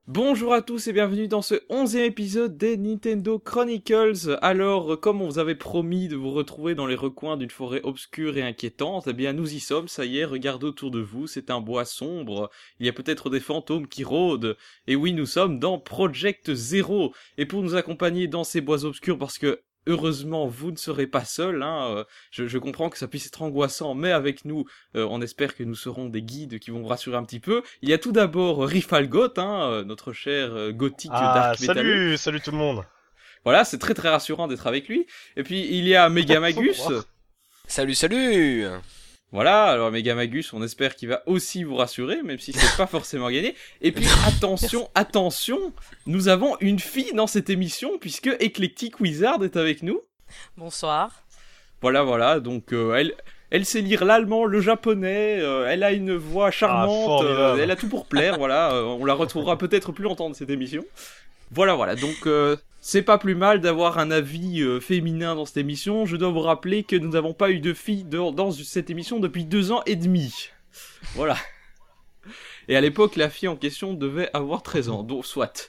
Bonjour à tous et bienvenue dans ce 11e épisode des Nintendo Chronicles. Alors, comme on vous avait promis de vous retrouver dans les recoins d'une forêt obscure et inquiétante, eh bien nous y sommes, ça y est, regardez autour de vous, c'est un bois sombre, il y a peut-être des fantômes qui rôdent, et oui, nous sommes dans Project Zero. Et pour nous accompagner dans ces bois obscurs, parce que heureusement, vous ne serez pas seul. Je comprends que ça puisse être angoissant, mais avec nous, on espère que nous serons des guides qui vont vous rassurer un petit peu. Il y a tout d'abord Rifalgot, notre cher gothique dark métalleux. Salut tout le monde. Voilà, c'est très très rassurant d'être avec lui. Et puis il y a Megamagus. Salut. Voilà, alors Megamagus, on espère qu'il va aussi vous rassurer, même si c'est pas forcément gagné. Et puis attention, nous avons une fille dans cette émission, puisque Eclectic Wizard est avec nous. Bonsoir. Voilà, donc elle sait lire l'allemand, le japonais, elle a une voix charmante, elle a tout pour plaire, voilà, on la retrouvera peut-être plus longtemps dans cette émission. Voilà, donc c'est pas plus mal d'avoir un avis féminin dans cette émission. Je dois vous rappeler que nous n'avons pas eu de fille dans cette émission depuis 2 ans et demi. Voilà. Et à l'époque, la fille en question devait avoir 13 ans, donc soit.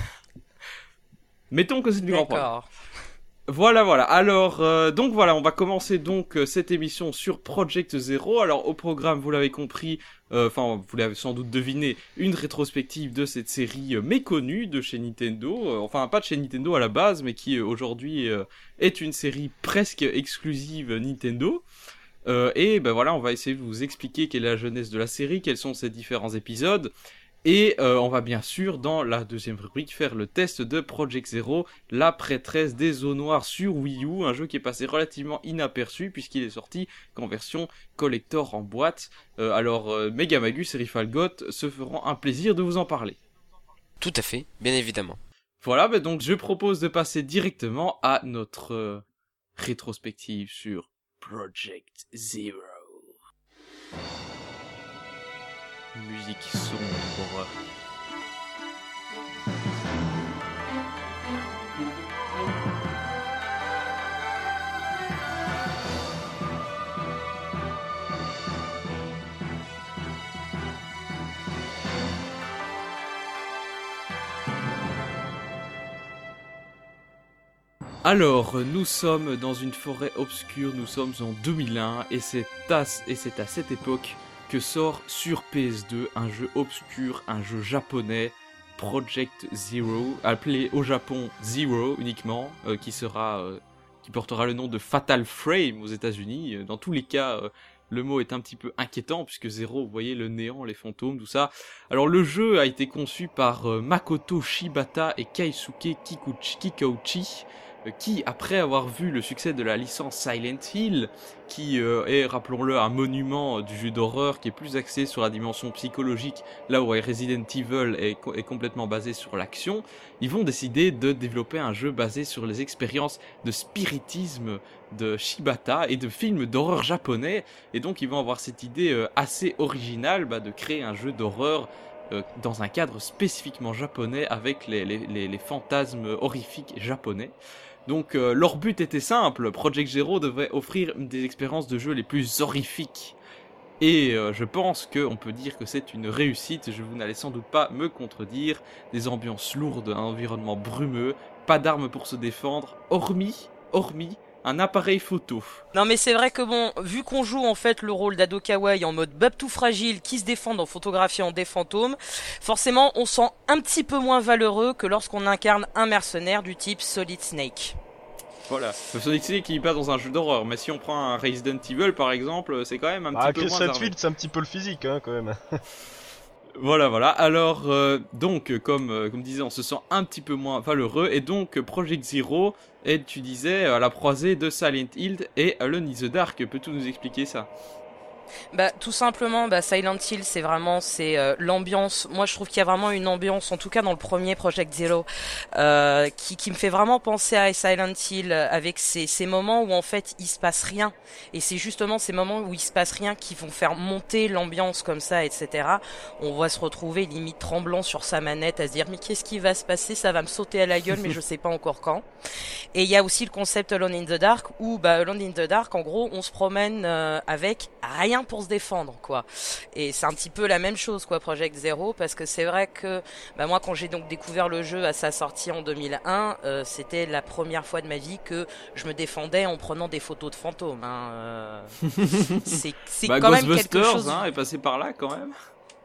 Mettons que c'est du grand problème. Voilà. Alors, on va commencer cette émission sur Project Zero. Alors, au programme, vous l'avez compris, vous l'avez sans doute deviné, une rétrospective de cette série méconnue de chez Nintendo. Pas de chez Nintendo à la base, mais qui aujourd'hui est une série presque exclusive Nintendo. On va essayer de vous expliquer quelle est la genèse de la série, quels sont ses différents épisodes. Et on va bien sûr, dans la deuxième rubrique, faire le test de Project Zero, la prêtresse des eaux noires sur Wii U, un jeu qui est passé relativement inaperçu puisqu'il est sorti qu'en version collector en boîte. Megamagus et Rifalgot se feront un plaisir de vous en parler. Tout à fait, bien évidemment. Voilà, donc je propose de passer directement à notre rétrospective sur Project Zero. Musique sombre. Alors, nous sommes dans une forêt obscure, nous sommes en 2001 et c'est à cette époque que sort sur PS2 un jeu obscur, un jeu japonais, Project Zero, appelé au Japon Zero uniquement, qui portera le nom de Fatal Frame aux États-Unis. Dans tous les cas, le mot est un petit peu inquiétant puisque Zero, vous voyez le néant, les fantômes, tout ça. Alors le jeu a été conçu par Makoto Shibata et Keisuke Kikouchi, qui, après avoir vu le succès de la licence Silent Hill, qui est, rappelons-le, un monument du jeu d'horreur qui est plus axé sur la dimension psychologique, là où Resident Evil est complètement basé sur l'action, ils vont décider de développer un jeu basé sur les expériences de spiritisme de Shibata et de films d'horreur japonais, et donc ils vont avoir cette idée assez originale de créer un jeu d'horreur dans un cadre spécifiquement japonais avec les fantasmes horrifiques japonais. Donc leur but était simple, Project Zero devait offrir des expériences de jeu les plus horrifiques. Et je pense qu'on peut dire que c'est une réussite, vous n'allez sans doute pas me contredire, des ambiances lourdes, un environnement brumeux, pas d'armes pour se défendre, hormis un appareil photo. Non mais c'est vrai que vu qu'on joue en fait le rôle d'Ado Kawaii en mode bab tout fragile qui se défend en photographiant des fantômes, forcément on sent un petit peu moins valeureux que lorsqu'on incarne un mercenaire du type Solid Snake. Voilà, Solid Snake qui passe dans un jeu d'horreur, mais si on prend un Resident Evil par exemple, c'est quand même un petit peu moins armé. C'est un petit peu le physique quand même. Voilà. Alors, comme disait, on se sent un petit peu moins valeureux. Et donc, Project Zero est, tu disais, à la croisée de Silent Hill et Alone in the Dark. Peux-tu nous expliquer ça ? Tout simplement, Silent Hill, c'est l'ambiance. Moi, je trouve qu'il y a vraiment une ambiance, en tout cas dans le premier Project Zero, qui me fait vraiment penser à Silent Hill, avec ces moments où en fait il se passe rien, et c'est justement ces moments où il se passe rien qui vont faire monter l'ambiance comme ça, etc. On va se retrouver limite tremblant sur sa manette, à se dire mais qu'est-ce qui va se passer, ça va me sauter à la gueule, mais je sais pas encore quand. Et il y a aussi le concept Alone in the Dark, où Alone in the Dark, en gros, on se promène avec rien rien pour se défendre, quoi. Et c'est un petit peu la même chose, quoi, Project Zero, parce que c'est vrai que moi, quand j'ai donc découvert le jeu à sa sortie en 2001, c'était la première fois de ma vie que je me défendais en prenant des photos de fantômes. C'est quand même quelque Ghostbusters chose. est passé par là quand même.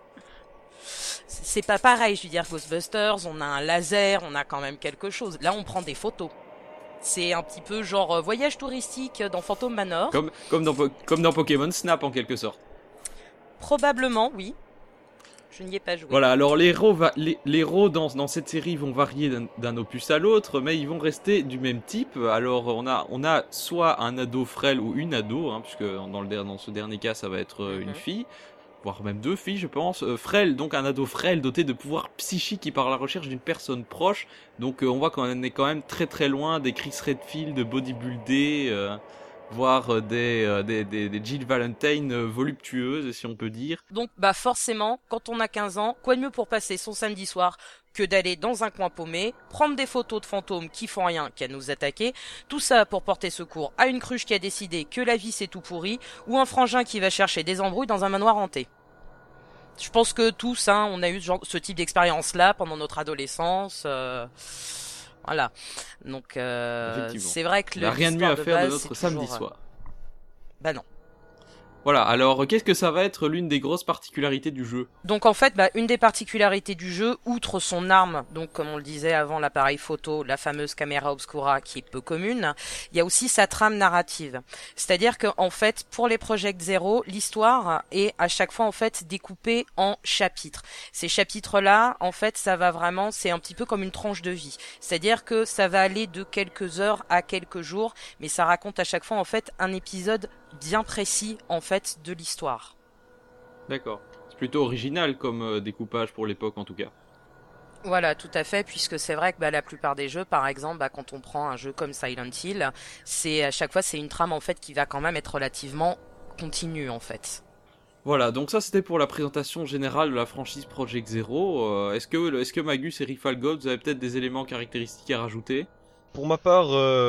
C'est pas pareil, je veux dire, Ghostbusters, on a un laser, on a quand même quelque chose. Là, on prend des photos. C'est un petit peu genre voyage touristique dans Phantom Manor. Comme dans Pokémon Snap en quelque sorte. Probablement, oui. Je n'y ai pas joué. Voilà, alors les héros dans cette série vont varier d'un opus à l'autre, mais ils vont rester du même type. Alors on a soit un ado frêle ou une ado, puisque dans ce dernier cas ça va être une fille, voire même 2 filles je pense. Frêle, donc un ado frêle doté de pouvoirs psychiques qui part à la recherche d'une personne proche. Donc on voit qu'on est quand même très très loin des Chris Redfield de bodybuildés, voire des Jill Valentine voluptueuses, si on peut dire. Donc forcément, quand on a 15 ans, quoi de mieux pour passer son samedi soir que d'aller dans un coin paumé, prendre des photos de fantômes qui font rien qu'à nous attaquer, tout ça pour porter secours à une cruche qui a décidé que la vie c'est tout pourri, ou un frangin qui va chercher des embrouilles dans un manoir hanté. Je pense que tous, on a eu ce type d'expérience-là pendant notre adolescence. Voilà. Donc c'est vrai que il n'y a rien de mieux à faire de notre samedi soir. Non. Voilà, alors qu'est-ce que ça va être l'une des grosses particularités du jeu ? Donc en fait, une des particularités du jeu, outre son arme, donc comme on le disait avant, l'appareil photo, la fameuse caméra obscura qui est peu commune, il y a aussi sa trame narrative. C'est-à-dire que en fait, pour les Project Zero, l'histoire est à chaque fois en fait découpée en chapitres. Ces chapitres-là, en fait, ça va vraiment, c'est un petit peu comme une tranche de vie. C'est-à-dire que ça va aller de quelques heures à quelques jours, mais ça raconte à chaque fois en fait un épisode bien précis en fait de l'histoire. D'accord. C'est plutôt original comme découpage pour l'époque en tout cas. Voilà, tout à fait, puisque c'est vrai que la plupart des jeux, par exemple, quand on prend un jeu comme Silent Hill, c'est à chaque fois c'est une trame en fait qui va quand même être relativement continue en fait. Voilà, donc ça c'était pour la présentation générale de la franchise Project Zero. Est-ce que Magus et Rifalgold, vous avez peut-être des éléments caractéristiques à rajouter ? Pour ma part,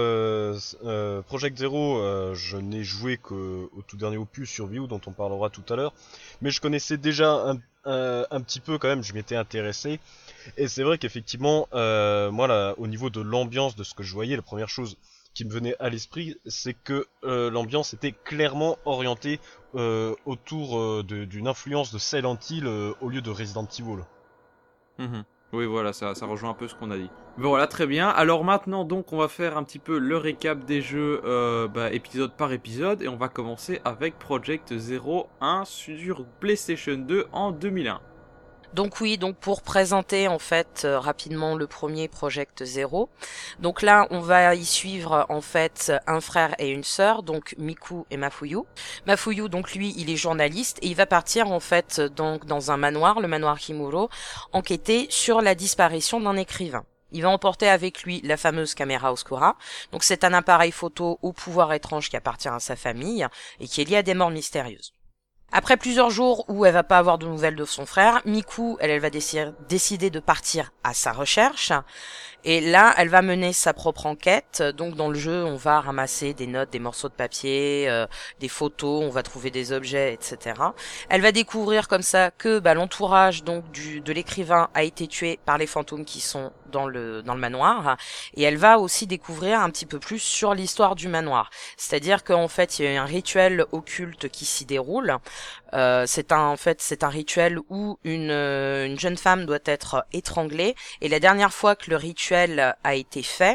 Project Zero, je n'ai joué qu'au tout dernier opus sur Wii U dont on parlera tout à l'heure, mais je connaissais déjà un petit peu quand même, je m'étais intéressé, et c'est vrai qu'effectivement, moi là, au niveau de l'ambiance de ce que je voyais, la première chose qui me venait à l'esprit, c'est que l'ambiance était clairement orientée autour d'une influence de Silent Hill au lieu de Resident Evil. Oui, voilà, ça rejoint un peu ce qu'on a dit. Voilà, très bien. Alors maintenant, donc, on va faire un petit peu le récap des jeux épisode par épisode. Et on va commencer avec Project Zero 1 sur PlayStation 2 en 2001. Donc oui, donc pour présenter en fait rapidement le premier Project Zero. Donc là, on va y suivre en fait un frère et une sœur, donc Miku et Mafuyu. Mafuyu, donc lui, il est journaliste et il va partir en fait donc dans un manoir, le manoir Kimuro, enquêter sur la disparition d'un écrivain. Il va emporter avec lui la fameuse caméra obscura. Donc c'est un appareil photo au pouvoir étrange qui appartient à sa famille et qui est lié à des morts mystérieuses. Après plusieurs jours où elle va pas avoir de nouvelles de son frère, Miku, elle va décider de partir à sa recherche. Et là, elle va mener sa propre enquête. Donc dans le jeu, on va ramasser des notes, des morceaux de papier, des photos, on va trouver des objets, etc. Elle va découvrir comme ça que l'entourage donc de l'écrivain a été tué par les fantômes qui sont dans le manoir. Et elle va aussi découvrir un petit peu plus sur l'histoire du manoir. C'est-à-dire qu'en fait, il y a un rituel occulte qui s'y déroule. C'est un rituel où une jeune femme doit être étranglée. Et la dernière fois que le rituel a été fait,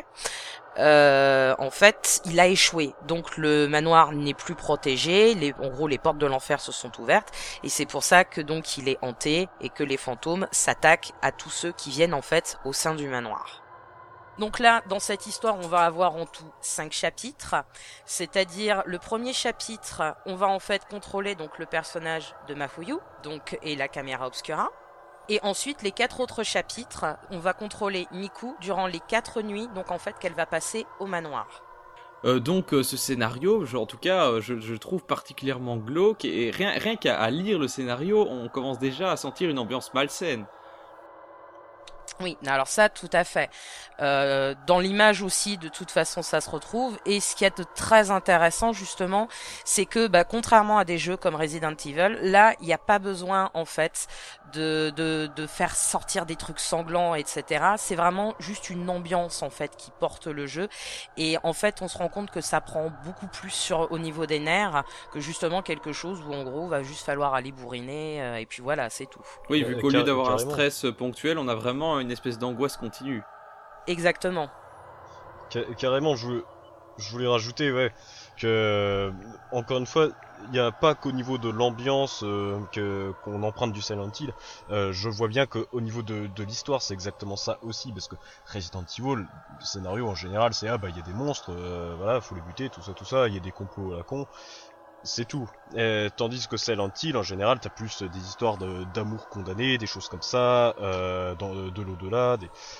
en fait, il a échoué. Donc le manoir n'est plus protégé. En gros, les portes de l'enfer se sont ouvertes. Et c'est pour ça que donc il est hanté et que les fantômes s'attaquent à tous ceux qui viennent en fait au sein du manoir. Donc là, dans cette histoire, on va avoir en tout 5 chapitres, c'est-à-dire le premier chapitre, on va en fait contrôler donc le personnage de Mafuyu, donc et la caméra obscura. Et ensuite, les 4 autres chapitres, on va contrôler Miku durant les 4 nuits, donc en fait qu'elle va passer au manoir. Donc ce scénario, en tout cas, je trouve particulièrement glauque, et rien qu'à lire le scénario, on commence déjà à sentir une ambiance malsaine. Oui, alors ça, tout à fait. Dans l'image aussi, de toute façon, ça se retrouve. Et ce qu'il y a de très intéressant, justement, c'est que, contrairement à des jeux comme Resident Evil, là, il n'y a pas besoin, en fait, de faire sortir des trucs sanglants, etc. C'est vraiment juste une ambiance, en fait, qui porte le jeu. Et en fait, on se rend compte que ça prend beaucoup plus au niveau des nerfs que justement quelque chose où, en gros, va juste falloir aller bourriner, et puis voilà, c'est tout. Oui, vu qu'au lieu d'avoir un carrément. stress ponctuel, on a vraiment une espèce d'angoisse continue. Exactement. Carrément, je voulais rajouter, ouais, que encore une fois, il n'y a pas qu'au niveau de l'ambiance qu'on emprunte du Silent Hill. Je vois bien qu'au niveau de l'histoire, c'est exactement ça aussi, parce que Resident Evil, le scénario en général, c'est il y a des monstres, voilà, faut les buter, tout ça, il y a des complots à la con. C'est tout. Tandis que Silent Hill, en général, t'as plus des histoires d'amour condamné, des choses comme ça, de l'au-delà.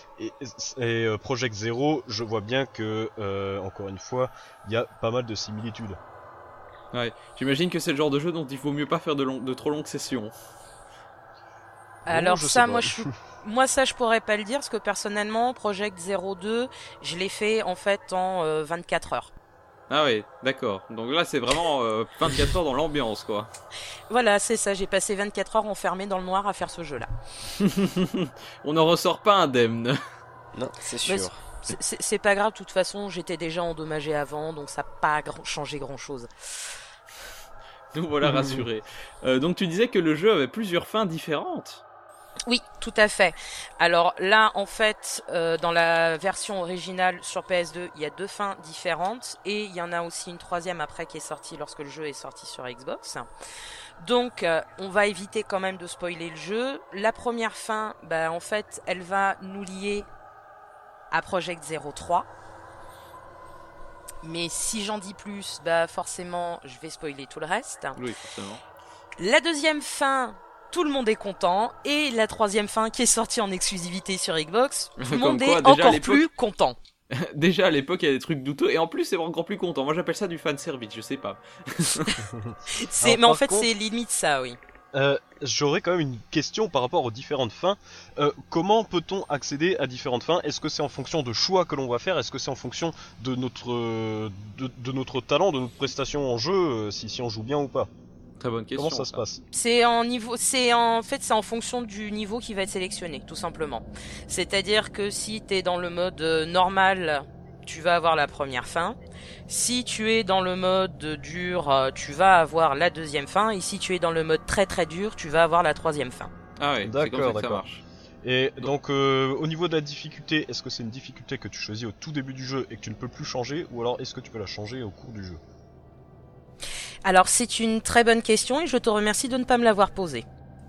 Et Project Zero, je vois bien que, encore une fois, il y a pas mal de similitudes. Ouais, j'imagine que c'est le genre de jeu dont il vaut mieux pas faire de trop longues sessions. Alors je sais ça, pas. moi ça je pourrais pas le dire parce que personnellement Project 02, je l'ai fait en fait en 24 heures. Ah ouais, d'accord. Donc là, c'est vraiment 24 heures dans l'ambiance, quoi. Voilà, c'est ça, j'ai passé 24 heures enfermé dans le noir à faire ce jeu-là. On n'en ressort pas indemne. Non, c'est Mais sûr. c'est pas grave, de toute façon, j'étais déjà endommagé avant, donc ça n'a pas changé grand-chose. Nous voilà rassurés. Donc tu disais que le jeu avait plusieurs fins différentes. Oui, tout à fait. Alors là, en fait, dans la version originale sur PS2, il y a 2 fins différentes et il y en a aussi une troisième après qui est sortie lorsque le jeu est sorti sur Xbox. Donc, on va éviter quand même de spoiler le jeu. La première fin, en fait, elle va nous lier à Project 03. Mais si j'en dis plus, forcément, je vais spoiler tout le reste. Oui, forcément. La deuxième fin, tout le monde est content. Et la troisième fin, qui est sortie en exclusivité sur Xbox, tout le monde est encore plus content. Déjà à l'époque, il y a des trucs douteux. Et en plus, c'est encore plus content. Moi, j'appelle ça du fanservice, je sais pas. Mais en fait, c'est limite ça, oui. J'aurais quand même une question par rapport aux différentes fins. Comment peut-on accéder à différentes fins? Est-ce que c'est en fonction de choix que l'on va faire? Est-ce que c'est en fonction de notre talent, de notre prestation en jeu, si on joue bien ou pas? Très bonne question. Comment ça se passe? C'est en fonction du niveau qui va être sélectionné, tout simplement. C'est-à-dire que si t'es dans le mode normal, tu vas avoir la première fin. Si tu es dans le mode dur, tu vas avoir la deuxième fin. Et si tu es dans le mode très très dur, tu vas avoir la troisième fin. Ah ouais, c'est comme ça que ça d'accord. marche. Et donc au niveau de la difficulté, est-ce que c'est une difficulté que tu choisis au tout début du jeu et que tu ne peux plus changer, ou alors est-ce que tu peux la changer au cours du jeu? Alors c'est une très bonne question et je te remercie de ne pas me l'avoir posée.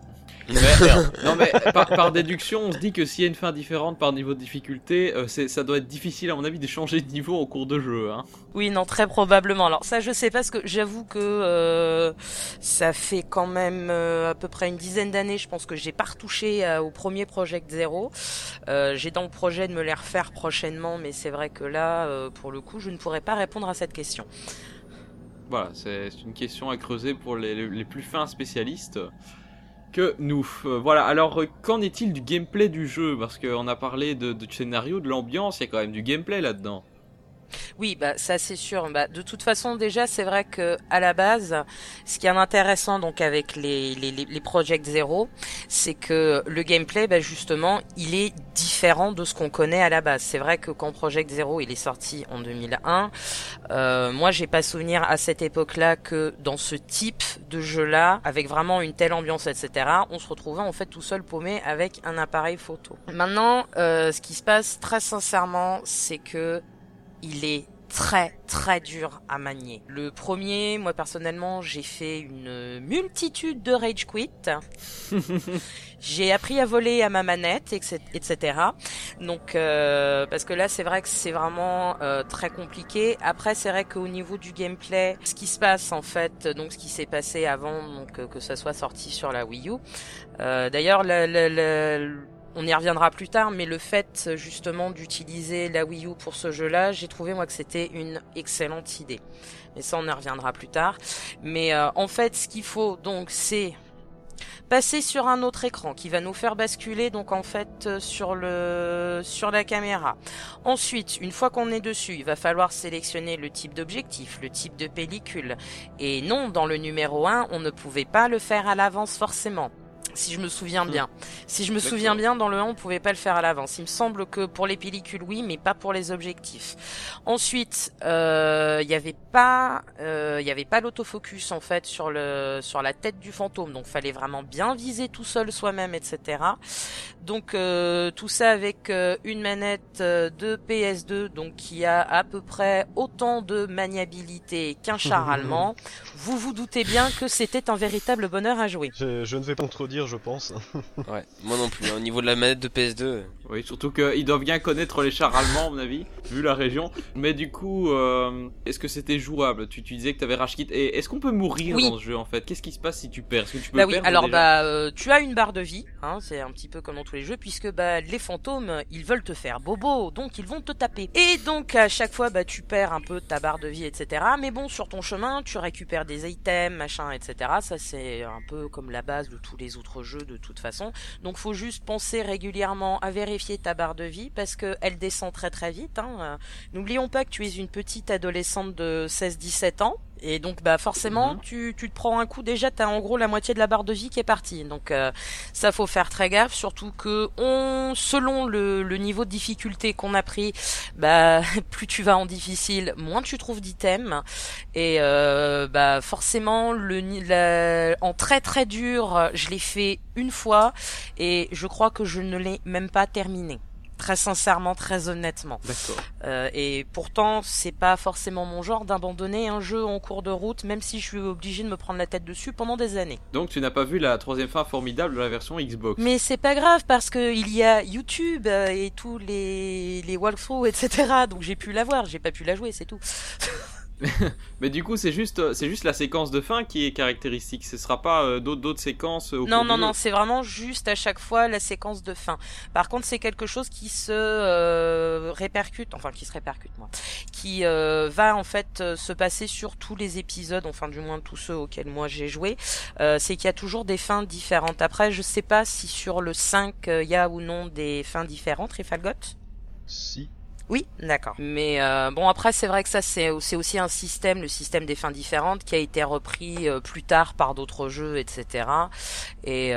Non mais par déduction, on se dit que s'il y a une fin différente par niveau de difficulté, ça doit être difficile à mon avis de changer de niveau en cours de jeu. Hein. Oui, non, très probablement. Alors ça, je sais pas, parce que j'avoue que ça fait quand même à peu près une dizaine d'années, je pense que j'ai pas retouché au premier Project Zero. J'ai dans le projet de me les refaire prochainement, mais c'est vrai que là, pour le coup, je ne pourrais pas répondre à cette question. Voilà, c'est une question à creuser pour les plus fins spécialistes que nous. Voilà, alors qu'en est-il du gameplay du jeu? Parce qu'on a parlé de scénario, de l'ambiance, il y a quand même du gameplay là-dedans. Oui, ça c'est sûr. De toute façon, déjà, c'est vrai que à la base, ce qui est intéressant donc avec les Project Zero, c'est que le gameplay, justement, il est différent de ce qu'on connaît à la base. C'est vrai que quand Project Zero il est sorti en 2001, moi j'ai pas souvenir à cette époque-là que dans ce type de jeu-là, avec vraiment une telle ambiance, etc., on se retrouvait en fait tout seul paumé avec un appareil photo. Maintenant, ce qui se passe très sincèrement, c'est que il est très très dur à manier. Le premier, moi personnellement, j'ai fait une multitude de rage quit. J'ai appris à voler à ma manette, etc. Donc, parce que là, c'est vrai que c'est vraiment très compliqué. Après, c'est vrai qu'au niveau du gameplay, ce qui se passe en fait, donc ce qui s'est passé avant, donc que ça soit sorti sur la Wii U. D'ailleurs, on y reviendra plus tard, mais le fait justement d'utiliser la Wii U pour ce jeu-là, j'ai trouvé moi que c'était une excellente idée. Mais ça, on y reviendra plus tard. Mais en fait, ce qu'il faut donc, c'est passer sur un autre écran qui va nous faire basculer donc en fait sur la caméra. Ensuite, une fois qu'on est dessus, il va falloir sélectionner le type d'objectif, le type de pellicule. Et non, dans le numéro 1, on ne pouvait pas le faire à l'avance forcément. Si je me souviens bien. Si je me souviens bien, dans le 1, on pouvait pas le faire à l'avance. Il me semble que pour les pellicules, oui, mais pas pour les objectifs. Ensuite, il y avait pas l'autofocus en fait sur la tête du fantôme. Donc, fallait vraiment bien viser tout seul soi-même, etc. Donc, tout ça avec une manette de PS2, donc qui a à peu près autant de maniabilité qu'un char allemand. Vous vous doutez bien que c'était un véritable bonheur à jouer. Je ne vais pas contredire, je pense. Ouais, moi non plus. Au niveau de la manette de PS2. Oui, surtout qu'ils doivent bien connaître les chars allemands, à mon avis, vu la région. Mais du coup, est-ce que c'était jouable? Tu disais que t'avais rage quit. Et est-ce qu'on peut mourir dans ce jeu en fait? Qu'est-ce qui se passe si tu perds? Est-ce que tu peux oui, perdre alors déjà tu as une barre de vie, hein, c'est un petit peu comme dans tous les jeux, puisque les fantômes, ils veulent te faire bobo, donc ils vont te taper. Et donc à chaque fois, tu perds un peu ta barre de vie, etc. Mais bon, sur ton chemin, tu récupères des items, machin, etc. Ça c'est un peu comme la base de tous les autres jeux de toute façon. Donc faut juste penser régulièrement à vérifier ta barre de vie, parce que elle descend très très vite. Hein. N'oublions pas que tu es une petite adolescente de 16-17 ans. Et donc forcément tu te prends un coup, déjà t'as en gros la moitié de la barre de vie qui est partie, donc ça faut faire très gaffe, surtout que selon le niveau de difficulté qu'on a pris, plus tu vas en difficile, moins tu trouves d'items, et forcément en très très dur, je l'ai fait une fois et je crois que je ne l'ai même pas terminé. Très sincèrement, très honnêtement. D'accord. Et pourtant, c'est pas forcément mon genre d'abandonner un jeu en cours de route, même si je suis obligé de me prendre la tête dessus pendant des années. Donc tu n'as pas vu la troisième fin formidable de la version Xbox? Mais c'est pas grave, parce que il y a YouTube et tous les walkthroughs, etc. Donc j'ai pu la voir, j'ai pas pu la jouer, c'est tout. Mais du coup, c'est juste la séquence de fin qui est caractéristique. Ce sera pas d'autres séquences au cours du jeu. Non, c'est vraiment juste à chaque fois la séquence de fin. Par contre, c'est quelque chose qui se répercute, qui va en fait se passer sur tous les épisodes, enfin du moins tous ceux auxquels moi j'ai joué. C'est qu'il y a toujours des fins différentes. Après, je sais pas si sur le 5 il y a ou non des fins différentes, Rifalgot. Si. Oui, d'accord. Mais bon, après c'est vrai que ça c'est aussi un système, le système des fins différentes, qui a été repris plus tard par d'autres jeux, etc. Et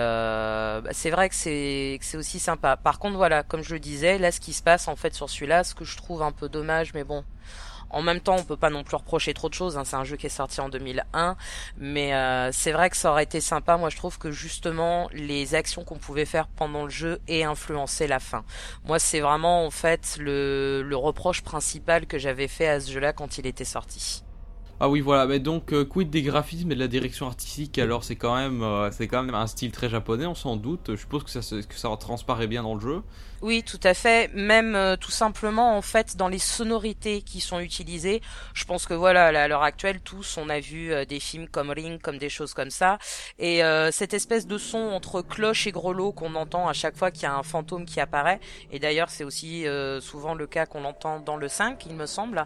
c'est vrai que c'est aussi sympa. Par contre, voilà, comme je le disais, là ce qui se passe en fait sur celui-là, ce que je trouve un peu dommage, mais bon. En même temps, on peut pas non plus reprocher trop de choses, hein. C'est un jeu qui est sorti en 2001, mais c'est vrai que ça aurait été sympa. Moi, je trouve que justement, les actions qu'on pouvait faire pendant le jeu aient influencé la fin. Moi, c'est vraiment en fait le reproche principal que j'avais fait à ce jeu-là quand il était sorti. Ah oui, voilà. Mais donc, quid des graphismes et de la direction artistique? Alors, c'est quand même un style très japonais, on s'en doute. Je suppose que ça transparaît bien dans le jeu. Oui, tout à fait. Même tout simplement, en fait, dans les sonorités qui sont utilisées, je pense que voilà, à l'heure actuelle, tous, on a vu des films comme Ring, comme des choses comme ça, et cette espèce de son entre cloche et grelot qu'on entend à chaque fois qu'il y a un fantôme qui apparaît. Et d'ailleurs, c'est aussi souvent le cas qu'on entend dans le 5, il me semble.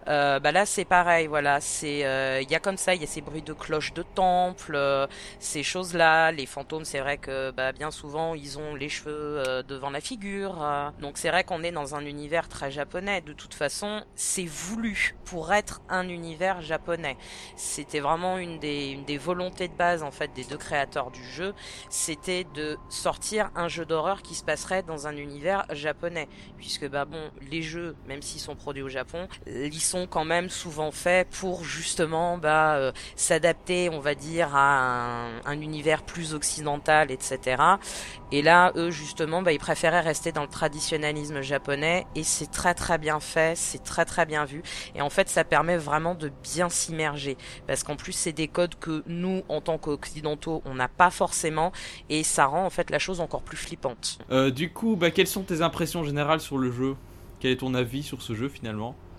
Là, c'est pareil. Voilà, il y a comme ça, il y a ces bruits de cloche de temple, ces choses-là. Les fantômes, c'est vrai que bien souvent, ils ont les cheveux devant la figure. Donc c'est vrai qu'on est dans un univers très japonais. De toute façon, c'est voulu pour être un univers japonais. C'était vraiment une des volontés de base en fait des deux créateurs du jeu, c'était de sortir un jeu d'horreur qui se passerait dans un univers japonais, puisque les jeux, même s'ils sont produits au Japon, ils sont quand même souvent faits pour justement s'adapter, on va dire, à un univers plus occidental, etc. Et là, eux, justement, ils préféraient rester dans le traditionnalisme japonais, et c'est très très bien fait, c'est très très bien vu, et en fait, ça permet vraiment de bien s'immerger, parce qu'en plus, c'est des codes que nous, en tant qu'occidentaux, on n'a pas forcément, et ça rend en fait la chose encore plus flippante. Du coup, quelles sont tes impressions générales sur le jeu? Quel est ton avis sur ce jeu finalement?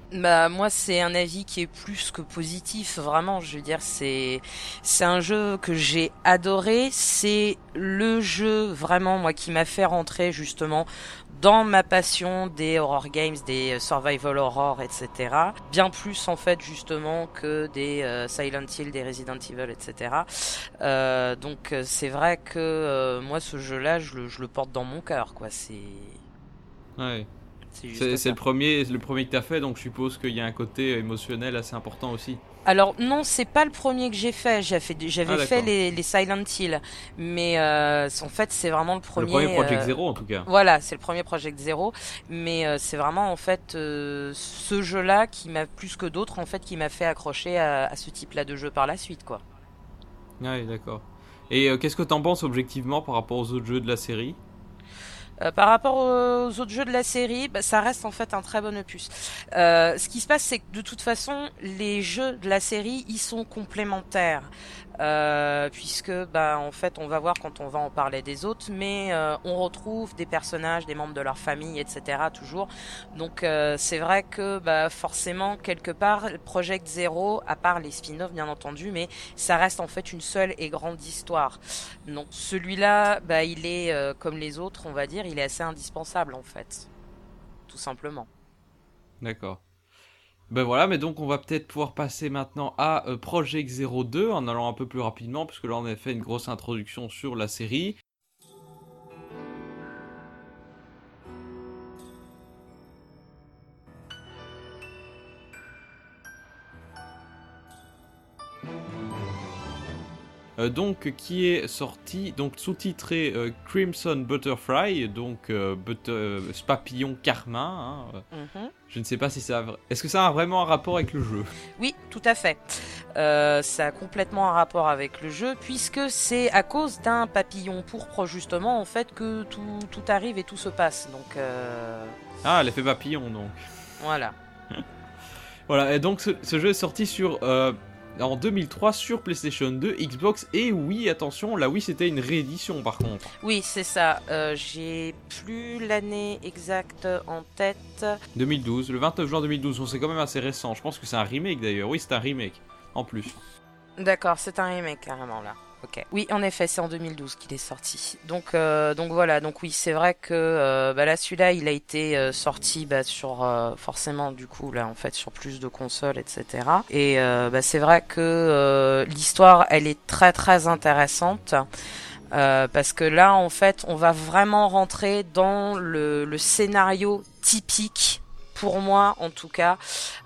Bah moi c'est un avis qui est plus que positif, vraiment. Je veux dire c'est un jeu que j'ai adoré. C'est le jeu vraiment moi qui m'a fait rentrer justement dans ma passion des horror games, des survival horror, etc. Bien plus en fait justement que des Silent Hill, des Resident Evil, etc. Donc c'est vrai que moi ce jeu-là je le porte dans mon cœur quoi. Ouais. C'est juste C'est ça. le premier que t'as fait, donc je suppose qu'il y a un côté émotionnel assez important aussi. Alors non, c'est pas le premier que j'ai fait. J'avais fait D'accord. les Silent Hill, mais en fait c'est vraiment le Le premier. premier Project Zero en tout cas. Voilà, c'est le premier Project Zero, mais c'est vraiment en fait ce jeu-là qui m'a plus que d'autres en fait qui m'a fait accrocher à ce type-là de jeu par la suite quoi. Ouais, d'accord. Et qu'est-ce que t'en penses objectivement par rapport aux autres jeux de la série? Par rapport aux autres jeux de la série, bah, ça reste en fait un très bon opus. Ce qui se passe, c'est que de toute façon, les jeux de la série, ils sont complémentaires. Puisque bah en fait on va voir quand on va en parler des autres, mais on retrouve des personnages, des membres de leur famille, etc. toujours. Donc c'est vrai que bah forcément quelque part Project Zero, à part les spin-offs bien entendu, mais ça reste en fait une seule et grande histoire. Donc celui-là, bah il est comme les autres, on va dire, il est assez indispensable en fait, tout simplement. D'accord. Ben voilà, mais donc on va peut-être pouvoir passer maintenant à Project Zero 2 en allant un peu plus rapidement, parce que là on a fait une grosse introduction sur la série. Donc qui est sorti, donc sous-titré Crimson Butterfly, donc papillon carmin. Mhm. Je ne sais pas si ça est-ce que ça a vraiment un rapport avec le jeu? Oui, tout à fait. Ça a complètement un rapport avec le jeu, puisque c'est à cause d'un papillon pourpre, justement, en fait, que tout arrive et tout se passe. Donc, Ah, l'effet papillon donc. voilà. Voilà, et donc ce jeu est sorti en 2003 sur PlayStation 2, Xbox et Wii. Attention, la Wii c'était une réédition par contre. Oui, c'est ça. J'ai plus l'année exacte en tête. 2012, le 29 juin 2012, donc c'est quand même assez récent. Je pense que c'est un remake d'ailleurs. Oui, c'est un remake en plus. D'accord, c'est un remake carrément là. Ok. Oui, en effet, c'est en 2012 qu'il est sorti. Donc voilà. Donc oui, c'est vrai que bah là, celui-là, il a été sorti bah, sur forcément du coup là en fait sur plus de consoles, etc. Et bah, c'est vrai que l'histoire, elle est très très intéressante. Parce que là, en fait, on va vraiment rentrer dans le scénario typique, pour moi en tout cas,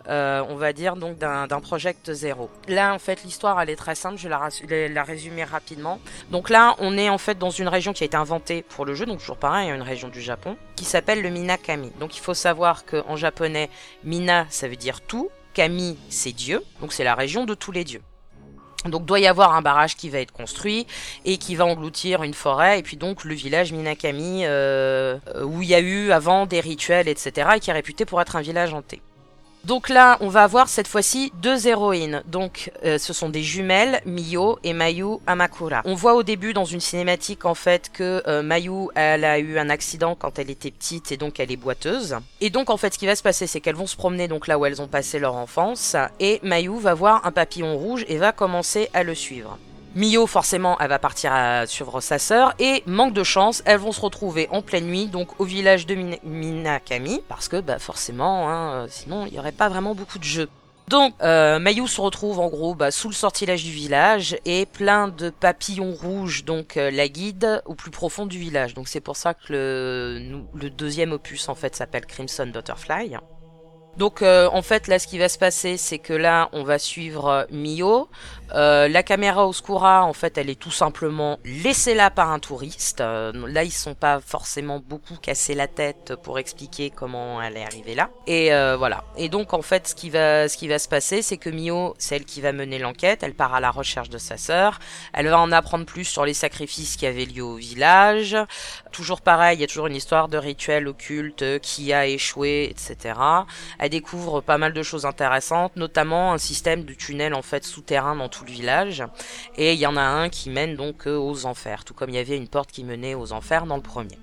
on va dire donc d'un Project Zero. Là, en fait, l'histoire, elle est très simple, je vais la résumer rapidement. Donc là, on est en fait dans une région qui a été inventée pour le jeu, donc toujours pareil, une région du Japon, qui s'appelle le Minakami. Donc il faut savoir qu'en japonais, Mina, ça veut dire tout, Kami, c'est Dieu, donc c'est la région de tous les dieux. Donc doit y avoir un barrage qui va être construit et qui va engloutir une forêt et puis donc le village Minakami où il y a eu avant des rituels etc. et qui est réputé pour être un village hanté. Donc là, on va avoir cette fois-ci deux héroïnes. Donc, ce sont des jumelles, Miyo et Mayu Amakura. On voit au début dans une cinématique en fait que Mayu, elle a eu un accident quand elle était petite et donc elle est boiteuse. Et donc en fait, ce qui va se passer, c'est qu'elles vont se promener donc là où elles ont passé leur enfance et Mayu va voir un papillon rouge et va commencer à le suivre. Miyo, forcément, elle va partir à suivre sa sœur et, manque de chance, elles vont se retrouver en pleine nuit, donc au village de Minakami, parce que, bah, forcément, sinon, il n'y aurait pas vraiment beaucoup de jeux. Donc, Mayu se retrouve, en gros, bah, sous le sortilège du village et plein de papillons rouges, donc, la guide au plus profond du village. Donc, c'est pour ça que le deuxième opus, en fait, s'appelle Crimson Butterfly. Donc en fait là ce qui va se passer c'est que là on va suivre Miyo. La caméra oscura en fait elle est tout simplement laissée là par un touriste. Là ils sont pas forcément beaucoup cassés la tête pour expliquer comment elle est arrivée là. Et voilà. Et donc en fait ce qui va se passer c'est que Miyo c'est elle qui va mener l'enquête. Elle part à la recherche de sa sœur. Elle va en apprendre plus sur les sacrifices qui avaient lieu au village. Toujours pareil, il y a toujours une histoire de rituel occulte qui a échoué, etc. Elle découvre pas mal de choses intéressantes, notamment un système de tunnel en fait souterrain dans tout le village. Et il y en a un qui mène donc aux enfers, tout comme il y avait une porte qui menait aux enfers dans le premier.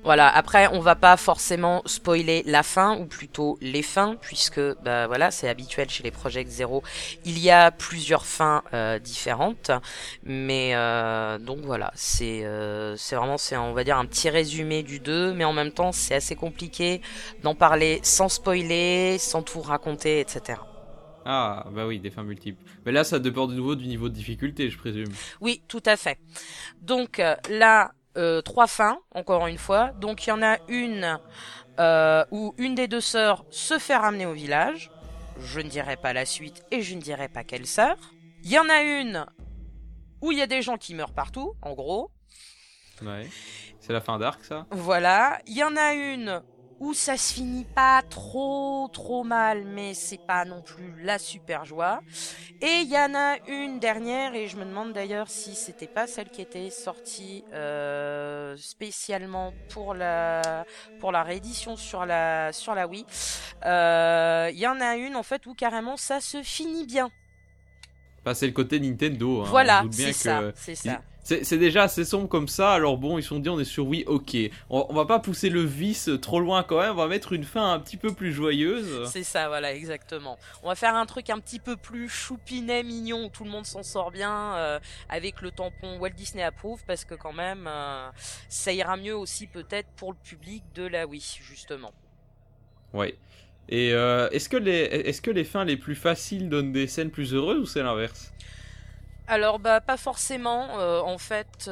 Voilà, après on va pas forcément spoiler la fin, ou plutôt les fins, puisque bah voilà, c'est habituel chez les Project Zero. Il y a plusieurs fins différentes, mais donc voilà, c'est vraiment, on va dire un petit résumé du 2, mais en même temps c'est assez compliqué d'en parler sans spoiler, sans tout raconter, etc. Ah, bah oui, des fins multiples. Mais là, ça dépend de nouveau du niveau de difficulté, je présume. Oui, tout à fait. Donc là, 3 fins, encore une fois. Donc il y en a une où une des deux sœurs se fait ramener au village. Je ne dirai pas la suite et je ne dirai pas quelle sœur. Il y en a une où il y a des gens qui meurent partout, en gros. Ouais. C'est la fin d'arc, ça? Voilà. Il y en a une où ça se finit pas trop mal, mais c'est pas non plus la super joie. Et il y en a une dernière, et je me demande d'ailleurs si c'était pas celle qui était sortie spécialement pour la réédition sur la Wii. Il y en a une en fait où carrément ça se finit bien. Bah, c'est le côté Nintendo. Hein. Voilà, On se doute bien c'est ça. C'est déjà assez sombre comme ça, alors bon, ils se sont dit on est sur Wii, ok. On va pas pousser le vice trop loin quand même, on va mettre une fin un petit peu plus joyeuse. C'est ça, voilà, exactement. On va faire un truc un petit peu plus choupinet, mignon, où tout le monde s'en sort bien, avec le tampon Walt Disney Approved, parce que quand même, ça ira mieux aussi peut-être pour le public de la Wii, justement. Ouais. Et est-ce que les fins les plus faciles donnent des scènes plus heureuses ou c'est l'inverse? Alors bah pas forcément en fait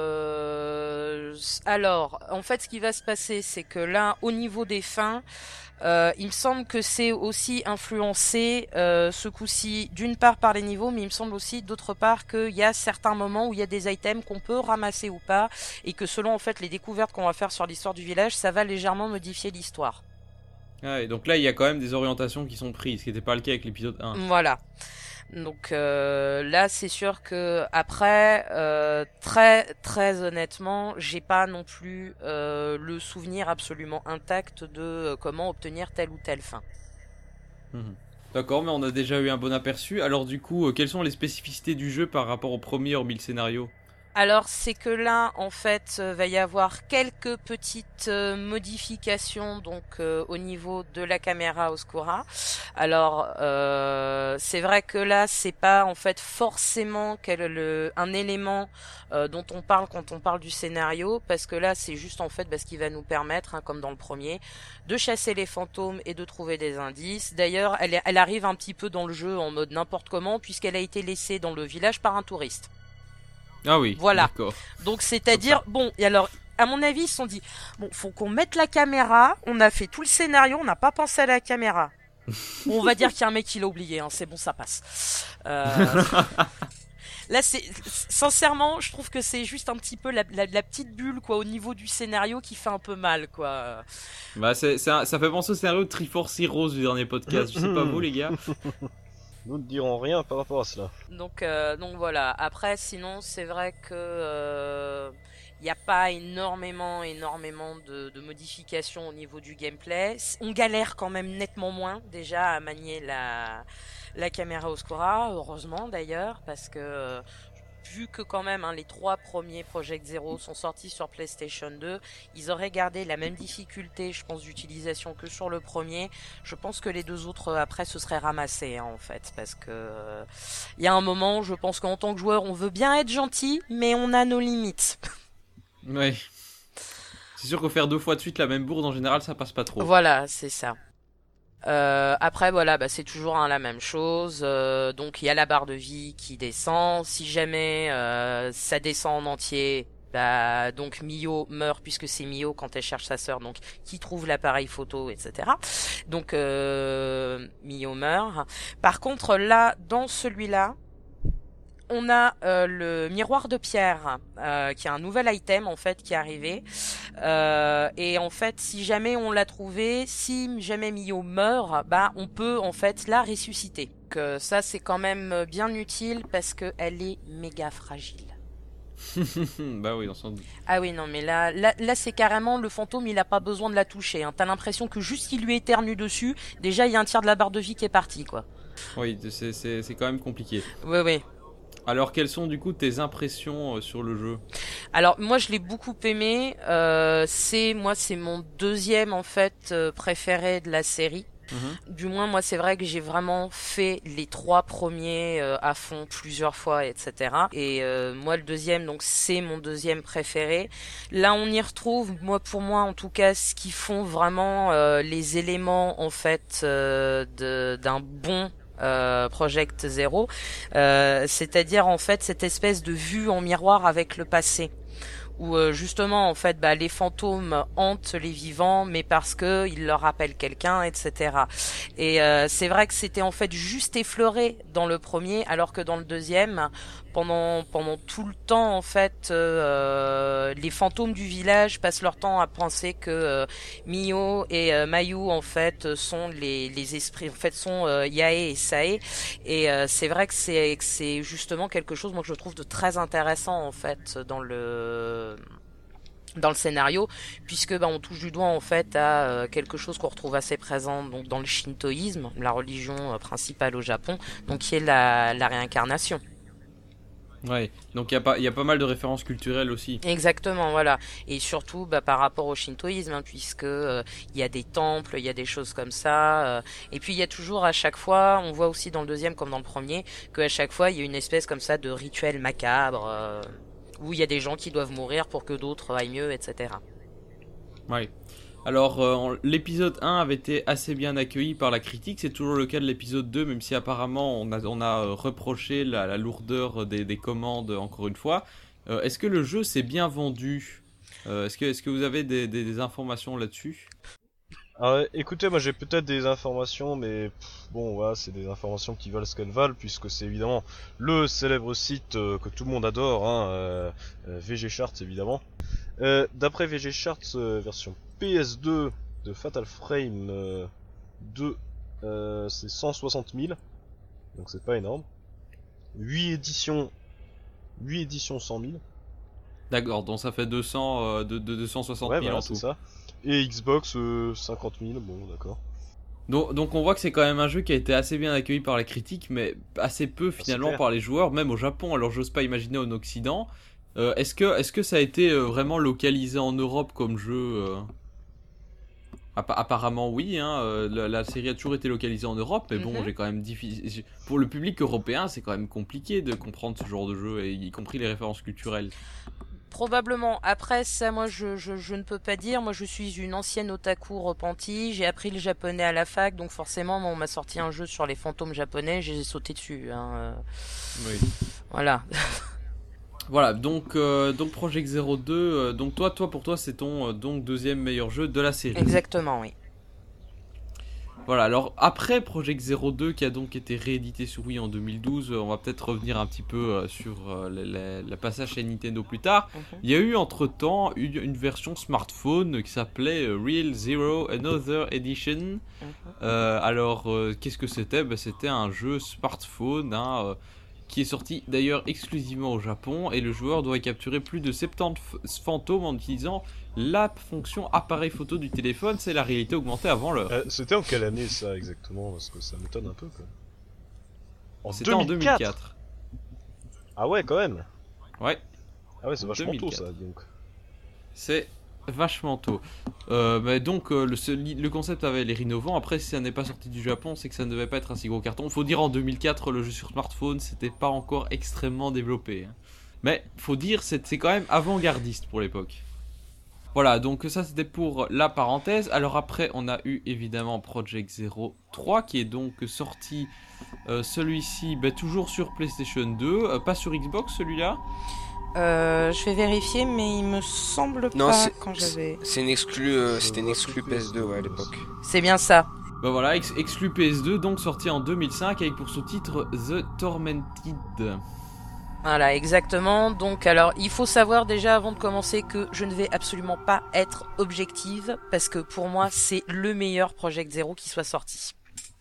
alors en fait ce qui va se passer c'est que là au niveau des fins il me semble que c'est aussi influencé ce coup-ci d'une part par les niveaux, mais il me semble aussi d'autre part qu'il y a certains moments où il y a des items qu'on peut ramasser ou pas, et que selon en fait les découvertes qu'on va faire sur l'histoire du village, ça va légèrement modifier l'histoire. Ah, et donc là il y a quand même des orientations qui sont prises, ce qui n'était pas le cas avec l'épisode 1. Voilà. Donc là, c'est sûr que après, très honnêtement, j'ai pas non plus le souvenir absolument intact de comment obtenir telle ou telle fin. D'accord, mais on a déjà eu un bon aperçu. Alors du coup, quelles sont les spécificités du jeu par rapport au premier hormis le scénario? Alors c'est que là en fait va y avoir quelques petites modifications donc au niveau de la caméra Oscura. Alors c'est vrai que là c'est pas en fait forcément un élément dont on parle quand on parle du scénario, parce que là c'est juste en fait ce qui va nous permettre, hein, comme dans le premier, de chasser les fantômes et de trouver des indices. D'ailleurs elle arrive un petit peu dans le jeu en mode n'importe comment, puisqu'elle a été laissée dans le village par un touriste. Ah oui, voilà. D'accord. Donc c'est-à-dire, bon, et alors, à mon avis, ils se sont dit, bon, faut qu'on mette la caméra, on a fait tout le scénario, on n'a pas pensé à la caméra. Bon, on va dire qu'il y a un mec qui l'a oublié, hein, c'est bon, ça passe. Là, sincèrement, je trouve que c'est juste un petit peu la petite bulle, quoi, au niveau du scénario qui fait un peu mal, quoi. Bah, ça fait penser au scénario de Triforce Heroes du dernier podcast, je sais pas vous, les gars. Nous ne dirons rien par rapport à cela. Donc voilà. Après, sinon, c'est vrai que il n'y a pas énormément de modifications au niveau du gameplay. On galère quand même nettement moins déjà à manier la caméra Oscura, heureusement d'ailleurs, parce que vu que quand même les 3 premiers Project Zero sont sortis sur PlayStation 2, ils auraient gardé la même difficulté, je pense, d'utilisation que sur le premier. Je pense que les 2 autres après se seraient ramassés, hein, en fait, parce que il y a un moment, je pense qu'en tant que joueur, on veut bien être gentil, mais on a nos limites. Ouais. C'est sûr que faire 2 fois de suite la même bourde, en général, ça passe pas trop. Voilà, c'est ça. Après voilà, c'est toujours la même chose. Donc il y a la barre de vie qui descend. Si jamais ça descend en entier, donc Mio meurt, puisque c'est Mio quand elle cherche sa sœur, donc qui trouve l'appareil photo, etc. Donc Mio meurt. Par contre là, dans celui-là, on a le miroir de pierre qui est un nouvel item en fait qui est arrivé, et en fait si jamais on l'a trouvé, si jamais Mio meurt, on peut en fait la ressusciter. Donc ça c'est quand même bien utile parce que elle est méga fragile. Bah oui, dans son... Ah oui, non mais là c'est carrément le fantôme, il a pas besoin de la toucher, hein. T'as l'impression que juste qu'il lui éternue dessus, déjà il y a un tiers de la barre de vie qui est parti, quoi. Oui, c'est quand même compliqué. Oui. Alors, quelles sont du coup tes impressions sur le jeu? Alors moi je l'ai beaucoup aimé. C'est mon deuxième en fait préféré de la série. Du moins, moi, c'est vrai que j'ai vraiment fait les 3 premiers à fond plusieurs fois, etc. Et moi, le deuxième, donc c'est mon deuxième préféré. Là, on y retrouve, pour moi, en tout cas, ce qui font vraiment les éléments en fait d'un bon Project Zero, c'est-à-dire en fait cette espèce de vue en miroir avec le passé, où justement en fait les fantômes hantent les vivants, mais parce que ils leur rappellent quelqu'un, etc. Et c'est vrai que c'était en fait juste effleuré dans le premier, alors que dans le deuxième, pendant tout le temps en fait, les fantômes du village passent leur temps à penser que Mio et Mayu en fait sont les esprits, en fait sont Yae et Sae, et c'est vrai que c'est justement quelque chose, moi, que je trouve de très intéressant en fait dans le scénario, puisque on touche du doigt en fait à quelque chose qu'on retrouve assez présent donc dans le shintoïsme, la religion principale au Japon, donc qui est la réincarnation. Ouais, donc il y a pas mal de références culturelles aussi. Exactement, voilà. Et surtout par rapport au shintoïsme, puisque il y a des temples, il y a des choses comme ça. Et puis il y a toujours à chaque fois, on voit aussi dans le deuxième comme dans le premier, qu'à chaque fois il y a une espèce comme ça de rituel macabre, où il y a des gens qui doivent mourir pour que d'autres aillent mieux, etc. Ouais. Alors, l'épisode 1 avait été assez bien accueilli par la critique, c'est toujours le cas de l'épisode 2, même si apparemment on a reproché la lourdeur des commandes encore une fois. Est-ce que le jeu s'est bien vendu? Est-ce que vous avez des informations là-dessus? Écoutez, moi j'ai peut-être des informations, mais bon, voilà, c'est des informations qui valent ce qu'elles valent, puisque c'est évidemment le célèbre site que tout le monde adore, VG Charts évidemment. D'après VG Charts, version PS2 de Fatal Frame 2, c'est 160 000, donc c'est pas énorme. 8 éditions 100 000. D'accord, donc ça fait 260 000 en tout. C'est ça. Et Xbox 50 000, bon d'accord. Donc on voit que c'est quand même un jeu qui a été assez bien accueilli par la critique, mais assez peu finalement par les joueurs, même au Japon. Alors j'ose pas imaginer en Occident. Est-ce que ça a été vraiment localisé en Europe comme jeu Apparemment oui, la série a toujours été localisée en Europe, mais bon, j'ai quand même difficile. Pour le public européen, c'est quand même compliqué de comprendre ce genre de jeu, et y compris les références culturelles. Probablement. Après, ça, moi, je ne peux pas dire. Moi, je suis une ancienne otaku repentie. J'ai appris le japonais à la fac, donc forcément, on m'a sorti un jeu sur les fantômes japonais. J'ai sauté dessus. Oui. Voilà. Voilà, donc Project Zero 2, donc pour toi, c'est ton donc deuxième meilleur jeu de la série. Exactement, oui. Voilà, alors après Project Zero 2 qui a donc été réédité sur Wii en 2012, on va peut-être revenir un petit peu sur le passage chez Nintendo plus tard. Il y a eu entre temps une version smartphone qui s'appelait Real Zero Another Edition. Alors qu'est-ce que c'était? C'était un jeu smartphone qui est sorti d'ailleurs exclusivement au Japon, et le joueur doit capturer plus de 70 fantômes en utilisant la fonction appareil photo du téléphone. C'est la réalité augmentée avant l'heure. C'était en quelle année ça exactement? Parce que ça m'étonne un peu quoi. C'était en 2004. Ah ouais, quand même. Ouais. Ah ouais, c'est vachement tôt ça donc. C'est vachement tôt. Mais donc le concept avait l'air innovant. Après, si ça n'est pas sorti du Japon, c'est que ça ne devait pas être un si gros carton. Faut dire, en 2004, le jeu sur smartphone, c'était pas encore extrêmement développé. Mais faut dire, c'est quand même avant-gardiste pour l'époque. Voilà, donc ça c'était pour la parenthèse. Alors après, on a eu évidemment Project Zero 3 qui est donc sorti, celui-ci toujours sur PlayStation 2, pas sur Xbox celui-là. Je vais vérifier, mais il me semble pas quand j'avais. C'est une exclu, c'était une exclu PS2 à l'époque. C'est bien ça. Voilà, exclu PS2, donc sorti en 2005 avec pour sous-titre The Tormented. Voilà, exactement. Donc, alors, il faut savoir déjà avant de commencer que je ne vais absolument pas être objective, parce que pour moi, c'est le meilleur Project Zero qui soit sorti.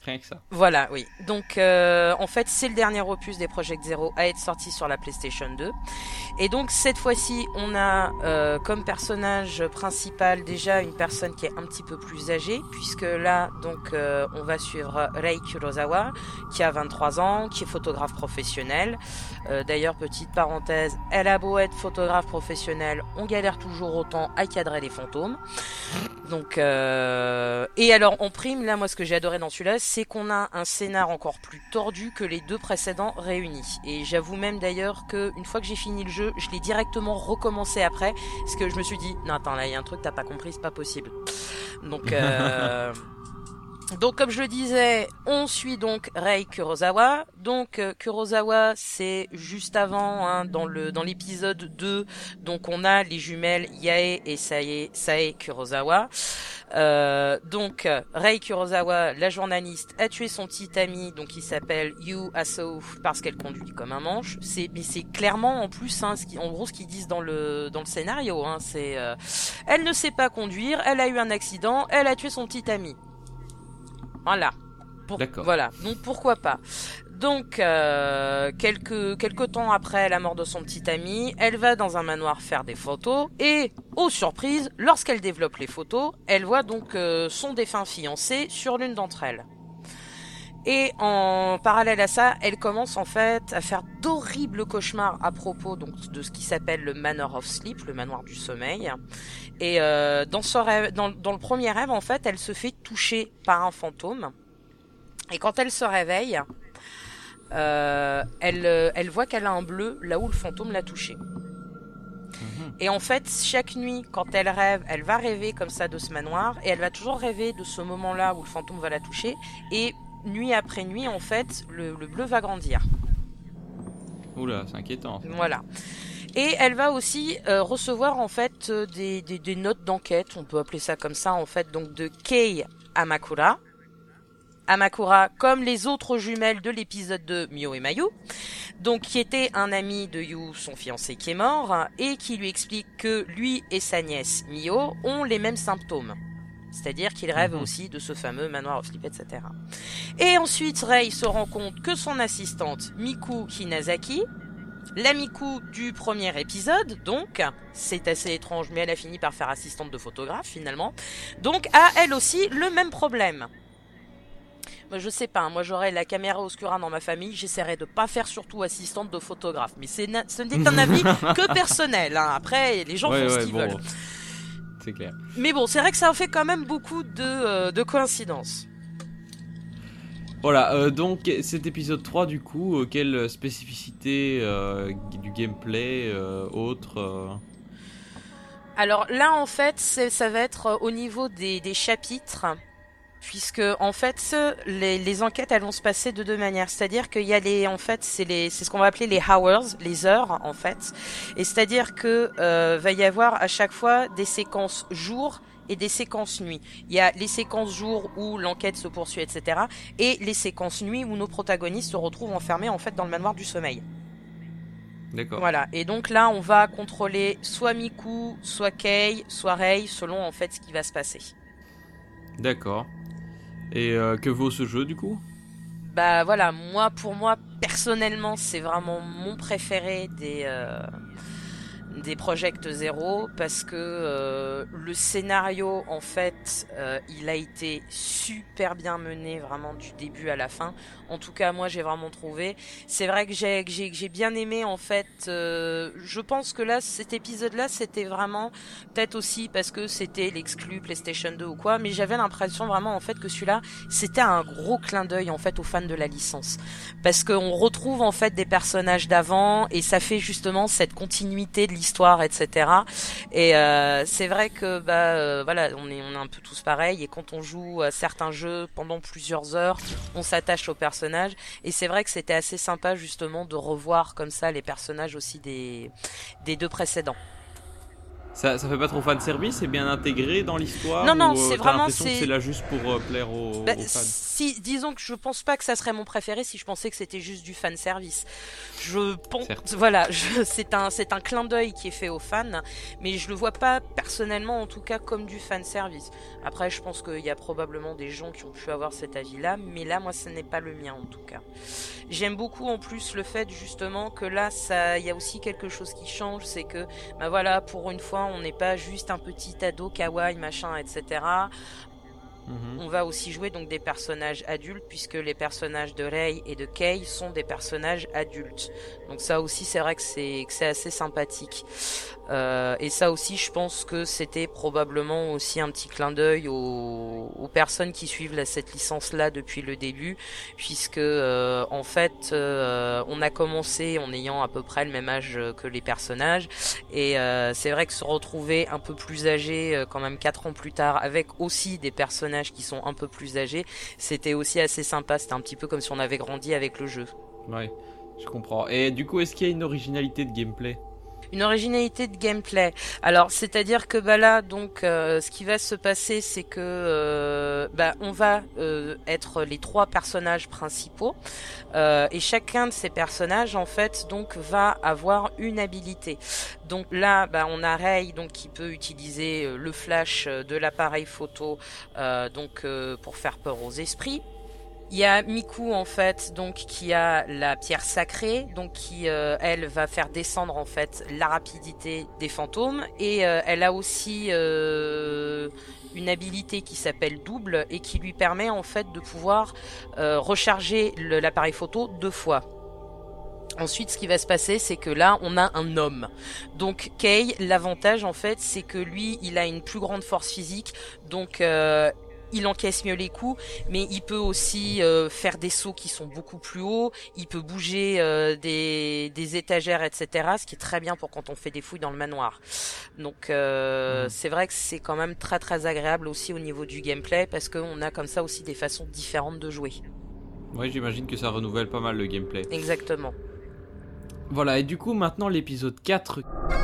Rien que ça. Voilà, oui. Donc, en fait, c'est le dernier opus des Project Zero à être sorti sur la PlayStation 2. Et donc, cette fois-ci, on a comme personnage principal déjà une personne qui est un petit peu plus âgée, puisque là, donc, on va suivre Rei Kurosawa, qui a 23 ans, qui est photographe professionnel. D'ailleurs, petite parenthèse, elle a beau être photographe professionnelle, on galère toujours autant à cadrer les fantômes. Donc, et alors en prime, là, moi, ce que j'ai adoré dans celui-là, c'est qu'on a un scénar encore plus tordu que les deux précédents réunis. Et j'avoue même d'ailleurs que une fois que j'ai fini le jeu, je l'ai directement recommencé après, parce que je me suis dit, non, attends, là, il y a un truc t'as pas compris, c'est pas possible. Donc, donc comme je le disais, on suit donc Rei Kurosawa. Donc Kurosawa, c'est juste avant, hein, dans l'épisode 2, donc on a les jumelles Yae et Sae Kurosawa. Donc Rei Kurosawa, la journaliste, a tué son petit ami, donc qui s'appelle Yu Asou, parce qu'elle conduit comme un manche. Mais c'est clairement en plus, hein, en gros ce qu'ils disent dans le scénario, hein, c'est elle ne sait pas conduire, elle a eu un accident, elle a tué son petit ami. Voilà. D'accord. Voilà. Donc pourquoi pas. Donc quelques temps après la mort de son petit ami, elle va dans un manoir faire des photos et, oh surprise, lorsqu'elle développe les photos, elle voit donc son défunt fiancé sur l'une d'entre elles. Et en parallèle à ça, elle commence en fait à faire d'horribles cauchemars à propos donc de ce qui s'appelle le Manor of Sleep, le manoir du sommeil. Et dans le premier rêve, en fait, elle se fait toucher par un fantôme. Et quand elle se réveille, elle voit qu'elle a un bleu là où le fantôme l'a touchée. Et en fait, chaque nuit, quand elle rêve, elle va rêver comme ça de ce manoir, et elle va toujours rêver de ce moment-là où le fantôme va la toucher. Et nuit après nuit, en fait, le bleu va grandir. Oula, c'est inquiétant. Voilà. Et elle va aussi recevoir en fait des notes d'enquête, on peut appeler ça comme ça en fait, donc de Kei Amakura. Amakura, comme les autres jumelles de l'épisode de Mio et Mayu, donc qui était un ami de Yu, son fiancé qui est mort, et qui lui explique que lui et sa nièce Mio ont les mêmes symptômes. C'est-à-dire qu'il rêve aussi de ce fameux manoir of sleep, etc. Et ensuite, Rei se rend compte que son assistante, Miku Hinazaki, la Miku du premier épisode, donc, c'est assez étrange, mais elle a fini par faire assistante de photographe, finalement, donc a elle aussi le même problème. Moi, je sais pas, hein, moi j'aurais la caméra oscura dans ma famille, j'essaierais de pas faire surtout assistante de photographe, mais ce n'est un avis que personnel, hein. Après, les gens font ce qu'ils veulent. C'est clair. Mais bon, c'est vrai que ça en fait quand même beaucoup de coïncidences. Voilà, donc cet épisode 3 du coup, quelle spécificité du gameplay autre Alors là en fait, ça va être au niveau des chapitres, puisque en fait les enquêtes elles vont se passer de deux manières, c'est-à-dire qu'il y a c'est ce qu'on va appeler les hours, les heures en fait, et c'est-à-dire que va y avoir à chaque fois des séquences jour et des séquences nuit. Il y a les séquences jour où l'enquête se poursuit, etc. et les séquences nuit où nos protagonistes se retrouvent enfermés en fait dans le manoir du sommeil. D'accord. Voilà, et donc là on va contrôler soit Miku, soit Kei, soit Rei, selon en fait ce qui va se passer. D'accord. Et que vaut ce jeu du coup ? Bah voilà, pour moi personnellement c'est vraiment mon préféré des Project Zero, parce que le scénario en fait il a été super bien mené vraiment du début à la fin. En tout cas moi j'ai vraiment trouvé, c'est vrai que j'ai bien aimé en fait, je pense que là cet épisode là c'était vraiment, peut-être aussi parce que c'était l'exclu PlayStation 2 ou quoi, mais j'avais l'impression vraiment en fait que celui-là c'était un gros clin d'œil en fait aux fans de la licence, parce qu'on retrouve en fait des personnages d'avant et ça fait justement cette continuité de l'histoire, etc. Et c'est vrai que voilà, on est un peu tous pareils, et quand on joue à certains jeux pendant plusieurs heures, on s'attache aux personnages, et c'est vrai que c'était assez sympa justement de revoir comme ça les personnages aussi des deux précédents. Ça fait pas trop fan service, c'est bien intégré dans l'histoire. Non, ou, c'est t'as vraiment l'impression que c'est là juste pour plaire aux fans. si, disons que je pense pas que ça serait mon préféré si je pensais que c'était juste du fan service. Je pense, Certes. voilà, c'est un clin d'œil qui est fait aux fans, mais je le vois pas personnellement, en tout cas, comme du fan service. Après, je pense qu'il y a probablement des gens qui ont pu avoir cet avis-là, mais là, moi, ce n'est pas le mien, en tout cas. J'aime beaucoup, en plus, le fait justement que là, il y a aussi quelque chose qui change, c'est que, bah voilà, pour une fois, on n'est pas juste un petit ado kawaii, machin, etc. On va aussi jouer donc des personnages adultes, puisque les personnages de Rei et de Kei sont des personnages adultes. Donc ça aussi, c'est vrai que c'est assez sympathique. Et ça aussi, je pense que c'était probablement aussi un petit clin d'œil aux personnes qui suivent cette licence-là depuis le début, puisque en fait, on a commencé en ayant à peu près le même âge que les personnages, et c'est vrai que se retrouver un peu plus âgé, quand même 4 ans plus tard, avec aussi des personnages qui sont un peu plus âgés, c'était aussi assez sympa. C'était un petit peu comme si on avait grandi avec le jeu. Ouais, je comprends. Et du coup, est-ce qu'il y a une originalité de gameplay ? Une originalité de gameplay. Alors, c'est-à-dire que bah là, donc, ce qui va se passer, c'est que on va être les 3 personnages principaux, et chacun de ces personnages, en fait, donc, va avoir une habilité. Donc là, bah, on a Rei, donc, qui peut utiliser le flash de l'appareil photo, pour faire peur aux esprits. Il y a Miku en fait, donc qui a la pierre sacrée, donc qui elle va faire descendre en fait la rapidité des fantômes, et elle a aussi une habilité qui s'appelle double et qui lui permet en fait de pouvoir recharger l'appareil photo 2 fois. Ensuite, ce qui va se passer, c'est que là, on a un homme. Donc, Kei, l'avantage en fait, c'est que lui, il a une plus grande force physique, donc il encaisse mieux les coups, mais il peut aussi faire des sauts qui sont beaucoup plus hauts, il peut bouger des étagères, etc., ce qui est très bien pour quand on fait des fouilles dans le manoir. Donc c'est vrai que c'est quand même très très agréable aussi au niveau du gameplay, parce qu'on a comme ça aussi des façons différentes de jouer. Ouais, j'imagine que ça renouvelle pas mal le gameplay. Exactement. Voilà, et du coup, maintenant l'épisode 4...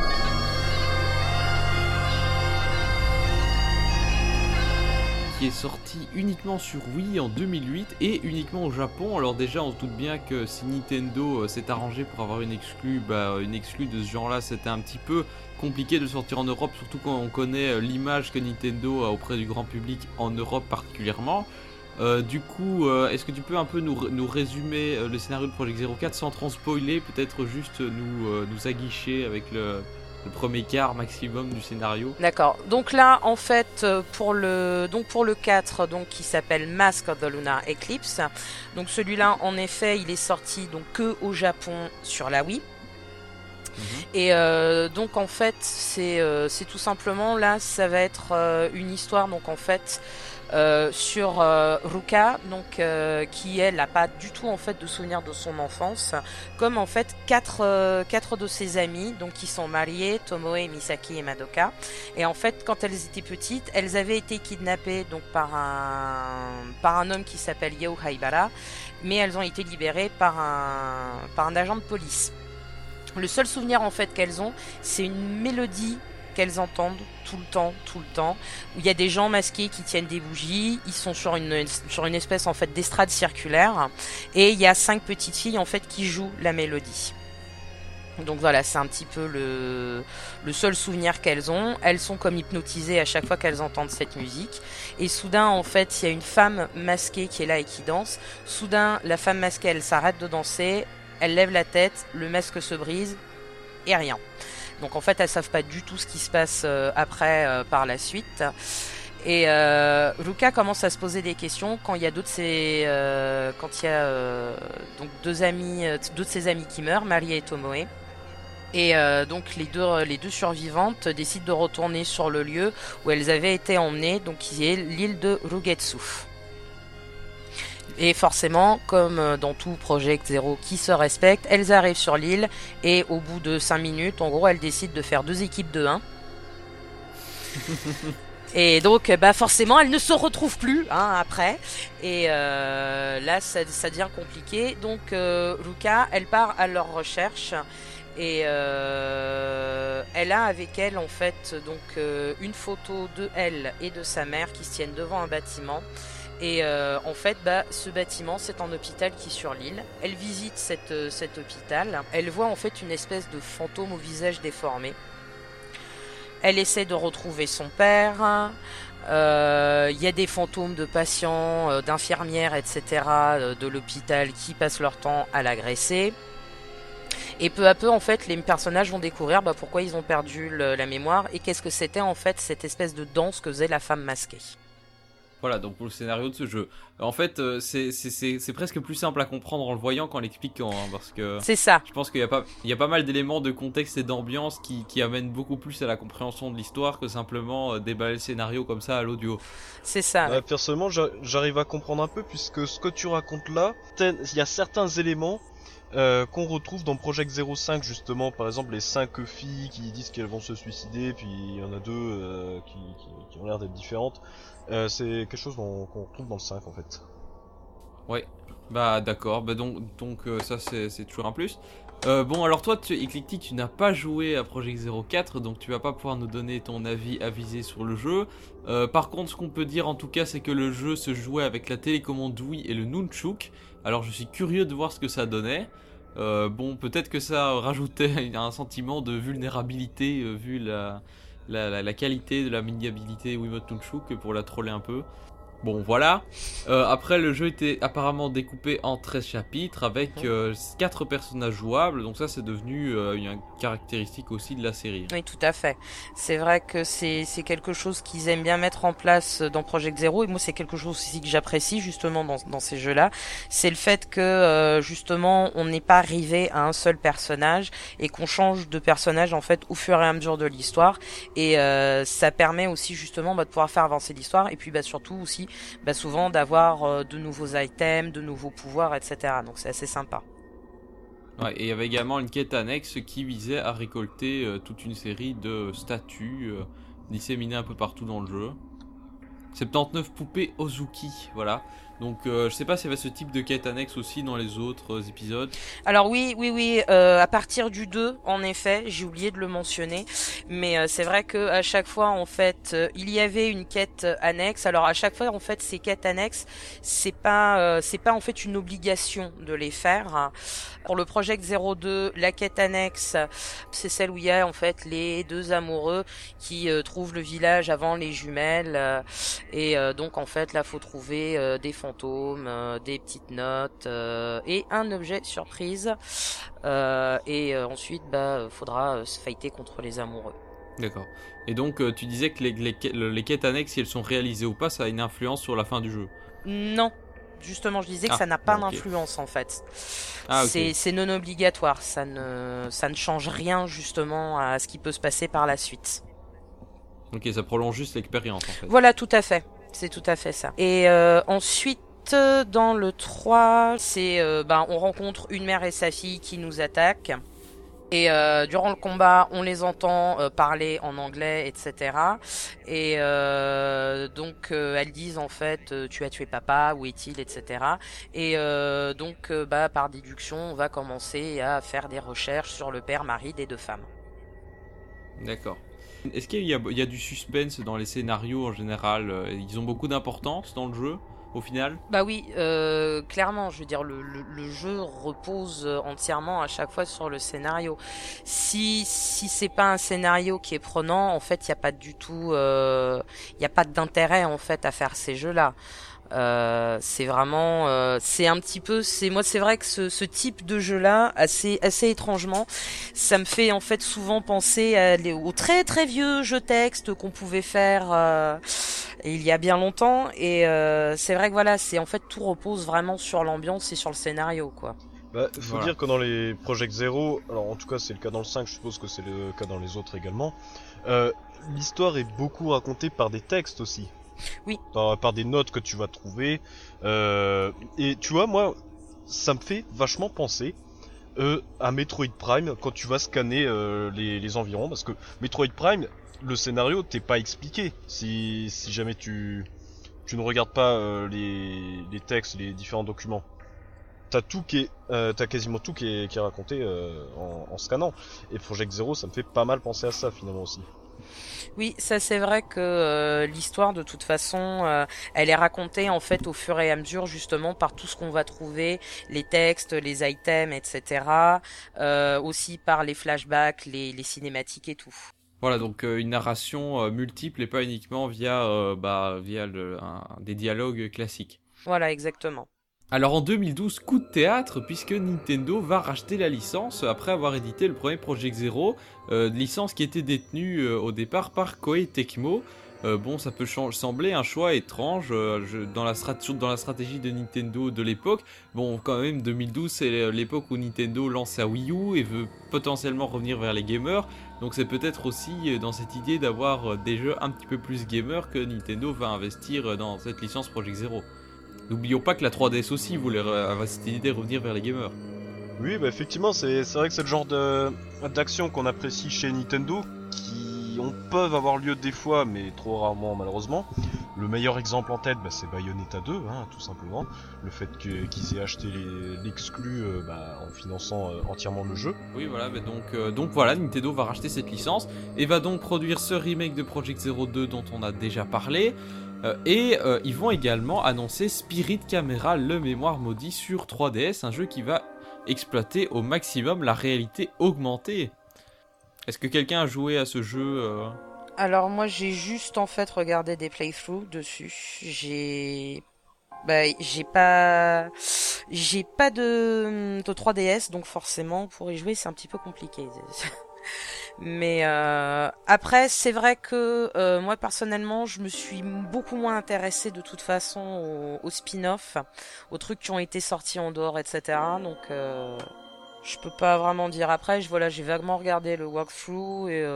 qui est sorti uniquement sur Wii en 2008 et uniquement au Japon. Alors déjà, on se doute bien que si Nintendo s'est arrangé pour avoir une exclue de ce genre-là, c'était un petit peu compliqué de sortir en Europe, surtout quand on connaît l'image que Nintendo a auprès du grand public en Europe particulièrement. Du coup, est-ce que tu peux un peu nous résumer le scénario de Project 04 sans trop spoiler, peut-être juste nous aguicher avec le premier quart maximum du scénario. D'accord. Donc là, en fait, pour le 4, donc qui s'appelle Mask of the Lunar Eclipse. Donc celui-là, en effet, il est sorti donc que au Japon sur la Wii. Et donc en fait, c'est tout simplement là, ça va être une histoire donc en fait sur Ruka, donc qui elle n'a pas du tout en fait de souvenir de son enfance, comme en fait quatre de ses amies, donc qui sont mariées, Tomoe, Misaki et Madoka. Et en fait, quand elles étaient petites, elles avaient été kidnappées donc par un homme qui s'appelle Yao Haibara, mais elles ont été libérées par un agent de police. Le seul souvenir en fait qu'elles ont, c'est une mélodie qu'elles entendent tout le temps, où il y a des gens masqués qui tiennent des bougies, ils sont sur une espèce en fait d'estrade circulaire, et il y a 5 petites filles en fait qui jouent la mélodie. Donc voilà, c'est un petit peu le seul souvenir qu'elles ont. Elles sont comme hypnotisées à chaque fois qu'elles entendent cette musique. Et soudain, en fait, il y a une femme masquée qui est là et qui danse. Soudain, la femme masquée, elle s'arrête de danser. Elle lève la tête, le masque se brise, et rien. Donc en fait, elles savent pas du tout ce qui se passe après, par la suite. Et Ruka commence à se poser des questions quand il y a donc deux de ses amis qui meurent, Marie et Tomoe. Et donc les deux survivantes décident de retourner sur le lieu où elles avaient été emmenées, donc qui est l'île de Rugetsu. Et forcément, comme dans tout Project Zero qui se respecte, elles arrivent sur l'île et au bout de 5 minutes, en gros, elles décident de faire 2 équipes de 1. Et donc, forcément, elles ne se retrouvent plus après. Et là, ça devient compliqué. Donc, Ruka, elle part à leur recherche. Et elle Elle a avec elle en fait donc une photo de elle et de sa mère qui se tiennent devant un bâtiment. Et en fait, ce bâtiment, c'est un hôpital qui est sur l'île. Elle visite cet hôpital. Elle voit en fait une espèce de fantôme au visage déformé. Elle essaie de retrouver son père. Il y a des fantômes de patients, d'infirmières, etc. De l'hôpital qui passent leur temps à l'agresser. Et peu à peu, en fait, les personnages vont découvrir pourquoi ils ont perdu la mémoire et qu'est-ce que c'était en fait cette espèce de danse que faisait la femme masquée. Voilà, donc pour le scénario de ce jeu. En fait, c'est presque plus simple à comprendre en le voyant qu'en l'expliquant, hein, parce que c'est ça. Je pense qu'il y a pas mal d'éléments de contexte et d'ambiance qui amènent beaucoup plus à la compréhension de l'histoire que simplement déballer le scénario comme ça à l'audio. C'est ça. Ouais, personnellement, j'arrive à comprendre un peu, puisque ce que tu racontes là, il y a certains éléments qu'on retrouve dans Project 05 justement, par exemple les 5 filles qui disent qu'elles vont se suicider, puis il y en a 2 qui ont l'air d'être différentes. C'est quelque chose qu'on retrouve dans le 5 en fait. Ouais, d'accord, donc ça c'est toujours un plus. Bon alors toi Eclectic, tu n'as pas joué à Project 04, donc tu vas pas pouvoir nous donner ton avis avisé sur le jeu. Par contre ce qu'on peut dire en tout cas c'est que le jeu se jouait avec la télécommande Wii et le Nunchuk. Alors je suis curieux de voir ce que ça donnait. Bon peut-être que ça rajoutait un sentiment de vulnérabilité vu la qualité de la maniabilité Wiimote Nunchuk pour la troller un peu. Bon voilà, après le jeu était apparemment découpé en 13 chapitres avec 4 personnages jouables, donc ça c'est devenu une caractéristique aussi de la série. Oui tout à fait, c'est vrai que c'est quelque chose qu'ils aiment bien mettre en place dans Project Zero, et moi c'est quelque chose aussi que j'apprécie justement dans ces jeux là, c'est le fait que justement on n'est pas arrivé à un seul personnage et qu'on change de personnage en fait au fur et à mesure de l'histoire, et ça permet aussi justement de pouvoir faire avancer l'histoire, et puis surtout aussi souvent d'avoir de nouveaux items, de nouveaux pouvoirs, etc. Donc c'est assez sympa. Ouais, et il y avait également une quête annexe qui visait à récolter toute une série de statues disséminées un peu partout dans le jeu. 79 poupées Ozuki, voilà. Donc je sais pas s'il y avait ce type de quête annexe aussi dans les autres épisodes. Alors oui, à partir du 2, en effet, j'ai oublié de le mentionner, mais c'est vrai que à chaque fois en fait, il y avait une quête annexe. Alors à chaque fois en fait, ces quêtes annexes, c'est pas en fait une obligation de les faire. Pour le Project 02, la quête annexe, c'est celle où il y a en fait les 2 amoureux qui trouvent le village avant les jumelles, et donc en fait là faut trouver des fantômes, des petites notes et un objet surprise, et ensuite faudra se fighter contre les amoureux. D'accord. Et donc tu disais que les quêtes annexes, si elles sont réalisées ou pas, ça a une influence sur la fin du jeu. Non, justement je disais que ça n'a pas d'influence en fait. C'est non obligatoire, ça ne change rien justement à ce qui peut se passer par la suite. Ok, ça prolonge juste l'expérience en fait. Voilà, tout à fait. C'est tout à fait ça. Et ensuite, dans le 3, c'est on rencontre une mère et sa fille qui nous attaquent. Et durant le combat, on les entend parler en anglais, etc. Et donc elles disent en fait tu as tué papa, où est-il, etc. Et donc par déduction, on va commencer à faire des recherches sur le père, mari des 2 femmes. D'accord. Est-ce qu'il y a du suspense dans les scénarios en général? Ils ont beaucoup d'importance dans le jeu au final? Bah oui, clairement, je veux dire, le jeu repose entièrement à chaque fois sur le scénario. Si c'est pas un scénario qui est prenant, en fait, il y a pas du tout, il y a pas d'intérêt en fait à faire ces jeux-là. C'est vraiment, c'est un petit peu, c'est vrai que ce type de jeu-là, assez étrangement, ça me fait en fait souvent penser aux très très vieux jeux texte qu'on pouvait faire il y a bien longtemps, et c'est vrai que voilà, c'est en fait tout repose vraiment sur l'ambiance et sur le scénario, quoi. Faut dire que dans les Project Zero, alors en tout cas c'est le cas dans le 5, je suppose que c'est le cas dans les autres également, l'histoire est beaucoup racontée par des textes aussi. Oui. Par des notes que tu vas trouver. Et tu vois, moi, ça me fait vachement penser à Metroid Prime quand tu vas scanner les environs. Parce que Metroid Prime, le scénario t'est pas expliqué. Si jamais tu ne regardes pas les textes, les différents documents. t'as quasiment tout qui est raconté en scannant. Et Project Zero, ça me fait pas mal penser à ça finalement aussi. Oui, ça c'est vrai que l'histoire de toute façon, elle est racontée en fait au fur et à mesure justement par tout ce qu'on va trouver, les textes, les items, etc. Aussi par les flashbacks, les cinématiques et tout. Voilà, donc une narration multiple et pas uniquement via des dialogues classiques. Voilà, exactement. Alors en 2012, coup de théâtre, puisque Nintendo va racheter la licence après avoir édité le premier Project Zero, licence qui était détenue au départ par Koei Tecmo. Bon, ça peut sembler un choix étrange dans la stratégie de Nintendo de l'époque. Bon, quand même, 2012, c'est l'époque où Nintendo lance sa Wii U et veut potentiellement revenir vers les gamers. Donc c'est peut-être aussi dans cette idée d'avoir des jeux un petit peu plus gamers que Nintendo va investir dans cette licence Project Zero. N'oublions pas que la 3DS aussi voulait avoir cette idée de revenir vers les gamers. Oui, bah effectivement, c'est vrai que c'est le genre d'action qu'on apprécie chez Nintendo, qui peuvent avoir lieu des fois, mais trop rarement malheureusement. Le meilleur exemple en tête, bah, c'est Bayonetta 2, hein, tout simplement. Le fait qu'ils aient acheté l'exclu en finançant entièrement le jeu. Oui, voilà, mais donc voilà, Nintendo va racheter cette licence et va donc produire ce remake de Project Zero 2 dont on a déjà parlé. Ils vont également annoncer Spirit Camera, le mémoire maudit sur 3DS, un jeu qui va exploiter au maximum la réalité augmentée. Est-ce que quelqu'un a joué à ce jeu Alors moi j'ai juste en fait regardé des playthroughs dessus. J'ai pas de 3DS donc forcément pour y jouer c'est un petit peu compliqué. Mais après c'est vrai que moi personnellement je me suis beaucoup moins intéressée de toute façon aux spin-off, aux trucs qui ont été sortis en dehors, etc. Donc je peux pas vraiment dire. Après j'ai vaguement regardé le walkthrough et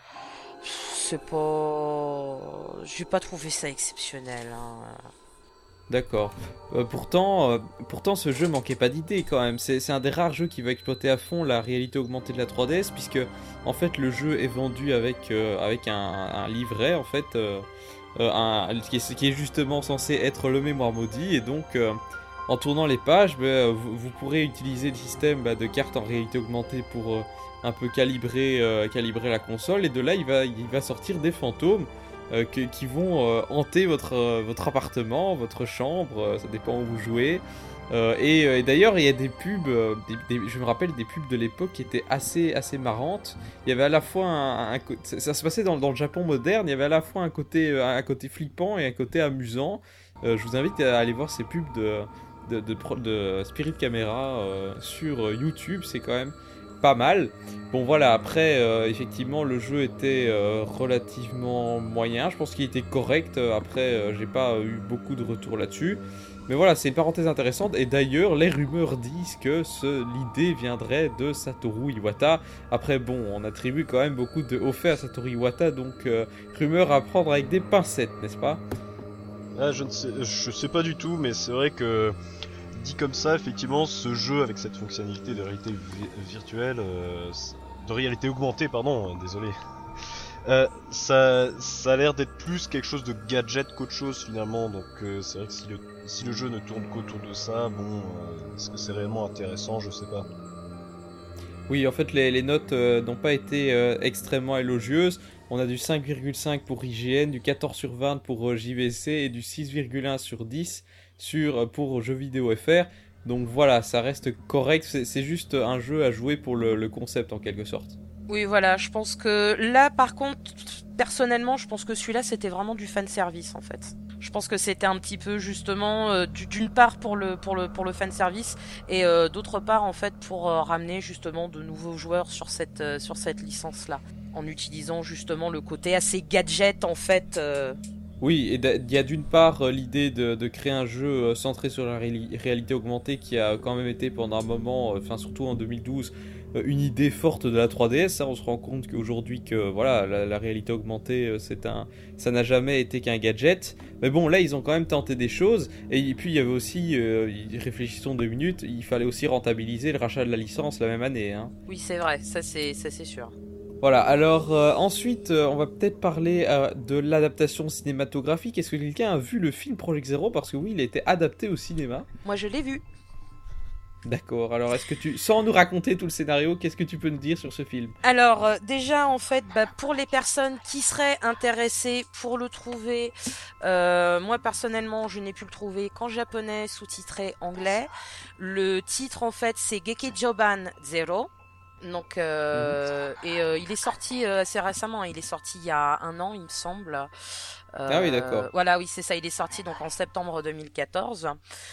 j'ai pas trouvé ça exceptionnel, hein. D'accord. Pourtant, ce jeu manquait pas d'idées quand même. C'est un des rares jeux qui va exploiter à fond la réalité augmentée de la 3DS, puisque en fait le jeu est vendu avec un livret en fait, qui est justement censé être le mémoire maudit, et donc en tournant les pages, vous pourrez utiliser le système de cartes en réalité augmentée pour un peu calibrer la console, et de là il va sortir des fantômes. Qui vont hanter votre appartement, votre chambre, ça dépend où vous jouez. Et d'ailleurs, il y a des pubs, je me rappelle des pubs de l'époque qui étaient assez marrantes. Il y avait à la fois ça se passait dans le Japon moderne, il y avait à la fois un côté flippant et un côté amusant. Je vous invite à aller voir ces pubs de Spirit Camera sur YouTube, c'est quand même pas mal. Bon voilà, après effectivement le jeu était relativement moyen, je pense qu'il était correct, après j'ai pas eu beaucoup de retours là-dessus, mais voilà, c'est une parenthèse intéressante. Et d'ailleurs les rumeurs disent que l'idée viendrait de Satoru Iwata. Après bon, on attribue quand même beaucoup de hauts faits à Satoru Iwata, donc rumeur à prendre avec des pincettes, n'est-ce pas? Je sais pas du tout, mais c'est vrai que dit comme ça, effectivement, ce jeu avec cette fonctionnalité de réalité virtuelle, de réalité augmentée, pardon, désolé, ça a l'air d'être plus quelque chose de gadget qu'autre chose finalement. Donc c'est vrai que si le jeu ne tourne qu'autour de ça, bon, est-ce que c'est réellement intéressant? Je sais pas. Oui, en fait les notes n'ont pas été extrêmement élogieuses. On a du 5,5 pour IGN, du 14 sur 20 pour JVC et du 6,1 sur 10 pour Jeux Vidéo FR. Donc voilà, ça reste correct, c'est juste un jeu à jouer pour le concept en quelque sorte. Oui, voilà, je pense que là, par contre, personnellement, je pense que celui-là, c'était vraiment du fanservice, en fait. Je pense que c'était un petit peu, justement, d'une part pour le fanservice, et d'autre part, en fait, pour ramener, justement, de nouveaux joueurs sur cette licence-là, en utilisant, justement, le côté assez gadget, en fait. Oui, et il y a d'une part l'idée de créer un jeu centré sur la réalité augmentée qui a quand même été pendant un moment, surtout en 2012, une idée forte de la 3DS. Hein. On se rend compte qu'aujourd'hui voilà, la réalité augmentée, ça n'a jamais été qu'un gadget. Mais bon, là ils ont quand même tenté des choses. Et puis il y avait aussi, réfléchissons 2 minutes, il fallait aussi rentabiliser le rachat de la licence la même année. Hein. Oui, c'est vrai, ça c'est sûr. Voilà, alors ensuite on va peut-être parler de l'adaptation cinématographique. Est-ce que quelqu'un a vu le film Project Zero? Parce que oui, il a été adapté au cinéma. Moi je l'ai vu. D'accord, alors est-ce que sans nous raconter tout le scénario, qu'est-ce que tu peux nous dire sur ce film? Alors déjà en fait pour les personnes qui seraient intéressées pour le trouver, moi personnellement je n'ai pu le trouver qu'en japonais sous-titré anglais. Le titre en fait c'est Gekijoban Zero. Donc il est sorti assez récemment, il est sorti il y a 1 an il me semble. Ah oui, d'accord. Voilà, oui c'est ça, il est sorti donc en septembre 2014.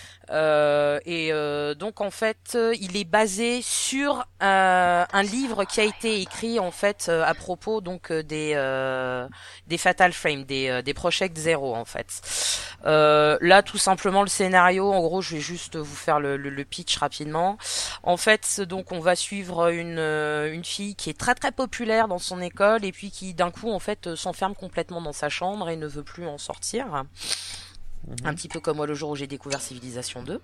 Donc en fait, il est basé sur un livre qui a été écrit en fait à propos donc des Fatal Frame, des Project Zero en fait. Là, tout simplement le scénario. En gros, je vais juste vous faire le pitch rapidement. En fait, donc on va suivre une fille qui est très très populaire dans son école et puis qui d'un coup en fait s'enferme complètement dans sa chambre et ne veut plus en sortir. Un petit peu comme moi le jour où j'ai découvert Civilization 2.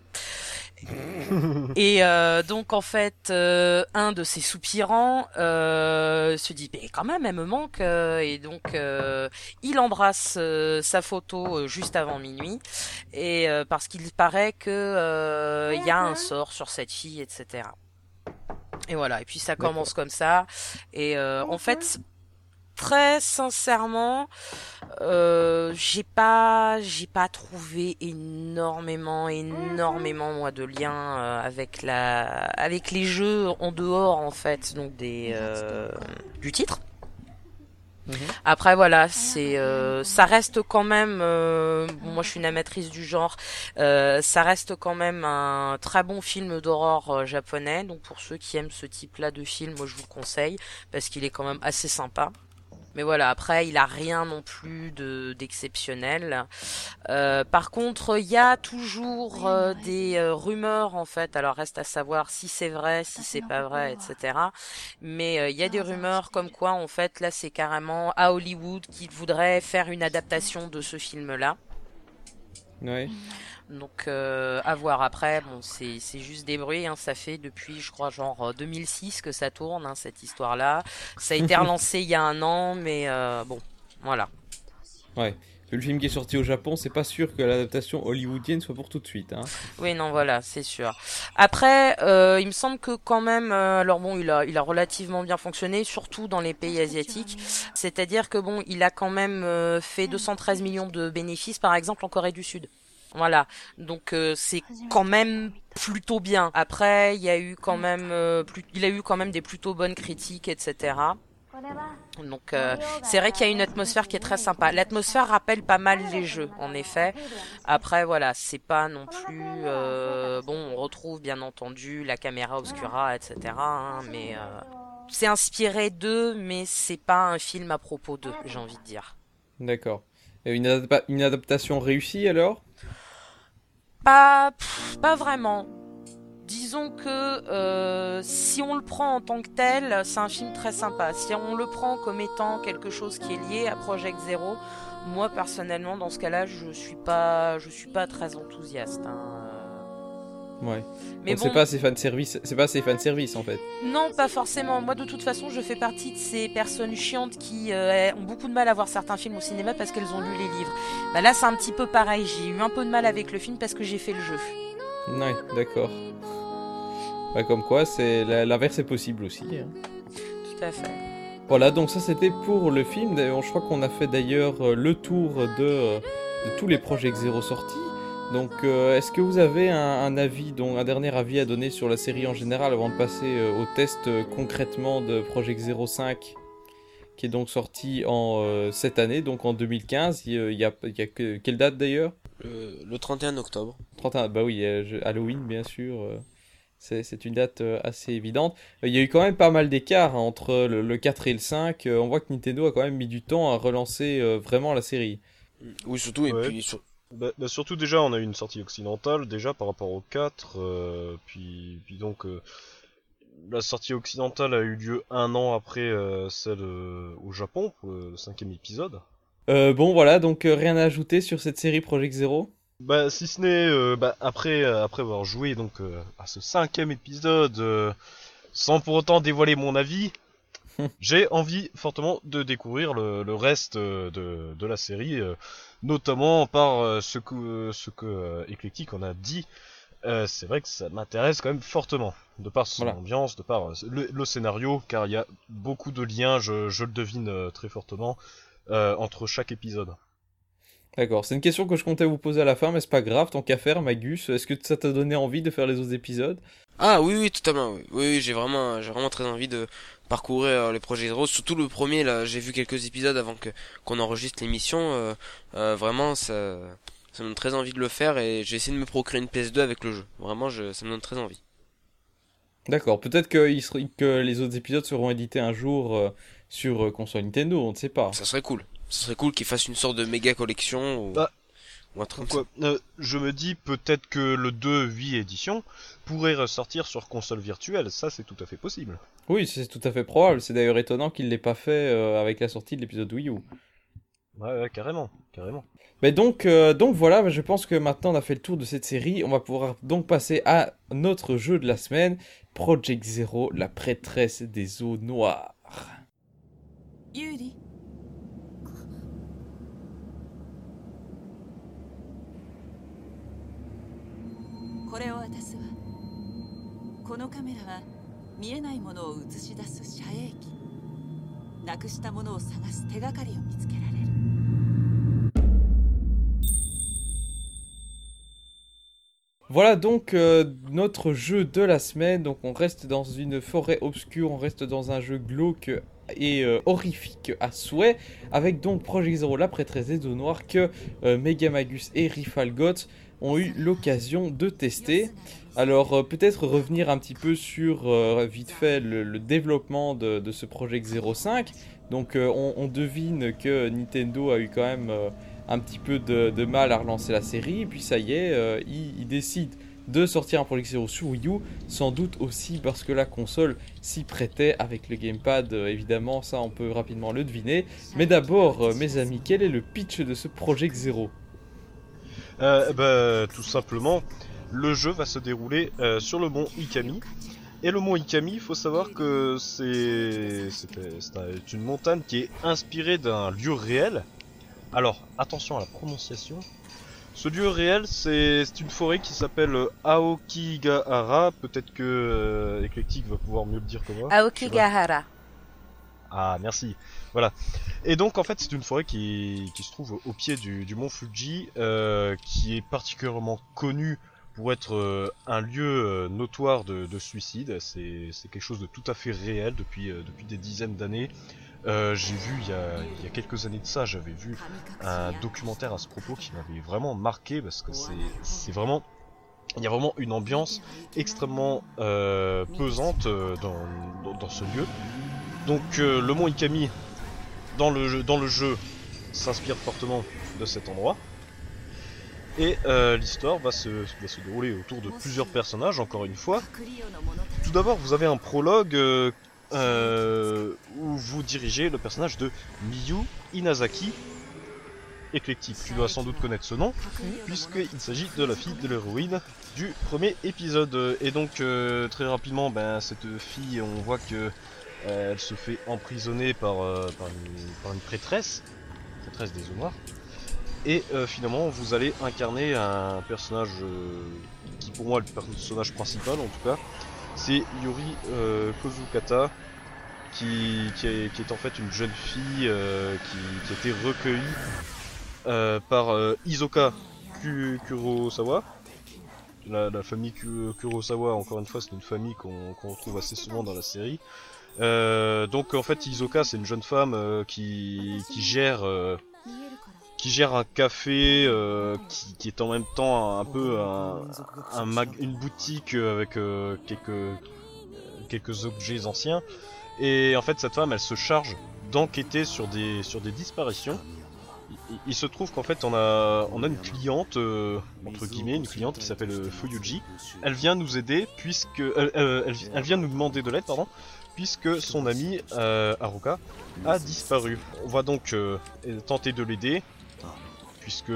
Et donc en fait, un de ses soupirants se dit mais quand même elle me manque et donc il embrasse sa photo juste avant minuit et parce qu'il paraît que il y a un sort sur cette fille, etc. Et voilà, et puis ça commence comme ça et en fait très sincèrement, j'ai pas trouvé énormément moi de liens avec les jeux en dehors en fait donc du titre. Après voilà, ça reste quand même moi je suis une amatrice du genre, ça reste quand même un très bon film d'horreur japonais, donc pour ceux qui aiment ce type-là de film, moi je vous le conseille parce qu'il est quand même assez sympa. Mais voilà, après, il a rien non plus d'exceptionnel. Par contre, il y a toujours des rumeurs, en fait. Alors, reste à savoir si c'est vrai, si c'est pas vrai, etc. Mais il y a des rumeurs comme quoi, en fait, là, c'est carrément à Hollywood qu'ils voudraient faire une adaptation de ce film-là. Ouais. Donc à voir après, bon c'est juste des bruits, hein, ça fait depuis je crois genre 2006 que ça tourne hein, cette histoire-là. Ça a été relancé il y a 1 an, mais bon, voilà. Ouais. Le film qui est sorti au Japon, c'est pas sûr que l'adaptation hollywoodienne soit pour tout de suite. Hein. Oui, non, voilà, c'est sûr. Après, il me semble que quand même, alors bon, il a relativement bien fonctionné, surtout dans les pays asiatiques. C'est-à-dire que bon, il a quand même fait 213 millions de bénéfices, par exemple, en Corée du Sud. Voilà, donc c'est quand même plutôt bien. Après, il y a eu quand même, il a eu quand même des plutôt bonnes critiques, etc. Donc c'est vrai qu'il y a une atmosphère qui est très sympa. L'atmosphère rappelle pas mal les jeux, en effet. Après voilà, c'est pas non plus bon. On retrouve bien entendu la caméra obscura, etc. Hein, mais c'est inspiré d'eux, mais c'est pas un film à propos d'eux, j'ai envie de dire. D'accord. Et une adaptation réussie alors? Pas vraiment. Disons que si on le prend en tant que tel, c'est un film très sympa. Si on le prend comme étant quelque chose qui est lié à Project Zero, moi personnellement dans ce cas-là, je suis pas très enthousiaste. Hein. Ouais. Mais donc bon, c'est pas assez fanservice en fait. non, pas forcément. Moi de toute façon, je fais partie de ces personnes chiantes qui ont beaucoup de mal à voir certains films au cinéma parce qu'elles ont lu les livres. Bah là, c'est un petit peu pareil. J'ai eu un peu de mal avec le film parce que j'ai fait le jeu. Ouais, d'accord. Bah, comme quoi, l'inverse est possible aussi. Hein. Tout à fait. Voilà, donc ça c'était pour le film. D'ailleurs, je crois qu'on a fait d'ailleurs le tour de tous les Project Zero sortis. Donc, est-ce que vous avez un avis, donc un dernier avis à donner sur la série en général avant de passer au test concrètement de Project Zero 5 qui est donc sorti cette année, donc en 2015. Il y a quelle date d'ailleurs? Le 31 octobre. 31, bah oui, Halloween bien sûr. C'est une date assez évidente. Il y a eu quand même pas mal d'écart hein, entre le 4 et le 5. On voit que Nintendo a quand même mis du temps à relancer vraiment la série. Oui, surtout, Ouais. et puis Bah, surtout déjà on a eu une sortie occidentale déjà par rapport au 4, puis donc la sortie occidentale a eu lieu 1 an après celle au Japon pour le 5e épisode. Bon voilà, donc rien à ajouter sur cette série Project Zero. Bah si ce n'est après avoir joué donc à ce 5e épisode sans pour autant dévoiler mon avis, j'ai envie fortement de découvrir le reste de la série, notamment par ce que Eclectic en a dit c'est vrai que ça m'intéresse quand même fortement, de par son Voilà. ambiance, de par le scénario, car il y a beaucoup de liens, je le devine très fortement, entre chaque épisode. D'accord, c'est une question que je comptais vous poser à la fin, mais c'est pas grave, tant qu'à faire, Magus. Est-ce que ça t'a donné envie de faire les autres épisodes? Ah oui, oui, totalement. Oui, oui, oui, j'ai vraiment très envie de parcourir les projets Zero. Surtout le premier, là, j'ai vu quelques épisodes avant que qu'on enregistre l'émission. Vraiment, ça me donne très envie de le faire et j'ai essayé de me procurer une PS2 avec le jeu. Vraiment, ça me donne très envie. D'accord, peut-être que les autres épisodes seront édités un jour sur console Nintendo, on ne sait pas. Ça serait cool. Ça serait cool qu'ils fassent une sorte de méga collection Bah, ou un truc comme pourquoi je me dis peut-être que le 2 8 édition pourrait ressortir sur console virtuelle, ça c'est tout à fait possible. Oui, c'est tout à fait probable. C'est d'ailleurs étonnant qu'il ne l'ait pas fait avec la sortie de l'épisode Wii U. Ouais, ouais, carrément, carrément. Mais donc voilà, je pense que maintenant on a fait le tour de cette série. On va pouvoir donc passer à notre jeu de la semaine, Project Zero, la prêtresse des eaux noires. ユーリこれを渡すわこのカメラは見えないものを映し出す遮影機なくしたものを探す手がかりを見つけられる Voilà donc notre jeu de la semaine. Donc on reste dans une forêt obscure, on reste dans un jeu glauque et horrifique à souhait, avec donc Project Zero, la prêtresse des eaux noires, que Megamagus et Rifalgot ont eu l'occasion de tester. Alors peut-être revenir un petit peu sur vite fait le développement de ce Project 05. Donc on devine que Nintendo a eu quand même un petit peu de mal à relancer la série, et puis ça y est, il décide de sortir un Project Zero sur Wii U, sans doute aussi parce que la console s'y prêtait avec le gamepad, évidemment, ça on peut rapidement le deviner. Mais d'abord, mes amis, quel est le pitch de ce Project Zero? Tout simplement, le jeu va se dérouler sur le mont Ikami. Et le mont Ikami, il faut savoir que c'est une montagne qui est inspirée d'un lieu réel. Alors, attention à la prononciation. Ce lieu réel, c'est une forêt qui s'appelle Aokigahara. Peut-être que Eclectic va pouvoir mieux le dire que moi. Aokigahara. Ah, merci. Voilà. Et donc, en fait, c'est une forêt qui se trouve au pied du mont Fuji, qui est particulièrement connue pour être un lieu notoire de suicide. C'est quelque chose de tout à fait réel depuis des dizaines d'années. J'ai vu il y a quelques années de ça, j'avais vu un documentaire à ce propos qui m'avait vraiment marqué parce que c'est vraiment, il y a vraiment une ambiance extrêmement pesante dans ce lieu. Donc le mont Ikami dans le jeu s'inspire fortement de cet endroit. Et l'histoire va se dérouler autour de plusieurs personnages, encore une fois. Tout d'abord, vous avez un prologue où vous dirigez le personnage de Miyu Inazaki. Eclectic, tu dois sans doute connaître ce nom, puisqu'il s'agit de la fille de l'héroïne du premier épisode. Et donc, très rapidement, cette fille, on voit que elle se fait emprisonner par une prêtresse des eaux noires. Et finalement, vous allez incarner un personnage qui, pour moi, est le personnage principal en tout cas. C'est Yuri Kozukata, qui est en fait une jeune fille qui a été recueillie par Hisoka Kurosawa. La famille Kurosawa, encore une fois, c'est une famille qu'on retrouve assez souvent dans la série. Donc en fait, Hisoka, c'est une jeune femme qui gère un café qui est en même temps un peu une boutique avec quelques objets anciens. Et en fait, cette femme, elle se charge d'enquêter sur des disparitions. Il se trouve qu'en fait, on a une cliente, entre guillemets, une cliente qui s'appelle Fuyuji. Elle vient nous aider puisque elle vient nous demander de l'aide, pardon, puisque son amie Haruka a disparu. On va donc tenter de l'aider. Puisque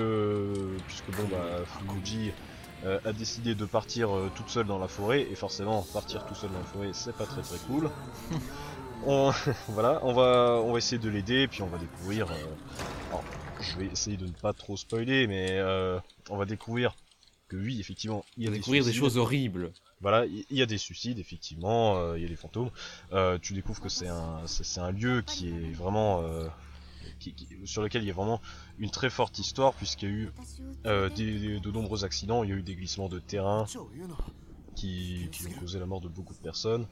Fuyuji a décidé de partir toute seule dans la forêt, et forcément partir tout seul dans la forêt c'est pas très cool. Voilà, on va essayer de l'aider, et puis on va découvrir, alors, je vais essayer de ne pas trop spoiler, mais on va découvrir que oui, effectivement, il y a Découvrir des suicides. choses horribles. Voilà, il y a des suicides, effectivement, il y a des fantômes. Tu découvres que c'est un lieu qui est vraiment... sur lequel il y a vraiment une très forte histoire, puisqu'il y a eu de nombreux accidents, il y a eu des glissements de terrain qui ont causé la mort de beaucoup de personnes.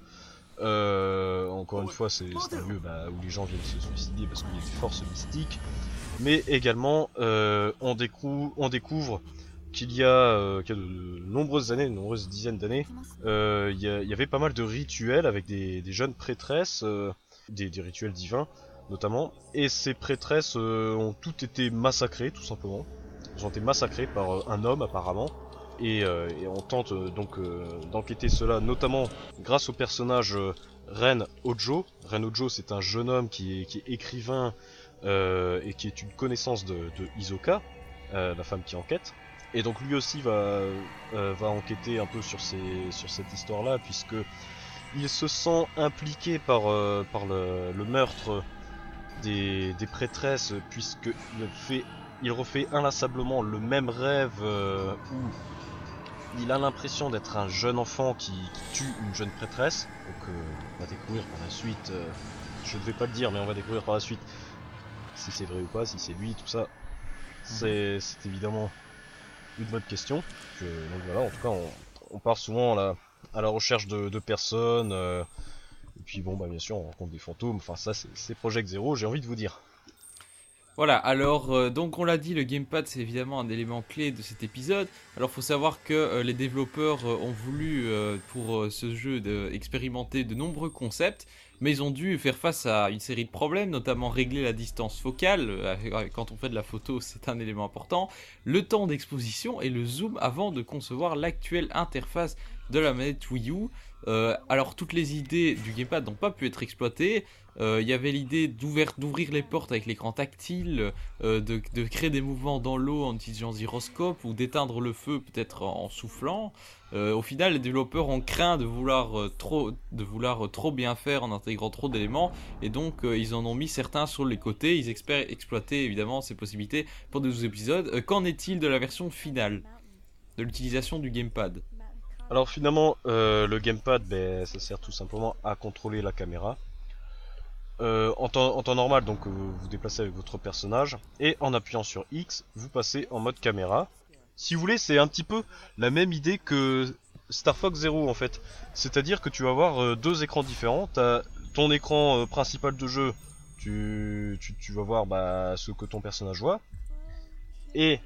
Encore une fois, c'est un lieu où les gens viennent se suicider parce qu'il y a des forces mystiques. Mais également, on découvre qu'il y a de nombreuses années, de nombreuses dizaines d'années, il y avait pas mal de rituels avec des jeunes prêtresses, des rituels divins notamment, et ces prêtresses ont toutes été massacrées tout simplement. Elles ont été massacrées par un homme apparemment, et on tente donc d'enquêter cela notamment grâce au personnage Ren Ojo. Ren Ojo, c'est un jeune homme qui est écrivain et qui est une connaissance de Hisoka, la femme qui enquête. Et donc lui aussi va enquêter un peu sur cette histoire-là, puisque il se sent impliqué par le meurtre des prêtresses, puisque il refait inlassablement le même rêve où il a l'impression d'être un jeune enfant qui tue une jeune prêtresse. Donc on va découvrir par la suite, je ne vais pas le dire, mais on va découvrir par la suite si c'est vrai ou pas, si c'est lui, tout ça. C'est évidemment une bonne question. Donc voilà, en tout cas, on part souvent à la recherche de personnes. Et puis bon, bien sûr, on rencontre des fantômes. Enfin, ça, c'est Project Zero, j'ai envie de vous dire. Voilà, alors donc on l'a dit, le gamepad c'est évidemment un élément clé de cet épisode. Alors faut savoir que les développeurs ont voulu pour ce jeu expérimenter de nombreux concepts, mais ils ont dû faire face à une série de problèmes, notamment régler la distance focale, quand on fait de la photo c'est un élément important, le temps d'exposition et le zoom avant de concevoir l'actuelle interface de la manette Wii U. Alors toutes les idées du gamepad n'ont pas pu être exploitées. Il y avait l'idée d'ouvrir les portes avec l'écran tactile, de créer des mouvements dans l'eau en utilisant gyroscope ou d'éteindre le feu peut-être en soufflant. Au final, les développeurs ont craint de vouloir trop bien faire en intégrant trop d'éléments, et donc ils en ont mis certains sur les côtés. Ils espèrent exploiter évidemment ces possibilités pour des épisodes. Qu'en est-il de la version finale de l'utilisation du gamepad? Alors finalement, le gamepad, ça sert tout simplement à contrôler la caméra. En temps normal, donc vous vous déplacez avec votre personnage, et en appuyant sur X, vous passez en mode caméra. Si vous voulez, c'est un petit peu la même idée que Star Fox Zero en fait. C'est-à-dire que tu vas avoir deux écrans différents. T'as ton écran principal de jeu, tu vas voir ce que ton personnage voit. Et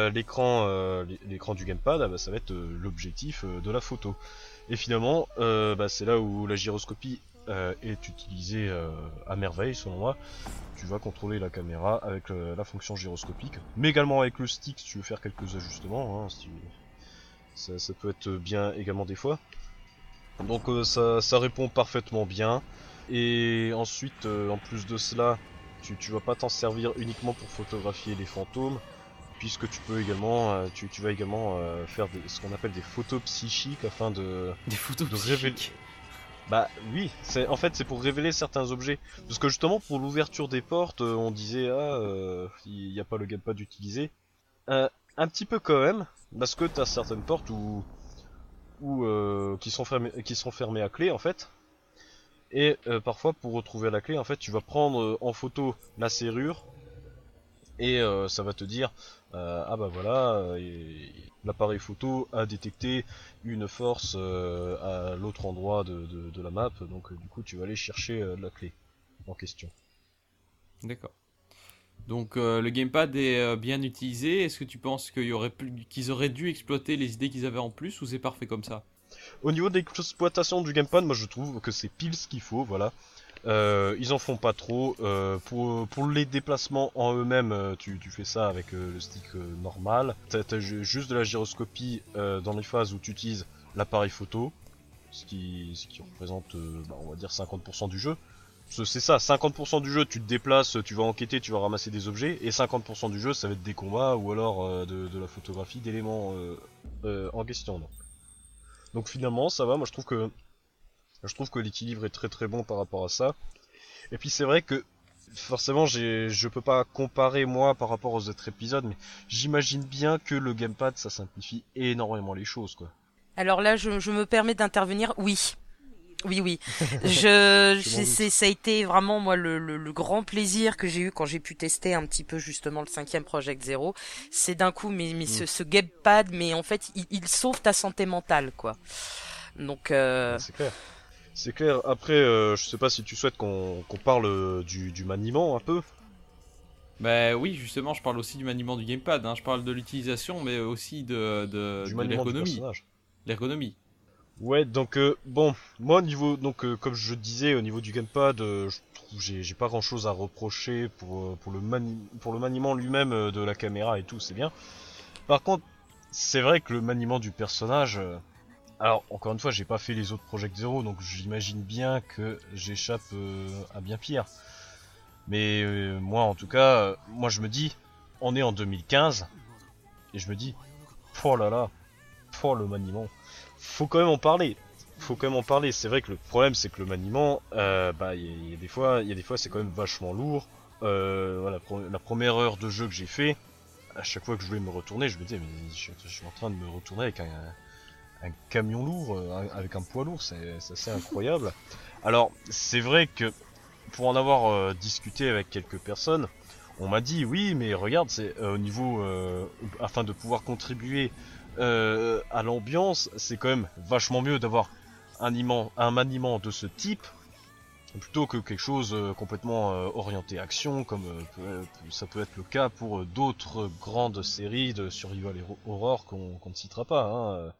l'écran du gamepad, ça va être l'objectif de la photo. Et finalement, c'est là où la gyroscopie est utilisée à merveille selon moi. Tu vas contrôler la caméra avec la fonction gyroscopique, mais également avec le stick si tu veux faire quelques ajustements. Ça peut être bien également des fois. Donc ça répond parfaitement bien. Et ensuite, en plus de cela, tu vas pas t'en servir uniquement pour photographier les fantômes, puisque tu peux également, tu vas également faire ce qu'on appelle des photos psychiques afin de Des photos de révéler. psychiques. Oui, c'est pour révéler certains objets. Parce que justement pour l'ouverture des portes, on disait il n'y a pas le gamepad utilisé. Un petit peu quand même, parce que t'as certaines portes qui sont fermées à clé en fait. Et parfois pour retrouver la clé en fait tu vas prendre en photo la serrure. Et ça va te dire l'appareil photo a détecté une force à l'autre endroit de la map, donc du coup tu vas aller chercher la clé en question. D'accord. Donc le gamepad est bien utilisé. Est-ce que tu penses qu'ils auraient dû exploiter les idées qu'ils avaient en plus, ou c'est parfait comme ça? Au niveau de l'exploitation du gamepad, moi je trouve que c'est pile ce qu'il faut, voilà. Ils en font pas trop. Pour les déplacements en eux-mêmes, tu fais ça avec le stick normal. T'as juste de la gyroscopie dans les phases où tu utilises l'appareil photo, ce qui représente, on va dire 50% du jeu. C'est ça, 50% du jeu, tu te déplaces, tu vas enquêter, tu vas ramasser des objets, et 50% du jeu, ça va être des combats ou alors de la photographie d'éléments en question. Donc finalement, ça va. Moi, je trouve que l'équilibre est très très bon par rapport à ça. Et puis c'est vrai que forcément, je peux pas comparer moi par rapport aux autres épisodes, mais j'imagine bien que le gamepad, ça simplifie énormément les choses, quoi. Alors là, je me permets d'intervenir. Oui. Oui, oui. Je m'en doute. Ça a été vraiment moi le grand plaisir que j'ai eu quand j'ai pu tester un petit peu justement le 5e Project Zero. C'est d'un coup, mais Mm. ce gamepad, mais en fait, il sauve ta santé mentale, quoi. Donc, Ouais, c'est clair. C'est clair. Après, je sais pas si tu souhaites qu'on parle du maniement un peu. Bah oui, justement, je parle aussi du maniement du gamepad, hein. Je parle de l'utilisation, mais aussi Du de maniement du l'ergonomie. personnage. L'ergonomie. Ouais, donc bon, moi au niveau, donc comme je disais au niveau du gamepad, je trouve j'ai pas grand chose à reprocher pour le maniement lui-même de la caméra et tout, c'est bien. Par contre, c'est vrai que le maniement du personnage, alors encore une fois, j'ai pas fait les autres Project Zero, donc j'imagine bien que j'échappe à bien pire. Mais moi en tout cas, moi je me dis, on est en 2015 et je me dis, oh là là, oh le maniement. Faut quand même en parler. Faut quand même en parler. C'est vrai que le problème, c'est que le maniement, bah, il y a des fois, c'est quand même vachement lourd. Voilà, la première heure de jeu que j'ai fait, à chaque fois que je voulais me retourner, je me disais, mais je suis en train de me retourner avec un camion lourd, avec un poids lourd, c'est assez incroyable. Alors, c'est vrai que pour en avoir discuté avec quelques personnes, on m'a dit oui, mais regarde, c'est au niveau afin de pouvoir contribuer à l'ambiance, c'est quand même vachement mieux d'avoir un maniement de ce type plutôt que quelque chose complètement orienté action, comme ça peut être le cas pour d'autres grandes séries de survival horror qu'on ne citera pas. Hein.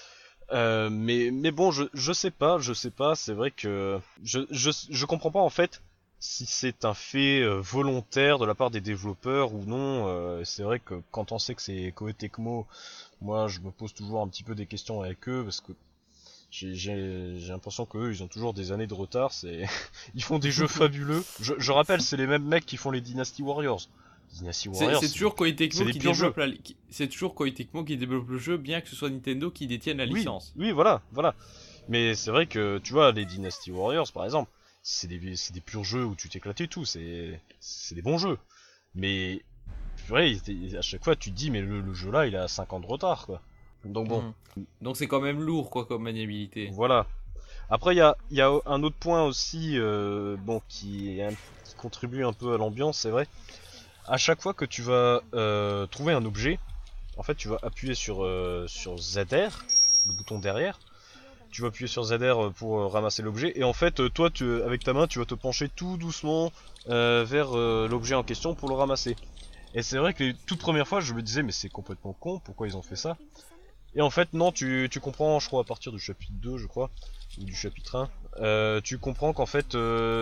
Mais bon, je sais pas, c'est vrai que je comprends pas en fait si c'est un fait volontaire de la part des développeurs ou non. C'est vrai que quand on sait que c'est Koei Tecmo, moi je me pose toujours un petit peu des questions avec eux parce que j'ai l'impression qu'eux ils ont toujours des années de retard. Ils font des jeux fabuleux. Je rappelle, c'est les mêmes mecs qui font les Dynasty Warriors. Dynasty Warriors, C'est toujours Koei c'est Tecmo des qui purs jeux. développe c'est toujours Koei Tecmo qui développe le jeu, bien que ce soit Nintendo qui détienne la Oui, licence. oui, voilà, voilà. Mais c'est vrai que, tu vois, les Dynasty Warriors, par exemple, c'est des purs jeux où tu t'éclates et tout, c'est des bons jeux. Mais, ouais, à chaque fois, tu te dis, mais le jeu là, il a 5 ans de retard, quoi. Donc bon, Mhm. Donc c'est quand même lourd, quoi, comme maniabilité. voilà. Après, il y a un autre point aussi, bon, qui contribue un peu à l'ambiance, c'est vrai. À chaque fois que tu vas trouver un objet, en fait, tu vas appuyer sur ZR, le bouton derrière. Tu vas appuyer sur ZR pour ramasser l'objet et en fait toi avec ta main tu vas te pencher tout doucement vers l'objet en question pour le ramasser. Et c'est vrai que les toutes premières fois je me disais mais c'est complètement con, pourquoi ils ont fait ça? Et en fait non, tu comprends je crois à partir du chapitre 2 je crois, ou du chapitre 1, tu comprends qu'en fait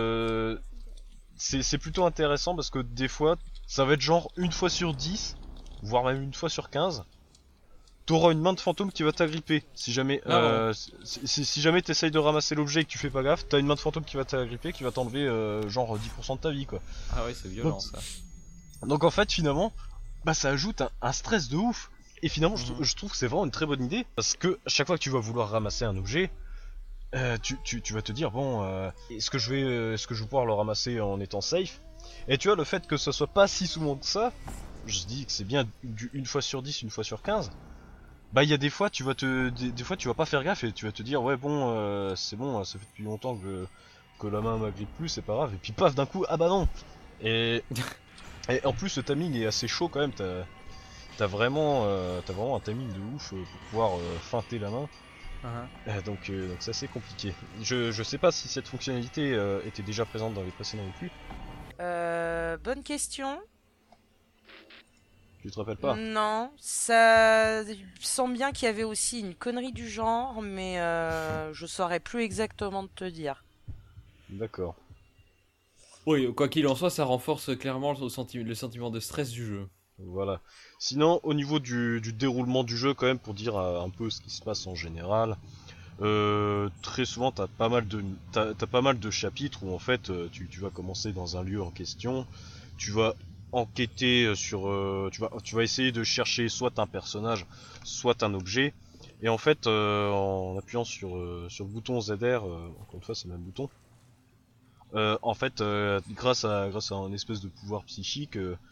c'est plutôt intéressant parce que des fois ça va être genre une fois sur 10 voire même une fois sur 15 t'auras une main de fantôme qui va t'agripper. Si jamais, Ah bon. si jamais t'essayes de ramasser l'objet et que tu fais pas gaffe, t'as une main de fantôme qui va t'agripper, qui va t'enlever genre 10% de ta vie quoi. Ah ouais, c'est Donc, violent ça. donc en fait finalement, bah ça ajoute un stress de ouf. Et finalement Mhm. je trouve que c'est vraiment une très bonne idée parce que à chaque fois que tu vas vouloir ramasser un objet, tu vas te dire bon, est-ce que je vais pouvoir le ramasser en étant safe? Et tu vois le fait que ce soit pas si souvent que ça, je dis que c'est bien une fois sur 10, une fois sur 15. Bah il y a des fois des fois tu vas pas faire gaffe et tu vas te dire ouais bon c'est bon ça fait depuis longtemps que la main m'agrippe plus c'est pas grave et puis paf d'un coup ah bah non et, et en plus le timing est assez chaud quand même t'as vraiment un timing de ouf pour pouvoir feinter la main. Mhm. Donc c'est assez compliqué. Je sais pas si cette fonctionnalité était déjà présente dans les précédents opus. bonne question. Tu te rappelles pas? Non, ça sent bien qu'il y avait aussi une connerie du genre, mais je saurais plus exactement te dire. D'accord. Oui, quoi qu'il en soit, ça renforce clairement le sentiment de stress du jeu. Voilà. Sinon, au niveau du déroulement du jeu, quand même, pour dire un peu ce qui se passe en général, très souvent, t'as pas mal de chapitres où en fait, tu vas commencer dans un lieu en question, tu vas enquêter tu vas essayer de chercher soit un personnage, soit un objet, et en fait, en appuyant sur le bouton ZR, encore une fois, c'est le même bouton. En fait, grâce à un espèce de pouvoir psychique,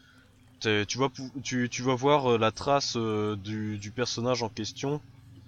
tu vas voir la trace du personnage en question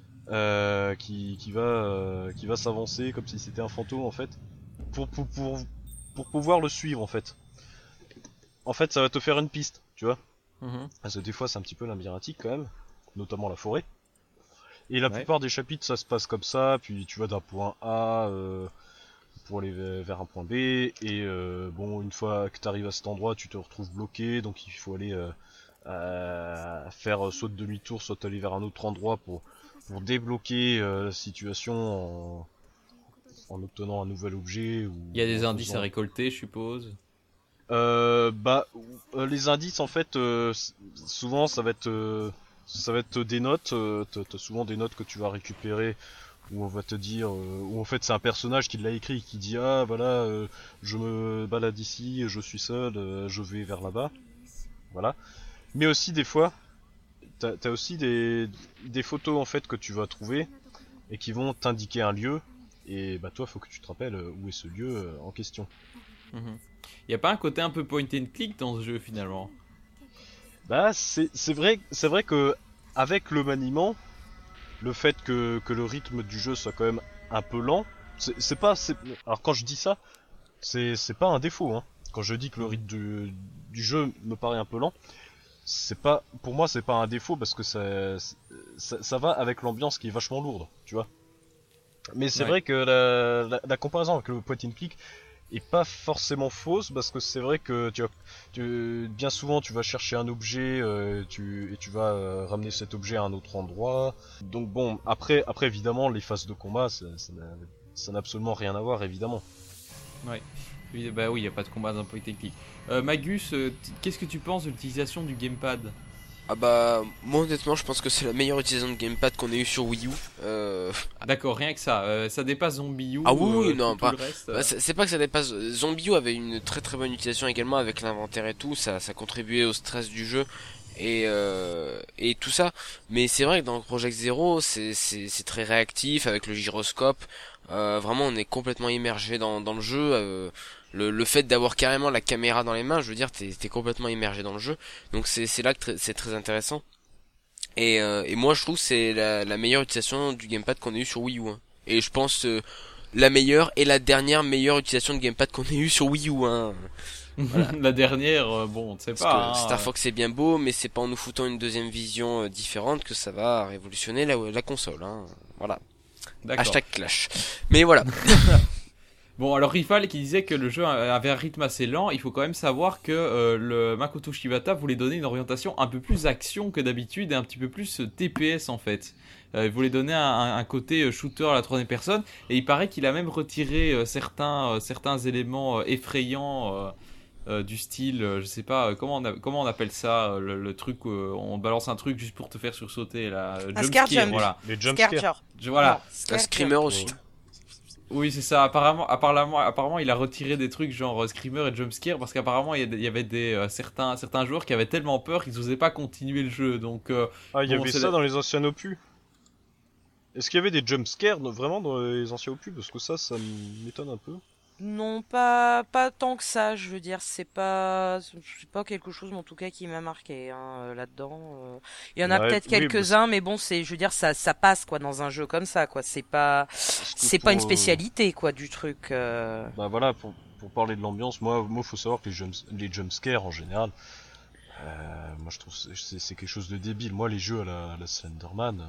qui va s'avancer comme si c'était un fantôme en fait, pour pouvoir le suivre en fait. En fait, ça va te faire une piste, tu vois. Parce que des fois, c'est un petit peu labyrinthique quand même, notamment la forêt. Et la plupart des chapitres, ça se passe comme ça, puis tu vas d'un point A pour aller vers un point B, et bon, une fois que tu arrives à cet endroit, tu te retrouves bloqué, donc il faut aller faire soit de demi-tour, soit aller vers un autre endroit pour débloquer la situation en obtenant un nouvel objet. Il y a des indices à récolter, je suppose. Les indices en fait, souvent ça va être des notes. T'as souvent des notes que tu vas récupérer où on va te dire, où en fait c'est un personnage qui l'a écrit, qui dit ah voilà, je me balade ici, je suis seul, je vais vers là-bas, voilà. Mais aussi des fois, t'as aussi des photos en fait que tu vas trouver et qui vont t'indiquer un lieu. Et bah toi, faut que tu te rappelles où est ce lieu en question. Y a pas un côté un peu point and click dans ce jeu finalement? Bah c'est vrai que avec le maniement, le fait que le rythme du jeu soit quand même un peu lent, alors quand je dis ça, c'est pas un défaut hein. Quand je dis que le rythme du jeu me paraît un peu lent, pour moi c'est pas un défaut parce que ça va avec l'ambiance qui est vachement lourde, tu vois. Mais c'est vrai que la comparaison avec le point and click est pas forcément fausse parce que c'est vrai que bien souvent tu vas chercher un objet et tu vas ramener cet objet à un autre endroit. Donc bon, après évidemment les phases de combat ça n'a absolument rien à voir évidemment. Ouais. Bah oui, il n'y a pas de combat dans point and click. Magus, qu'est-ce que tu penses de l'utilisation du gamepad? Ah bah, moi honnêtement, je pense que c'est la meilleure utilisation de gamepad qu'on ait eu sur Wii U. D'accord, rien que ça. Ça dépasse Zombie U. Ah oui, non, tout pas. le reste. Bah, c'est pas que ça dépasse. Zombie U avait une très très bonne utilisation également avec l'inventaire et tout. Ça contribuait au stress du jeu et tout ça. Mais c'est vrai que dans Project Zero, c'est très réactif avec le gyroscope. Vraiment, on est complètement immergé dans le jeu. Le fait d'avoir carrément la caméra dans les mains, je veux dire, t'es complètement immergé dans le jeu. Donc c'est là que c'est très intéressant. Et moi, je trouve que c'est la meilleure utilisation du gamepad qu'on ait eu sur Wii U. Hein. Et je pense la meilleure et la dernière meilleure utilisation de gamepad qu'on ait eu sur Wii U. Hein. Voilà. La dernière, bon, on ne sait Parce pas. que Star Fox c'est bien beau, mais c'est pas en nous foutant une deuxième vision différente que ça va révolutionner la console. Hein. Voilà. D'accord. Hashtag Clash. Mais voilà. Bon, alors Rifal qui disait que le jeu avait un rythme assez lent, il faut quand même savoir que le Makoto Shibata voulait donner une orientation un peu plus action que d'habitude et un petit peu plus TPS en fait. Il voulait donner un côté shooter à la troisième personne et il paraît qu'il a même retiré certains éléments effrayants du style, je sais pas, comment on appelle ça, le truc où on balance un truc juste pour te faire sursauter là. Un scare jump. Voilà. Les jumpscares. Voilà. Un screamer aussi. Oui, c'est ça. Apparemment, il a retiré des trucs genre Screamer et Jumpscare parce qu'apparemment, il y avait certains joueurs qui avaient tellement peur qu'ils n'osaient pas continuer le jeu. Donc, il y avait ça dans les anciens opus. Est-ce qu'il y avait des jumpscares vraiment dans les anciens opus? Parce que ça m'étonne un peu. Non, pas tant que ça, je veux dire, c'est pas quelque chose, en tout cas, qui m'a marqué là-dedans. Il y en a peut-être quelques-uns, mais bon, je veux dire, ça passe quoi dans un jeu comme ça, quoi. C'est pas une spécialité quoi du truc. Bah voilà, pour parler de l'ambiance, moi, faut savoir que les jumpscares en général, moi je trouve c'est quelque chose de débile. Moi, les jeux à la Slenderman,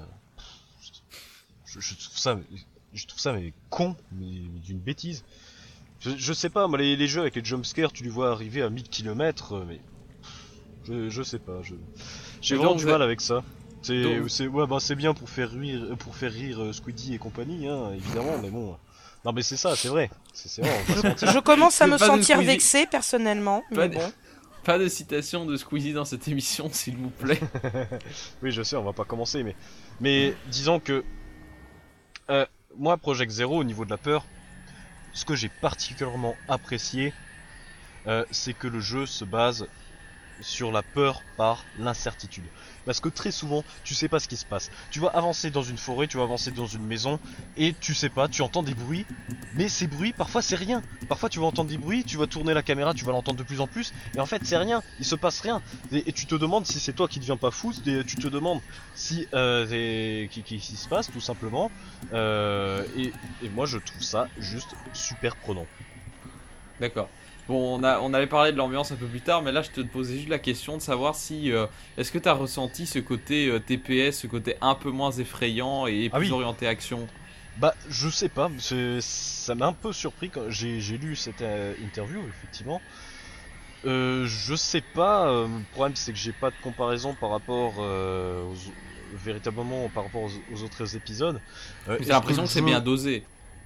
je trouve ça mais con, mais d'une bêtise. Je sais pas, moi les jeux avec les jumpscares, tu les vois arriver à 1000 km, mais je sais pas, j'ai vraiment du mal avec ça. C'est bien pour faire rire Squiddy et compagnie, hein, évidemment, mais bon. Non mais c'est ça, c'est vrai. C'est vrai, on va pas se mentir. Je commence à me Pas de sentir Squeezie. vexé personnellement, mais bon. Pas de citation de Squeezie dans cette émission, s'il vous plaît. Oui, je sais, on va pas commencer, mais disons que moi, Project Zero, au niveau de la peur, ce que j'ai particulièrement apprécié, c'est que le jeu se base sur la peur par l'incertitude. Parce que très souvent, tu sais pas ce qui se passe. Tu vas avancer dans une forêt, tu vas avancer dans une maison, et tu sais pas, tu entends des bruits, mais ces bruits, parfois c'est rien. Parfois tu vas entendre des bruits, tu vas tourner la caméra, tu vas l'entendre de plus en plus, et en fait c'est rien, il se passe rien. Et tu te demandes si c'est toi qui deviens pas fou, tu te demandes si qui se passe tout simplement. Et moi je trouve ça juste super prenant. D'accord. Bon, on allait parler de l'ambiance un peu plus tard, mais là je te posais juste la question de savoir si est-ce que tu as ressenti ce côté TPS, ce côté un peu moins effrayant et plus orienté action. Bah je sais pas, ça m'a un peu surpris quand j'ai lu cette interview effectivement. Je sais pas, le problème c'est que j'ai pas de comparaison par rapport véritablement par rapport aux autres épisodes. J'ai l'impression que c'est bien dosé.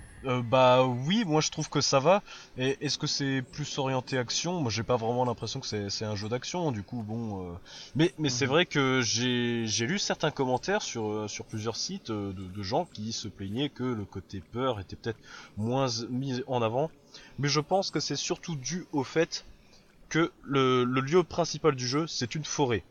Bah oui, moi je trouve que ça va. Et est-ce que c'est plus orienté action? Moi j'ai pas vraiment l'impression que c'est un jeu d'action, du coup bon. Mais c'est vrai que j'ai lu certains commentaires sur plusieurs sites de gens qui se plaignaient que le côté peur était peut-être moins mis en avant. Mais je pense que c'est surtout dû au fait que le lieu principal du jeu c'est une forêt.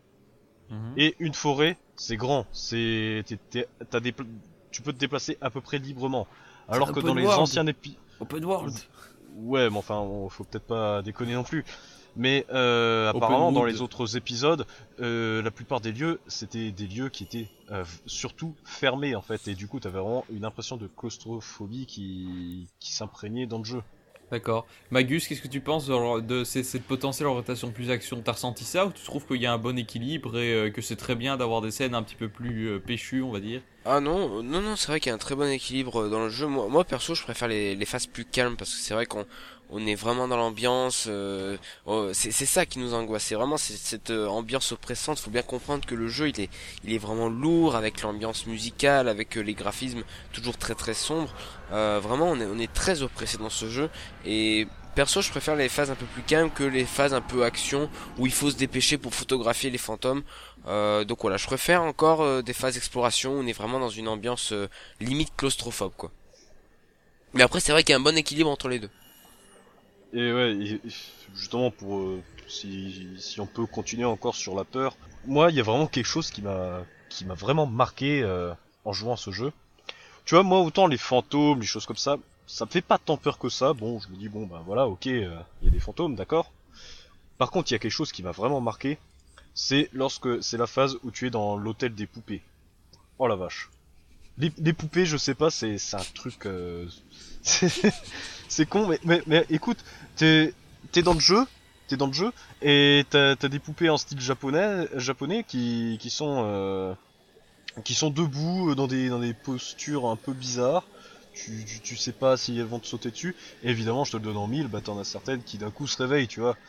Et une forêt c'est grand, tu peux te déplacer à peu près librement. Alors que dans les anciens épisodes... Open world. Ouais, mais enfin, faut peut-être pas déconner non plus. Mais apparemment, dans les autres épisodes, la plupart des lieux, c'était des lieux qui étaient surtout fermés en fait. Et du coup, t'avais vraiment une impression de claustrophobie qui s'imprégnait dans le jeu. D'accord. Magus, qu'est-ce que tu penses de cette potentielle orientation plus action? T'as ressenti ça ou tu trouves qu'il y a un bon équilibre et que c'est très bien d'avoir des scènes un petit peu plus péchues, on va dire? Ah non, c'est vrai qu'il y a un très bon équilibre dans le jeu. Moi perso, je préfère les phases plus calmes parce que c'est vrai qu'on est vraiment dans l'ambiance. C'est ça qui nous angoisse. C'est vraiment cette ambiance oppressante. Faut bien comprendre que le jeu il est vraiment lourd avec l'ambiance musicale, avec les graphismes toujours très très sombres. Vraiment, on est très oppressé dans ce jeu et perso, je préfère les phases un peu plus calmes que les phases un peu action où il faut se dépêcher pour photographier les fantômes. Donc voilà, je préfère encore des phases exploration où on est vraiment dans une ambiance limite claustrophobe quoi. Mais après, c'est vrai qu'il y a un bon équilibre entre les deux. Et ouais, justement pour si on peut continuer encore sur la peur, moi il y a vraiment quelque chose qui m'a vraiment marqué en jouant à ce jeu. Tu vois, moi autant les fantômes, les choses comme ça me fait pas tant peur que ça. Bon, je me dis bon bah voilà, ok, il y a des fantômes, d'accord. Par contre, il y a quelque chose qui m'a vraiment marqué, c'est la phase où tu es dans l'hôtel des poupées. Oh la vache. Les poupées, je sais pas, c'est un truc c'est con, mais écoute, t'es dans le jeu, et t'as des poupées en style japonais qui sont debout dans des postures un peu bizarres. Tu sais pas si elles vont te sauter dessus. Et évidemment, je te le donne en mille, bah t'en as certaines qui d'un coup se réveillent, tu vois.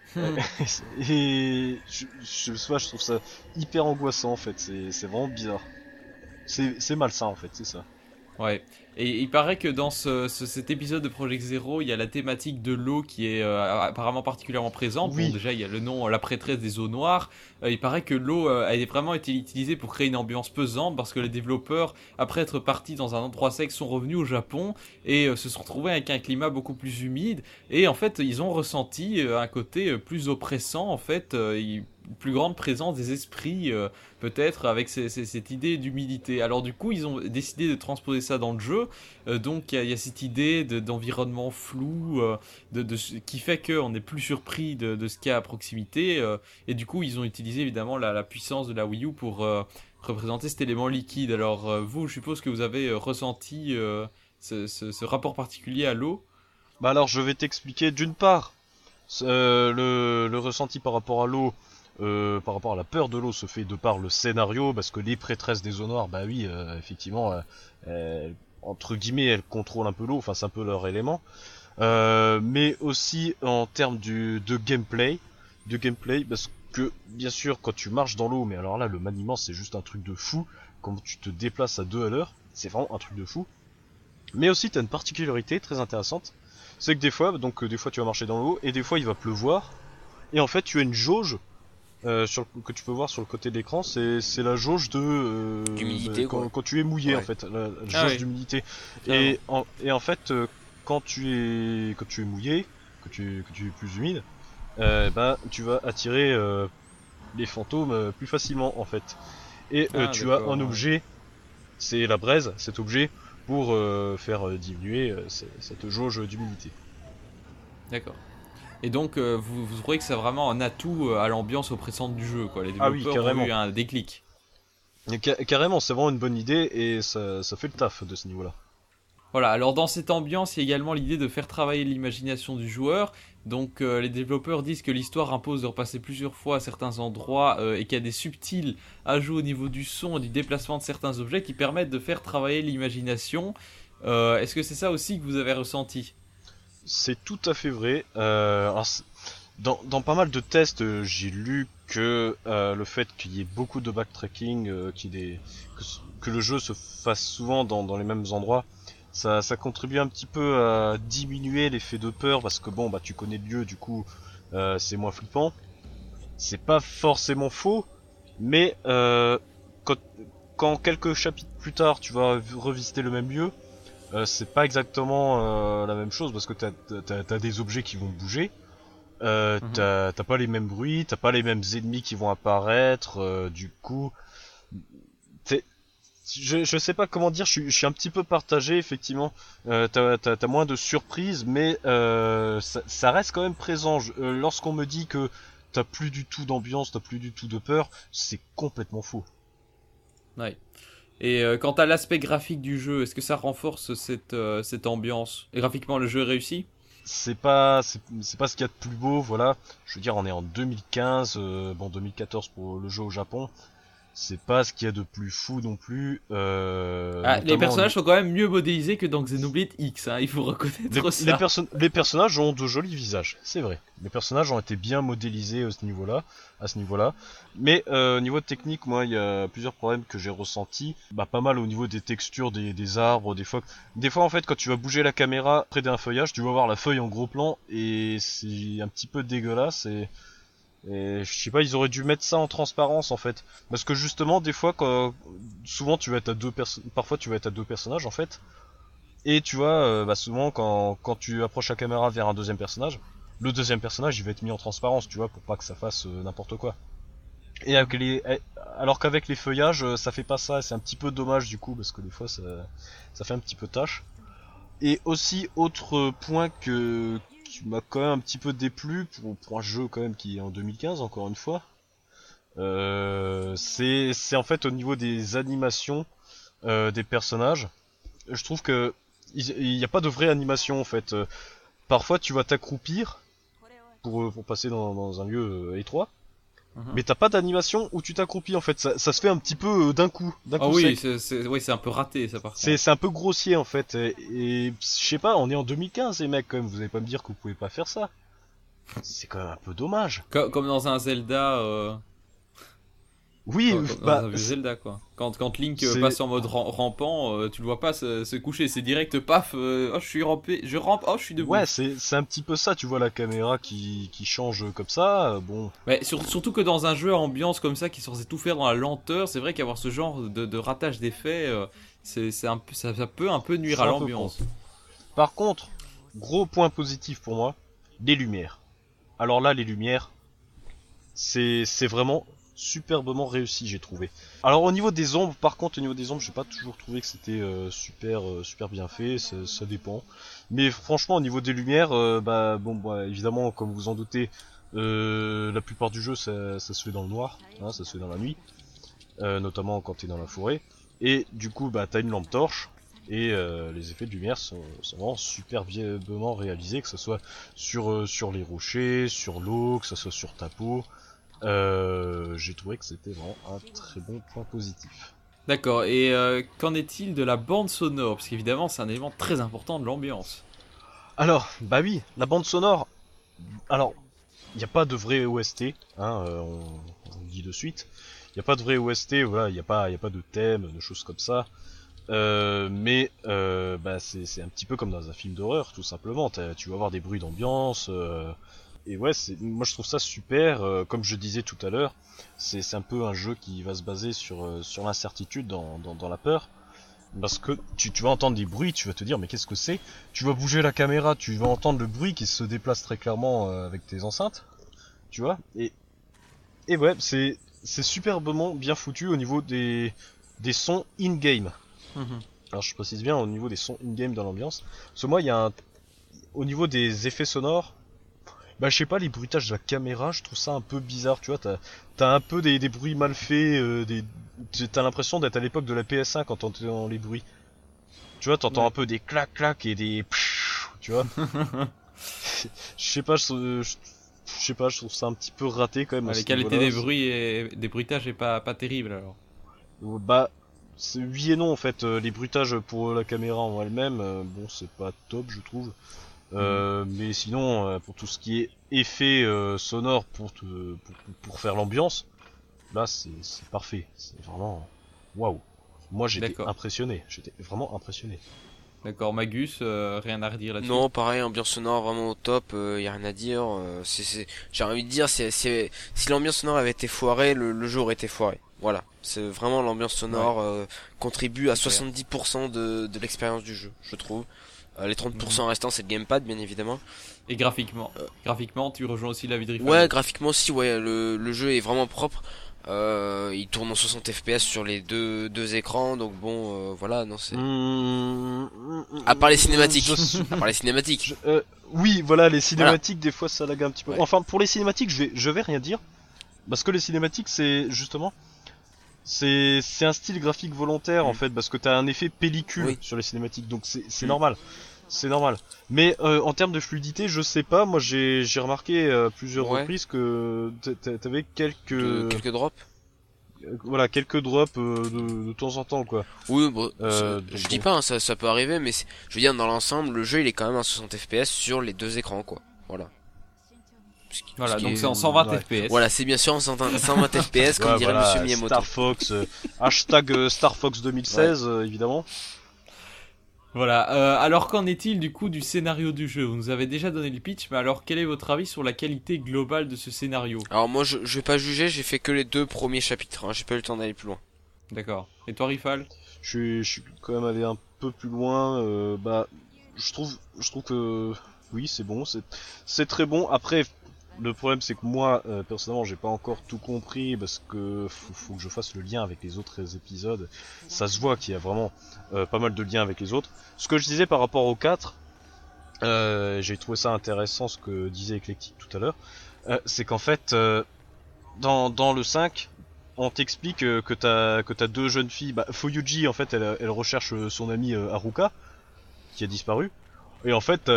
Et je sais pas, je trouve ça hyper angoissant en fait. C'est vraiment bizarre. C'est malsain en fait, c'est ça. Ouais, et il paraît que dans cet épisode de Project Zero, il y a la thématique de l'eau qui est apparemment particulièrement présente. Oui. Bon, déjà, il y a le nom, la prêtresse des eaux noires. Il paraît que l'eau a vraiment été utilisée pour créer une ambiance pesante parce que les développeurs, après être partis dans un endroit sec, sont revenus au Japon et se sont retrouvés avec un climat beaucoup plus humide. Et en fait, ils ont ressenti un côté plus oppressant, en fait, une plus grande présence des esprits, peut-être, avec cette idée d'humidité. Alors du coup, ils ont décidé de transposer ça dans le jeu. Donc il y a cette idée d'environnement flou, qui fait qu'on n'est plus surpris de ce qu'il y a à proximité. Et du coup, ils ont utilisé évidemment la puissance de la Wii U pour représenter cet élément liquide. Alors vous, je suppose que vous avez ressenti ce rapport particulier à l'eau. Bah alors, je vais t'expliquer d'une part le ressenti par rapport à l'eau. Par rapport à la peur de l'eau se fait de par le scénario, parce que les prêtresses des eaux noires, bah oui, effectivement, entre guillemets, elles contrôlent un peu l'eau, enfin c'est un peu leur élément. Mais aussi en termes de gameplay, parce que bien sûr quand tu marches dans l'eau, mais alors là le maniement c'est juste un truc de fou, quand tu te déplaces à 2 à l'heure, c'est vraiment un truc de fou. Mais aussi t'as une particularité très intéressante, c'est que des fois tu vas marcher dans l'eau et des fois il va pleuvoir, et en fait tu as une jauge. Que tu peux voir sur le côté de l'écran, c'est la jauge d'humidité quand tu es mouillé, ouais. En fait, la jauge d'humidité. Et en fait, quand tu es mouillé, que tu es plus humide, tu vas attirer les fantômes plus facilement en fait. Et tu as D'accord, un ouais. objet, c'est la braise, cet objet, pour faire diminuer cette jauge d'humidité. D'accord. Et donc, vous trouvez que c'est vraiment un atout à l'ambiance oppressante du jeu, quoi. Les Ah oui, développeurs ont carrément. eu un déclic. Et carrément, c'est vraiment une bonne idée et ça fait le taf de ce niveau-là. Voilà, alors dans cette ambiance, il y a également l'idée de faire travailler l'imagination du joueur. Donc les développeurs disent que l'histoire impose de repasser plusieurs fois à certains endroits et qu'il y a des subtils ajouts au niveau du son et du déplacement de certains objets qui permettent de faire travailler l'imagination. Est-ce que c'est ça aussi que vous avez ressenti? C'est tout à fait vrai. Dans pas mal de tests, j'ai lu que le fait qu'il y ait beaucoup de backtracking, que le jeu se fasse souvent dans les mêmes endroits, ça contribue un petit peu à diminuer l'effet de peur parce que bon bah tu connais le lieu, du coup c'est moins flippant. C'est pas forcément faux, mais quand, quand quelques chapitres plus tard tu vas revisiter le même lieu, c'est pas exactement la même chose parce que t'as des objets qui vont bouger. T'as pas les mêmes bruits, t'as pas les mêmes ennemis qui vont apparaître, du coup, t'es- je sais pas comment dire, je suis un petit peu partagé effectivement. T'as moins de surprises, mais ça reste quand même présent. Lorsqu'on me dit que t'as plus du tout d'ambiance, t'as plus du tout de peur, c'est complètement faux. Ouais. Et quant à l'aspect graphique du jeu, est-ce que ça renforce cette ambiance? Et graphiquement, le jeu est réussi? C'est pas ce qu'il y a de plus beau, voilà. Je veux dire, on est en 2015, bon 2014 pour le jeu au Japon. C'est pas ce qu'il y a de plus fou non plus. Ah, les Notamment personnages sont quand même mieux modélisés que dans Xenoblade X, hein, il faut reconnaître ça. les personnages ont de jolis visages, c'est vrai. Les personnages ont été bien modélisés à ce niveau-là. Mais au niveau technique, moi, il y a plusieurs problèmes que j'ai ressentis. Bah, pas mal au niveau des textures des arbres, des fois en fait, quand tu vas bouger la caméra près d'un feuillage, tu vas voir la feuille en gros plan et c'est un petit peu dégueulasse et je sais pas, ils auraient dû mettre ça en transparence en fait, parce que justement, des fois, souvent tu vas être à parfois tu vas être à deux personnages en fait. Et tu vois, bah souvent quand tu approches la caméra vers un deuxième personnage, le deuxième personnage il va être mis en transparence, tu vois, pour pas que ça fasse n'importe quoi. Et alors qu'avec les feuillages, ça fait pas ça, et c'est un petit peu dommage du coup, parce que des fois ça fait un petit peu tâche. Et aussi, autre point qui m'a quand même un petit peu déplu, pour un jeu quand même qui est en 2015, encore une fois, c'est en fait au niveau des animations des personnages. Je trouve que il n'y a pas de vraie animation en fait. Parfois tu vas t'accroupir pour passer dans un lieu étroit, Mhm. mais t'as pas d'animation où tu t'accroupis en fait. Ça se fait un petit peu d'un Ah coup oui, sec. oui, c'est un peu raté ça par contre. C'est un peu grossier en fait. Et je sais pas, on est en 2015 les mecs quand même. Vous allez pas me dire que vous pouvez pas faire ça. C'est quand même un peu dommage. Comme dans un Zelda, Oui, comme dans bah un vieux Zelda quoi. Quand Link c'est passe en mode rampant, tu le vois pas se coucher, c'est direct paf, oh je suis rampé, je rampe, oh je suis debout. ouais, c'est un petit peu ça. Tu vois la caméra qui change comme ça. Bon, Mais surtout que dans un jeu à ambiance comme ça qui est censé tout faire dans la lenteur, c'est vrai qu'avoir ce genre de ratage d'effets, c'est un peu, ça peut un peu nuire c'est à un peu l'ambiance. con. Par contre, gros point positif pour moi, les lumières. Alors là, les lumières, c'est vraiment superbement réussi, j'ai trouvé. Alors au niveau des ombres, par contre, au niveau des ombres, j'ai pas toujours trouvé que c'était super bien fait, ça dépend. Mais franchement, au niveau des lumières, bah bon, bah, évidemment, comme vous en doutez, la plupart du jeu, ça se fait dans le noir, hein, ça se fait dans la nuit, notamment quand t'es dans la forêt. Et du coup, bah t'as une lampe torche. Et les effets de lumière sont vraiment superbement réalisés, que ce soit sur les rochers, sur l'eau, que ce soit sur ta peau. J'ai trouvé que c'était vraiment un très bon point positif. D'accord, et qu'en est-il de la bande sonore? Parce qu'évidemment c'est un élément très important de l'ambiance. Alors, bah oui, la bande sonore. Alors, il n'y a pas de vrai OST, hein, on le dit de suite. Il n'y a pas de vrai OST, voilà, y a pas de thème, de choses comme ça. Mais bah c'est un petit peu comme dans un film d'horreur, tout simplement. Tu vas avoir des bruits d'ambiance. Et ouais, moi je trouve ça super. Comme je disais tout à l'heure, c'est un peu un jeu qui va se baser sur l'incertitude dans la peur. Parce que tu vas entendre des bruits, tu vas te dire mais qu'est-ce que c'est? Tu vas bouger la caméra, tu vas entendre le bruit qui se déplace très clairement avec tes enceintes. tu vois. Et ouais, c'est superbement bien foutu au niveau des sons in-game. Alors je précise bien au niveau des sons in-game dans l'ambiance. Parce que moi, il y a au niveau des effets sonores, bah je sais pas, les bruitages de la caméra, je trouve ça un peu bizarre, tu vois. T'as un peu des bruits mal faits, t'as l'impression d'être à l'époque de la PS1 quand t'entends les bruits. Tu vois, t'entends un peu des clac-clac et des pfff, tu vois. Je sais pas, je trouve ça un petit peu raté quand même. La qualité des bruits et des bruitages est pas terrible alors. Bah, oui et non en fait. Les bruitages pour la caméra en elle-même, bon, c'est pas top, je trouve. Mais sinon, pour tout ce qui est effet sonore pour faire l'ambiance, là c'est parfait. C'est vraiment waouh. Moi j'étais impressionné, j'étais vraiment impressionné. D'accord, Magus, rien à redire là-dessus. Non, pareil, ambiance sonore vraiment au top, y a rien à dire. J'ai envie de dire, si l'ambiance sonore avait été foirée, le jeu aurait été foiré. Voilà, c'est vraiment l'ambiance sonore contribue à 70% de l'expérience du jeu, je trouve. Les 30% restants, c'est le gamepad, bien évidemment. Et graphiquement, tu rejoins aussi l'avis de Riffle. Ouais, graphiquement aussi, ouais, le jeu est vraiment propre. Il tourne en 60 FPS sur les deux écrans, donc bon, voilà, non c'est. À part les cinématiques. À part les cinématiques. Oui, voilà, les cinématiques, des fois ça lag un petit peu. Ouais. Enfin, pour les cinématiques, je vais rien dire, parce que les cinématiques, c'est justement, c'est un style graphique volontaire en fait, parce que t'as un effet pellicule sur les cinématiques, donc c'est normal. C'est normal. Mais en termes de fluidité, je sais pas, moi j'ai remarqué plusieurs reprises que t'avais quelques drops. Voilà, quelques drops de temps en temps quoi. Oui, bon, je dis pas, hein, ça peut arriver, mais je veux dire, dans l'ensemble, le jeu il est quand même à 60 FPS sur les deux écrans quoi. Voilà. Voilà, donc c'est en 120 FPS. Voilà, c'est bien sûr en 120 FPS, comme dirait Monsieur Miyamoto. Star Fox, hashtag Star Fox 2016, évidemment. Voilà, alors qu'en est-il du coup du scénario du jeu? Vous nous avez déjà donné le pitch, mais alors quel est votre avis sur la qualité globale de ce scénario? Alors moi je vais pas juger, j'ai fait que les 2 premiers chapitres, hein, j'ai pas eu le temps d'aller plus loin. D'accord. Et toi Rifal? Je suis quand même allé un peu plus loin, bah je trouve que oui c'est bon, c'est très bon. Après le problème c'est que moi personnellement j'ai pas encore tout compris parce que faut que je fasse le lien avec les autres épisodes. Ça se voit qu'il y a vraiment pas mal de liens avec les autres. Ce que je disais par rapport au 4, j'ai trouvé ça intéressant ce que disait Eclectic tout à l'heure, c'est qu'en fait dans le 5 on t'explique que t'as deux jeunes filles. Bah, Fuyuji en fait elle recherche son amie Haruka qui a disparu, et en fait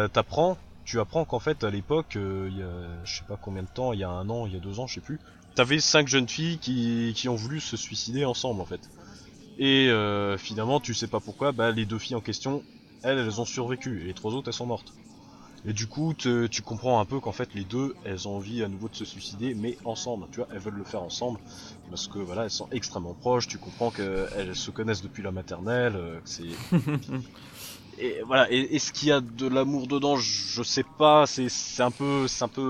tu apprends qu'en fait à l'époque, il y a je sais pas combien de temps, il y a 1 an, il y a 2 ans, je sais plus, t'avais 5 jeunes filles qui ont voulu se suicider ensemble en fait. Et finalement tu sais pas pourquoi, bah les 2 filles en question, elles ont survécu, et les 3 autres elles sont mortes. Et du coup tu comprends un peu qu'en fait les 2 elles ont envie à nouveau de se suicider, mais ensemble, tu vois, elles veulent le faire ensemble, parce que voilà elles sont extrêmement proches, tu comprends qu'elles se connaissent depuis la maternelle, que c'est... Et voilà, et ce qu'il y a de l'amour dedans, je sais pas, c'est un peu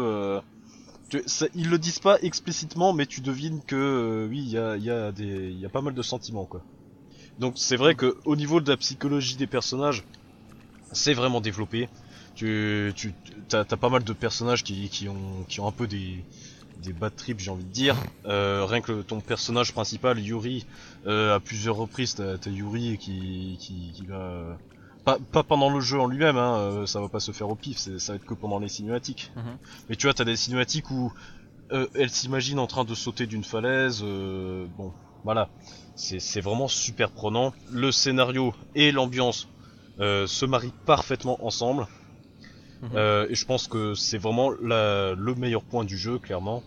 ils le disent pas explicitement, mais tu devines que oui, il y a pas mal de sentiments quoi. Donc c'est vrai que au niveau de la psychologie des personnages, c'est vraiment développé. T'as pas mal de personnages qui ont un peu des bad trips, j'ai envie de dire. Rien que ton personnage principal, Yuri, à plusieurs reprises, t'as Yuri qui va... Pas pendant le jeu en lui-même, hein, ça va pas se faire au pif, ça va être que pendant les cinématiques. Mais tu vois, t'as des cinématiques où elle s'imagine en train de sauter d'une falaise, bon, voilà. C'est vraiment super prenant. Le scénario et l'ambiance se marient parfaitement ensemble. Et je pense que c'est vraiment le meilleur point du jeu, clairement.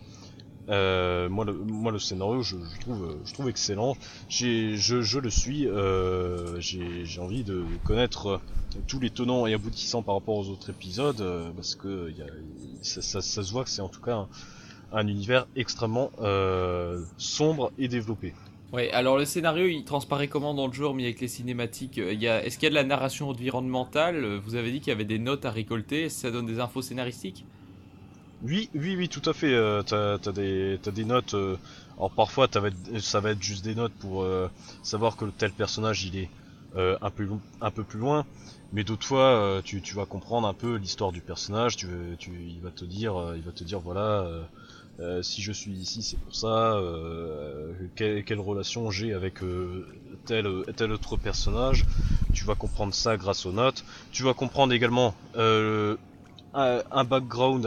Moi le scénario je trouve excellent. Je le suis, j'ai envie de connaître tous les tenants et aboutissants par rapport aux autres épisodes, parce que ça se voit que c'est en tout cas un univers extrêmement sombre et développé. Ouais, alors le scénario il transparaît comment dans le jeu, mais avec les cinématiques, est-ce qu'il y a de la narration environnementale? Vous avez dit qu'il y avait des notes à récolter, ça donne des infos scénaristiques? Oui, tout à fait. T'as des notes. Alors parfois, ça va être juste des notes pour savoir que tel personnage il est un peu plus loin, mais d'autres fois tu vas comprendre un peu l'histoire du personnage, il va te dire voilà, si je suis ici c'est pour ça, quelle relation j'ai avec tel autre personnage. Tu vas comprendre ça grâce aux notes. Tu vas comprendre également un background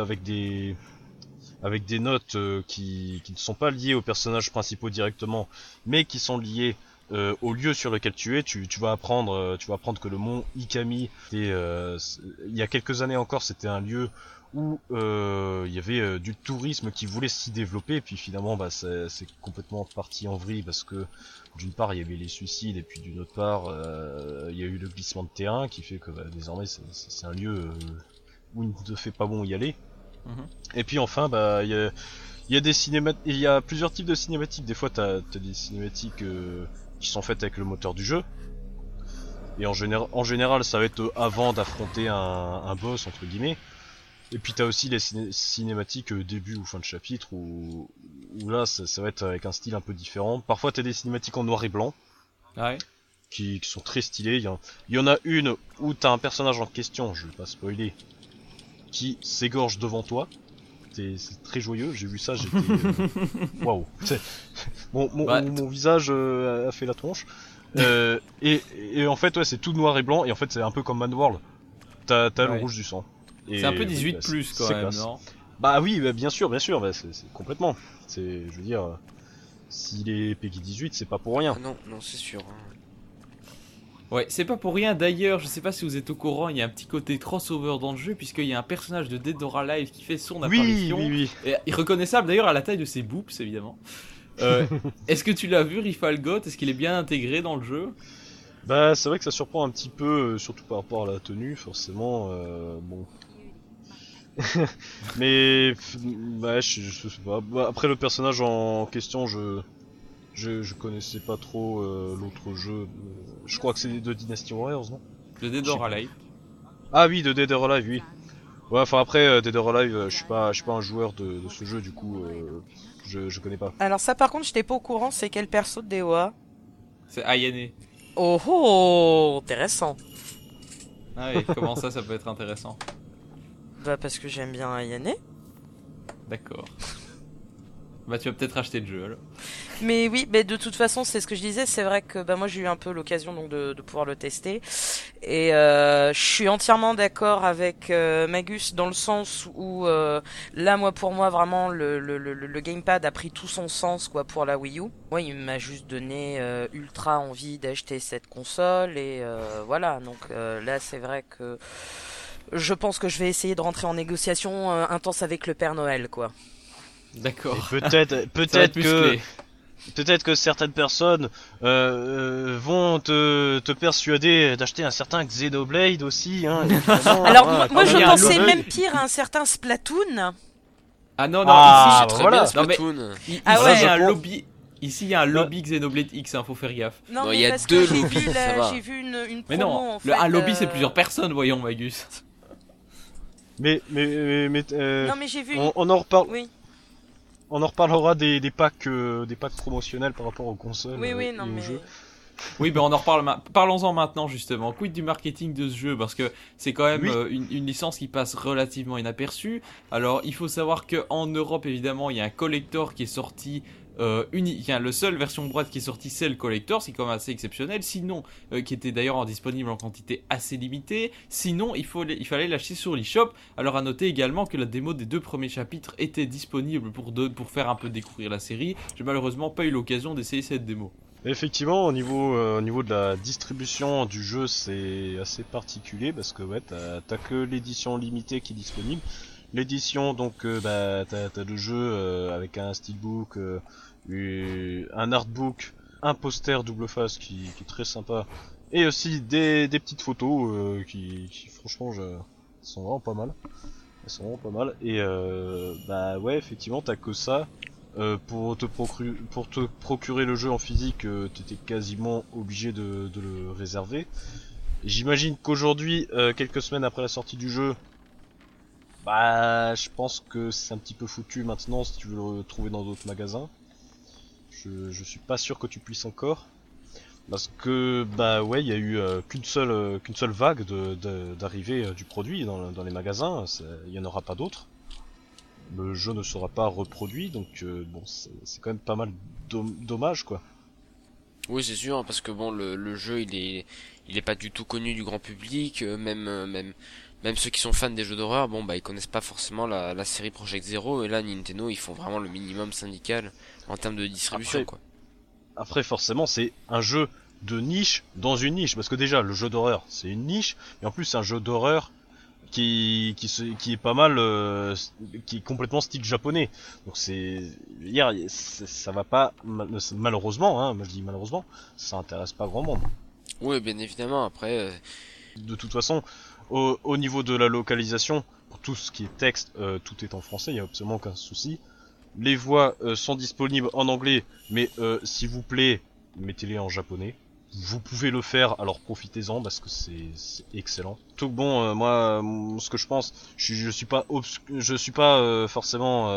avec des notes qui ne sont pas liées aux personnages principaux directement, mais qui sont liées au lieu sur lequel tu es. Tu vas apprendre que le mont Ikami, il y a quelques années encore, c'était un lieu où il y avait du tourisme qui voulait s'y développer, et puis finalement c'est complètement parti en vrille parce que d'une part il y avait les suicides, et puis d'une autre part il y a eu le glissement de terrain qui fait que désormais c'est un lieu où il ne fait pas bon y aller. Et puis enfin il y a des il y a plusieurs types de cinématiques. Des fois t'as des cinématiques qui sont faites avec le moteur du jeu, et en général ça va être avant d'affronter un boss entre guillemets. Et puis t'as aussi les cinématiques début ou fin de chapitre où là ça va être avec un style un peu différent. Parfois t'as des cinématiques en noir et blanc, Ouais. qui sont très stylées. Il y en a une où t'as un personnage en question, je vais pas spoiler, qui s'égorge devant toi. C'est très joyeux, j'ai vu ça, j'étais waouh. Mon visage a fait la tronche. Et en fait ouais, c'est tout noir et blanc, et en fait c'est un peu comme Manworld. T'as le rouge du sang. C'est un peu 18 plus quand même, classe. non? Bah oui, bien sûr, c'est complètement. Je veux dire, s'il est Peggy 18, c'est pas pour rien. Ah non, c'est sûr. Ouais, c'est pas pour rien. D'ailleurs, je sais pas si vous êtes au courant, il y a un petit côté crossover dans le jeu, puisqu'il y a un personnage de Dead or Alive qui fait son apparition. Oui. Et reconnaissable d'ailleurs à la taille de ses boobs, évidemment. Est-ce que tu l'as vu, Rifalgot? Est-ce qu'il est bien intégré dans le jeu? Bah c'est vrai que ça surprend un petit peu, surtout par rapport à la tenue, forcément. Bon. Mais bah, je sais pas. Bah, après le personnage en question, je connaissais pas trop l'autre jeu. Je crois que c'est de Dynasty Warriors, non? De Dead or Alive. Ah oui, de Dead or Alive, oui. Ouais, enfin après Dead or Alive, je suis pas un joueur de ce jeu, du coup je connais pas. Alors ça par contre j'étais pas au courant, c'est quel perso de DOA? C'est Ayane. Oh, intéressant. Ah oui, comment ça peut être intéressant? Bah parce que j'aime bien Ayane. D'accord. Bah tu vas peut-être acheter le jeu alors. Mais oui, mais de toute façon, c'est ce que je disais, c'est vrai que bah moi j'ai eu un peu l'occasion donc de pouvoir le tester, et je suis entièrement d'accord avec Magus dans le sens où là pour moi vraiment le gamepad a pris tout son sens quoi pour la Wii U. Moi, il m'a juste donné ultra envie d'acheter cette console, et voilà, donc là c'est vrai que je pense que je vais essayer de rentrer en négociation intense avec le Père Noël quoi. D'accord. Et peut-être que certaines personnes vont te persuader d'acheter un certain Xenoblade aussi, hein. Alors moi je il y a un pensais lobby. même pire à un certain Splatoon. Ah non, Ah, ici, Très voilà. bien Non, mais- Splatoon. ici, Ah ouais. il y a un lobby. Ici, il y a un lobby Xenoblade X, faut faire gaffe. Non, Non, mais il y a parce deux que j'ai lobbies, vu, ça va. j'ai vu une promo Mais non, en fait. un lobby c'est plusieurs personnes, voyons, Magus. Mais Non, mais j'ai vu. on en reparle. Oui, On en reparlera des packs promotionnels par rapport aux consoles oui, et non, aux mais. jeux. Oui, ben on en reparle. Parlons-en maintenant justement. Quid du marketing de ce jeu, parce que c'est quand même Oui. une licence qui passe relativement inaperçue. Alors, il faut savoir que en Europe, évidemment, il y a un collector qui est sorti. Le seul version boîte qui est sortie, c'est le collector, c'est quand même assez exceptionnel. Sinon, qui était d'ailleurs disponible en quantité assez limitée. Sinon, il fallait l'acheter sur l'eShop. Alors, à noter également que la démo des 2 premiers chapitres était disponible pour faire un peu découvrir la série. J'ai malheureusement pas eu l'occasion d'essayer cette démo. Effectivement, au niveau de la distribution du jeu, c'est assez particulier parce que ouais, t'as que l'édition limitée qui est disponible. L'édition, donc, t'as le jeu avec un steelbook, un artbook, un poster double face qui est très sympa, et aussi des petites photos qui franchement, sont vraiment pas mal. Elles sont vraiment pas mal. Et ouais, effectivement, t'as que ça. Pour te procurer le jeu en physique, t'étais quasiment obligé de le réserver. J'imagine qu'aujourd'hui, quelques semaines après la sortie du jeu, bah je pense que c'est un petit peu foutu maintenant si tu veux le retrouver dans d'autres magasins. Je suis pas sûr que tu puisses encore. Parce que bah ouais, il y a eu qu'une seule vague d'arrivée du produit dans les magasins. Il y en aura pas d'autres. Le jeu ne sera pas reproduit, donc bon, c'est quand même pas mal dommage quoi. Oui, c'est sûr, parce que bon, le jeu, il est pas du tout connu du grand public, même ceux qui sont fans des jeux d'horreur, bon, bah, ils connaissent pas forcément la série Project Zero, et là, Nintendo, ils font vraiment le minimum syndical en termes de distribution, Après, quoi. après forcément, c'est un jeu de niche dans une niche, parce que déjà, le jeu d'horreur, c'est une niche, et en plus, c'est un jeu d'horreur qui est pas mal, qui est complètement style japonais. Donc ça va pas, malheureusement, hein, moi je dis malheureusement, ça intéresse pas grand monde. Oui, bien évidemment, après, De toute façon, au niveau de la localisation, pour tout ce qui est texte, tout est en français, il y a absolument aucun souci. Les voix sont disponibles en anglais, mais s'il vous plaît, mettez-les en japonais. Vous pouvez le faire, alors profitez-en parce que c'est excellent. Tout bon, moi, ce que je pense, je suis pas forcément,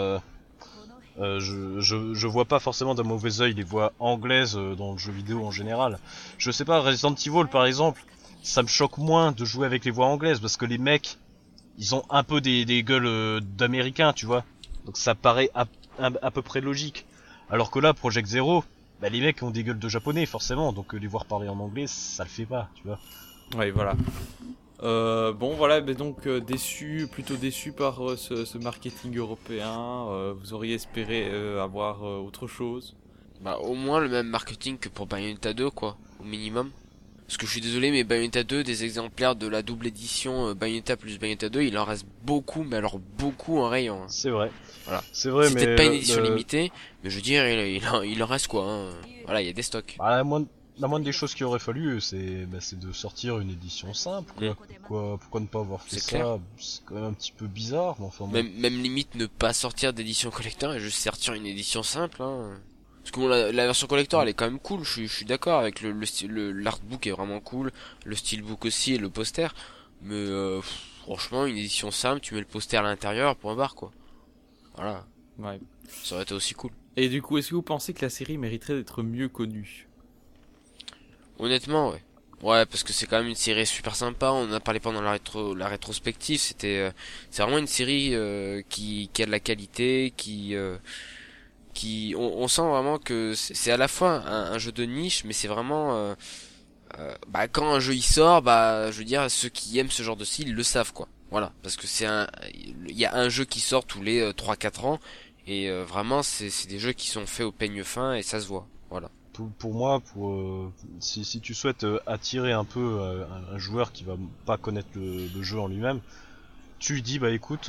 je vois pas forcément d'un mauvais œil les voix anglaises dans le jeu vidéo en général. Je sais pas, Resident Evil par exemple, ça me choque moins de jouer avec les voix anglaises parce que les mecs, ils ont un peu des gueules d'américains, tu vois. Donc ça paraît à peu près logique. Alors que là, Project Zero, bah les mecs ont des gueules de japonais forcément, donc les voir parler en anglais, ça le fait pas, tu vois. Ouais, voilà. Bon, voilà, ben donc plutôt déçu par ce marketing européen. Vous auriez espéré avoir autre chose. bah, au moins le même marketing que pour Bayonetta 2, quoi, au minimum. Parce que je suis désolé, mais Bayonetta 2, des exemplaires de la double édition Bayonetta plus Bayonetta 2, il en reste beaucoup, mais alors beaucoup en rayon, hein. C'est vrai. Voilà. C'est vrai, C'est mais peut-être pas une édition limitée, mais je veux dire, il en reste quoi, hein. Voilà, il y a des stocks. bah, la moindre des choses qu'il aurait fallu, c'est de sortir une édition simple, quoi. Pourquoi ne pas avoir fait C'est ça? clair. C'est quand même un petit peu bizarre, mais enfin bon. Même limite ne pas sortir d'édition collector et juste sortir une édition simple, hein. Parce que bon, la version collector elle est quand même cool, je suis d'accord avec l'artbook est vraiment cool, le steelbook aussi et le poster, mais franchement une édition simple, tu mets le poster à l'intérieur, point barre quoi. Voilà, Ouais. ça aurait été aussi cool. Et du coup, est-ce que vous pensez que la série mériterait d'être mieux connue? Honnêtement, ouais. Ouais, parce que c'est quand même une série super sympa. On en a parlé pendant la rétrospective. C'est vraiment une série qui a de la qualité, on sent vraiment que c'est à la fois un jeu de niche, mais c'est vraiment, bah quand un jeu y sort, bah je veux dire ceux qui aiment ce genre de style le savent quoi. Voilà, parce que il y a un jeu qui sort tous les 3-4 ans et vraiment c'est des jeux qui sont faits au peigne fin et ça se voit. Voilà. Pour moi, si tu souhaites attirer un peu un joueur qui va pas connaître le jeu en lui-même, tu lui dis bah écoute,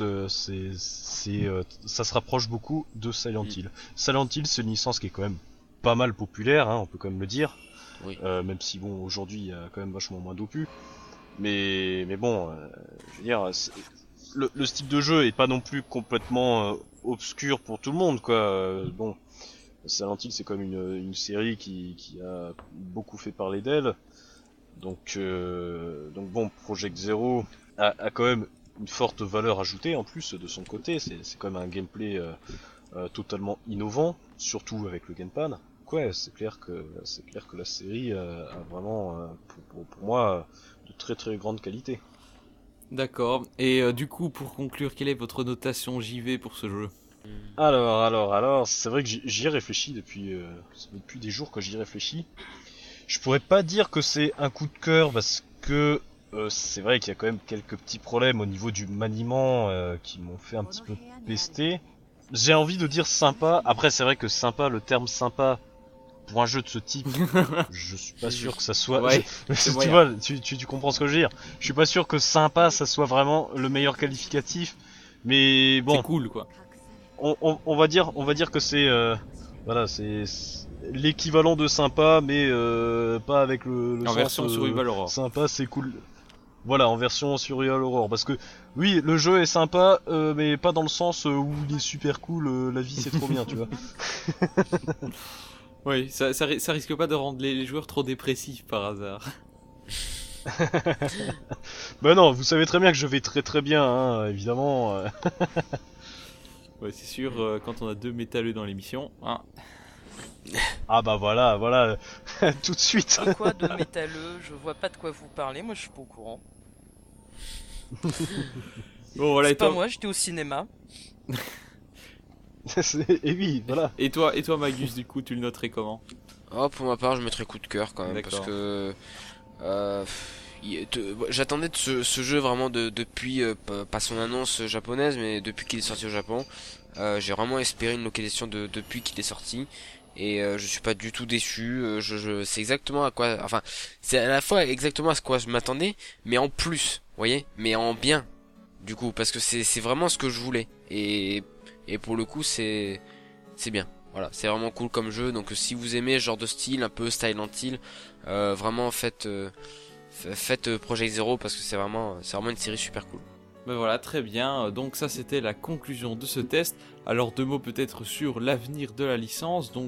ça se rapproche beaucoup de Silent Hill. Silent Hill, c'est une licence qui est quand même pas mal populaire, hein, on peut quand même le dire. Oui. Même si bon, aujourd'hui il y a quand même vachement moins d'opus. Mais bon, je veux dire, le style de jeu est pas non plus complètement obscur pour tout le monde, quoi. Bon, Silent Hill c'est comme une série qui a beaucoup fait parler d'elle. Donc bon, Project Zero a quand même une forte valeur ajoutée en plus de son côté. C'est quand même un gameplay totalement innovant, surtout avec le gamepad. Ouais, c'est clair que la série a vraiment, pour moi, de très très grande qualité. D'accord. Et du coup, pour conclure, quelle est votre notation JV pour ce jeu? Alors, c'est vrai que j'y ai réfléchi ça fait depuis des jours que j'y réfléchis. Je pourrais pas dire que c'est un coup de cœur parce que c'est vrai qu'il y a quand même quelques petits problèmes au niveau du maniement qui m'ont fait un petit peu pester. J'ai envie de dire sympa. Après, c'est vrai que sympa, le terme sympa pour un jeu de ce type, je suis pas sûr que ça soit. Ouais, tu moyen. vois, tu comprends ce que je veux dire. Je suis pas sûr que sympa, ça soit vraiment le meilleur qualificatif. Mais bon, C'est cool, quoi. on va dire que c'est voilà, c'est l'équivalent de sympa, mais pas avec le En sens version Survival Horror. sympa, c'est cool. Voilà, en version Survival Horror, parce que oui, le jeu est sympa, mais pas dans le sens où il est super cool. La vie c'est trop bien, tu vois. Oui, ça risque pas de rendre les joueurs trop dépressifs par hasard. Bah non, vous savez très bien que je vais très très bien, hein, évidemment. Ouais, c'est sûr, quand on a deux métalleux dans l'émission, hein. Ah bah voilà, tout de suite. Quoi de métalleux? Je vois pas de quoi vous parlez, moi je suis pas au courant. Bon, voilà, C'est et toi, pas moi, j'étais au cinéma. Et oui, voilà. et toi, Magus, du coup, tu le noterais comment? Oh, pour ma part, je mettrais coup de cœur quand même, parce D'accord. que euh, j'attendais de ce jeu vraiment depuis pas son annonce japonaise, mais depuis qu'il est sorti au Japon. J'ai vraiment espéré une localisation depuis qu'il est sorti. Et je suis pas du tout déçu. C'est exactement à quoi, enfin, c'est à la fois exactement à ce quoi je m'attendais, mais en plus, vous voyez, mais en bien, du coup, parce que c'est vraiment ce que je voulais. Et pour le coup, c'est bien. Voilà, c'est vraiment cool comme jeu. Donc si vous aimez ce genre de style, un peu Silent Hill, vraiment faites Project Zero parce que c'est vraiment une série super cool. Ben voilà, très bien. Donc ça, c'était la conclusion de ce test. Alors, 2 mots peut-être sur l'avenir de la licence. Donc,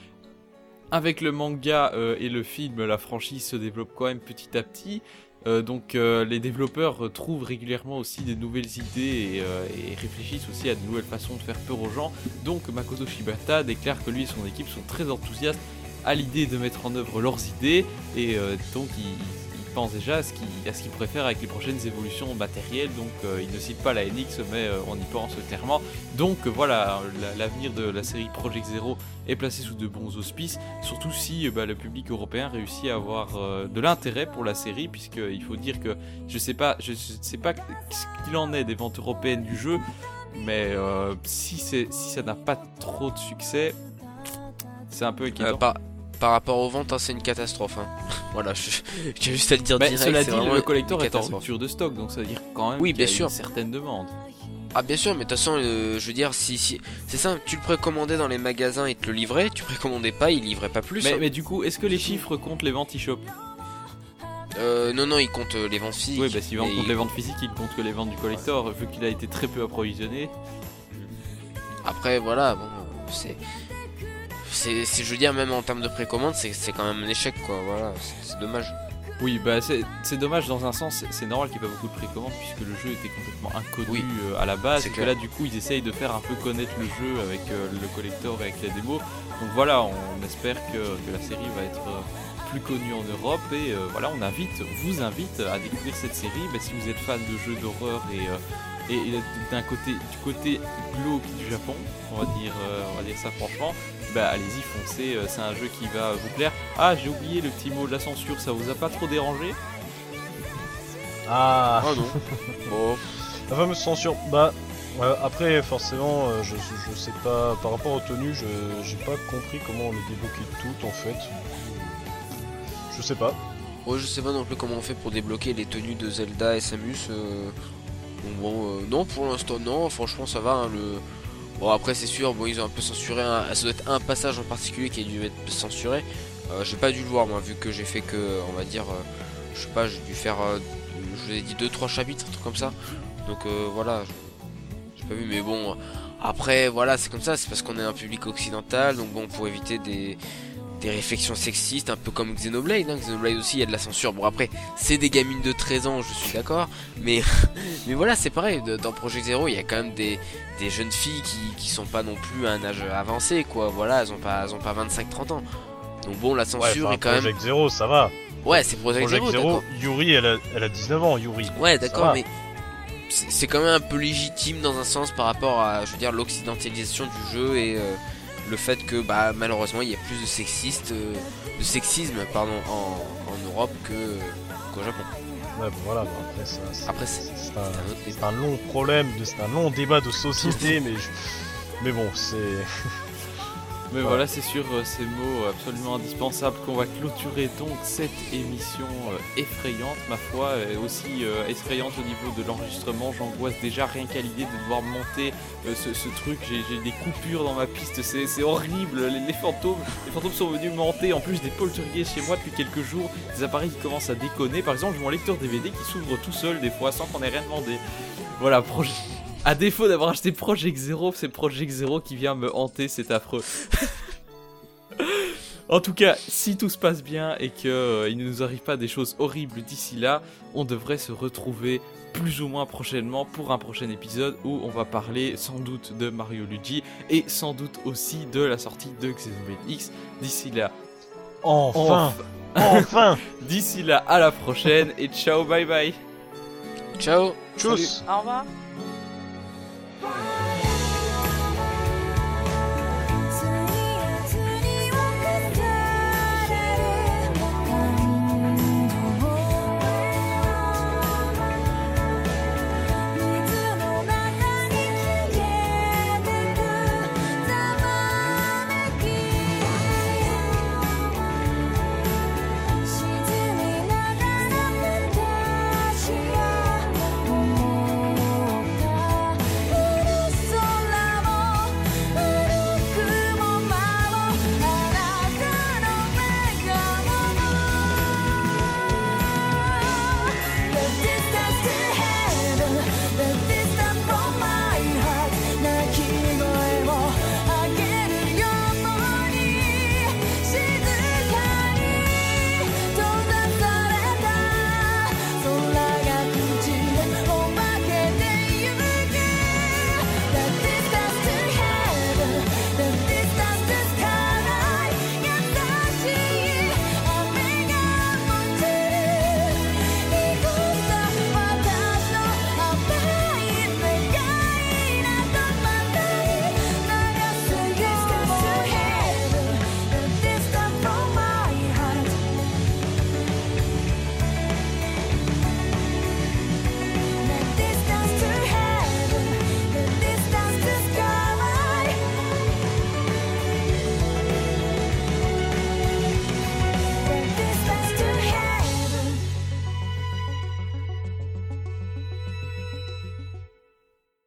avec le manga et le film, la franchise se développe quand même petit à petit. Donc, les développeurs trouvent régulièrement aussi des nouvelles idées et réfléchissent aussi à de nouvelles façons de faire peur aux gens. Donc, Makoto Shibata déclare que lui et son équipe sont très enthousiastes à l'idée de mettre en œuvre leurs idées. Et donc, il pense déjà à ce qu'il pourrait faire avec les prochaines évolutions matérielles. Donc, il ne cite pas la NX, mais on y pense clairement. Donc, voilà, l'avenir de la série Project Zero est placé sous de bons auspices, surtout si le public européen réussit à avoir de l'intérêt pour la série, puisqu'il faut dire que je sais pas ce qu'il en est des ventes européennes du jeu, mais si ça n'a pas trop de succès, c'est un peu inquiétant. Par rapport aux ventes, hein, c'est une catastrophe. Hein. Voilà, j'ai juste à le dire direct. Cela c'est dit, vraiment le collector une est en catastrophe. rupture de stock, donc ça veut dire quand même Oui, qu'il y bien a sûr. une certaine demande. Ah bien sûr, mais de toute façon, je veux dire, si c'est simple, tu le précommandais dans les magasins, ils te le livraient, tu précommandais pas, ils livraient pas plus. Mais du coup, est-ce que les chiffres comptent les ventes e-shop? Non, ils comptent les ventes physiques. Oui, s'il compte les ventes physiques, il compte que les ventes du collector, vu qu'il a été très peu approvisionné. Après, voilà, bon, je veux dire, même en termes de précommande, c'est quand même un échec, quoi. Voilà, c'est dommage. Oui, c'est dommage dans un sens, c'est normal qu'il n'y ait pas beaucoup de précommandes puisque le jeu était complètement inconnu à la base. C'est Et que clair. là, du coup, ils essayent de faire un peu connaître le jeu avec le collector et avec les démos. Donc voilà, on espère que la série va être plus connue en Europe. Et voilà, on vous invite à découvrir cette série. Mais si vous êtes fan de jeux d'horreur et du côté glauque du Japon, on va dire ça franchement, allez-y, foncez, c'est un jeu qui va vous plaire. Ah, j'ai oublié le petit mot de la censure, ça vous a pas trop dérangé? Ah, Oh non. Bon, la fameuse censure. Après, forcément, je sais pas. Par rapport aux tenues, j'ai pas compris comment on les débloquait toutes en fait. Je sais pas. ouais, je sais pas non plus comment on fait pour débloquer les tenues de Zelda et Samus. Non, pour l'instant, non, franchement, ça va. Hein, Bon, après, c'est sûr, bon, ils ont un peu censuré. Ça doit être un passage en particulier qui a dû être censuré. J'ai pas dû le voir, moi, vu que j'ai fait que, on va dire, je sais pas, j'ai dû faire, je vous ai dit 2-3 chapitres, un truc comme ça. Donc voilà, j'ai pas vu, mais bon. Après, voilà, c'est comme ça, c'est parce qu'on est un public occidental, donc bon, pour éviter des réflexions sexistes, un peu comme Xenoblade. Hein. Xenoblade aussi, il y a de la censure. Bon, après, c'est des gamines de 13 ans, je suis d'accord, mais voilà, c'est pareil. Dans Project Zero, il y a quand même des jeunes filles qui sont pas non plus à un âge avancé, quoi. Voilà, elles ont pas 25-30 ans. Donc bon, la censure est quand même. Project Zero, ça va. Ouais, c'est Project Zero, d'accord. Yuri, elle a 19 ans, Yuri. Ouais, Ça d'accord, va. mais c'est quand même un peu légitime dans un sens par rapport à, je veux dire, l'occidentalisation du jeu et le fait que malheureusement il y a plus de sexisme en Europe qu'au Japon. Ouais, voilà, Après c'est un autre c'est un long problème, c'est un long débat de société, mais bon, c'est. Mais voilà, c'est sur ces mots absolument indispensables qu'on va clôturer donc cette émission effrayante, ma foi, et aussi effrayante au niveau de l'enregistrement. J'angoisse déjà rien qu'à l'idée de devoir monter ce truc. J'ai des coupures dans ma piste, c'est horrible. Les fantômes sont venus me hanter, en plus des poltergeists chez moi depuis quelques jours, des appareils qui commencent à déconner. Par exemple, j'ai mon lecteur DVD qui s'ouvre tout seul des fois sans qu'on ait rien demandé. Voilà, à défaut d'avoir acheté Project Zero, c'est Project Zero qui vient me hanter, c'est affreux. En tout cas, si tout se passe bien et qu'il ne nous arrive pas des choses horribles d'ici là, on devrait se retrouver plus ou moins prochainement pour un prochain épisode où on va parler sans doute de Mario Luigi et sans doute aussi de la sortie de Xenoblade X. D'ici là, Enfin d'ici là, à la prochaine et ciao, bye bye. Ciao. Tchuss. Au revoir.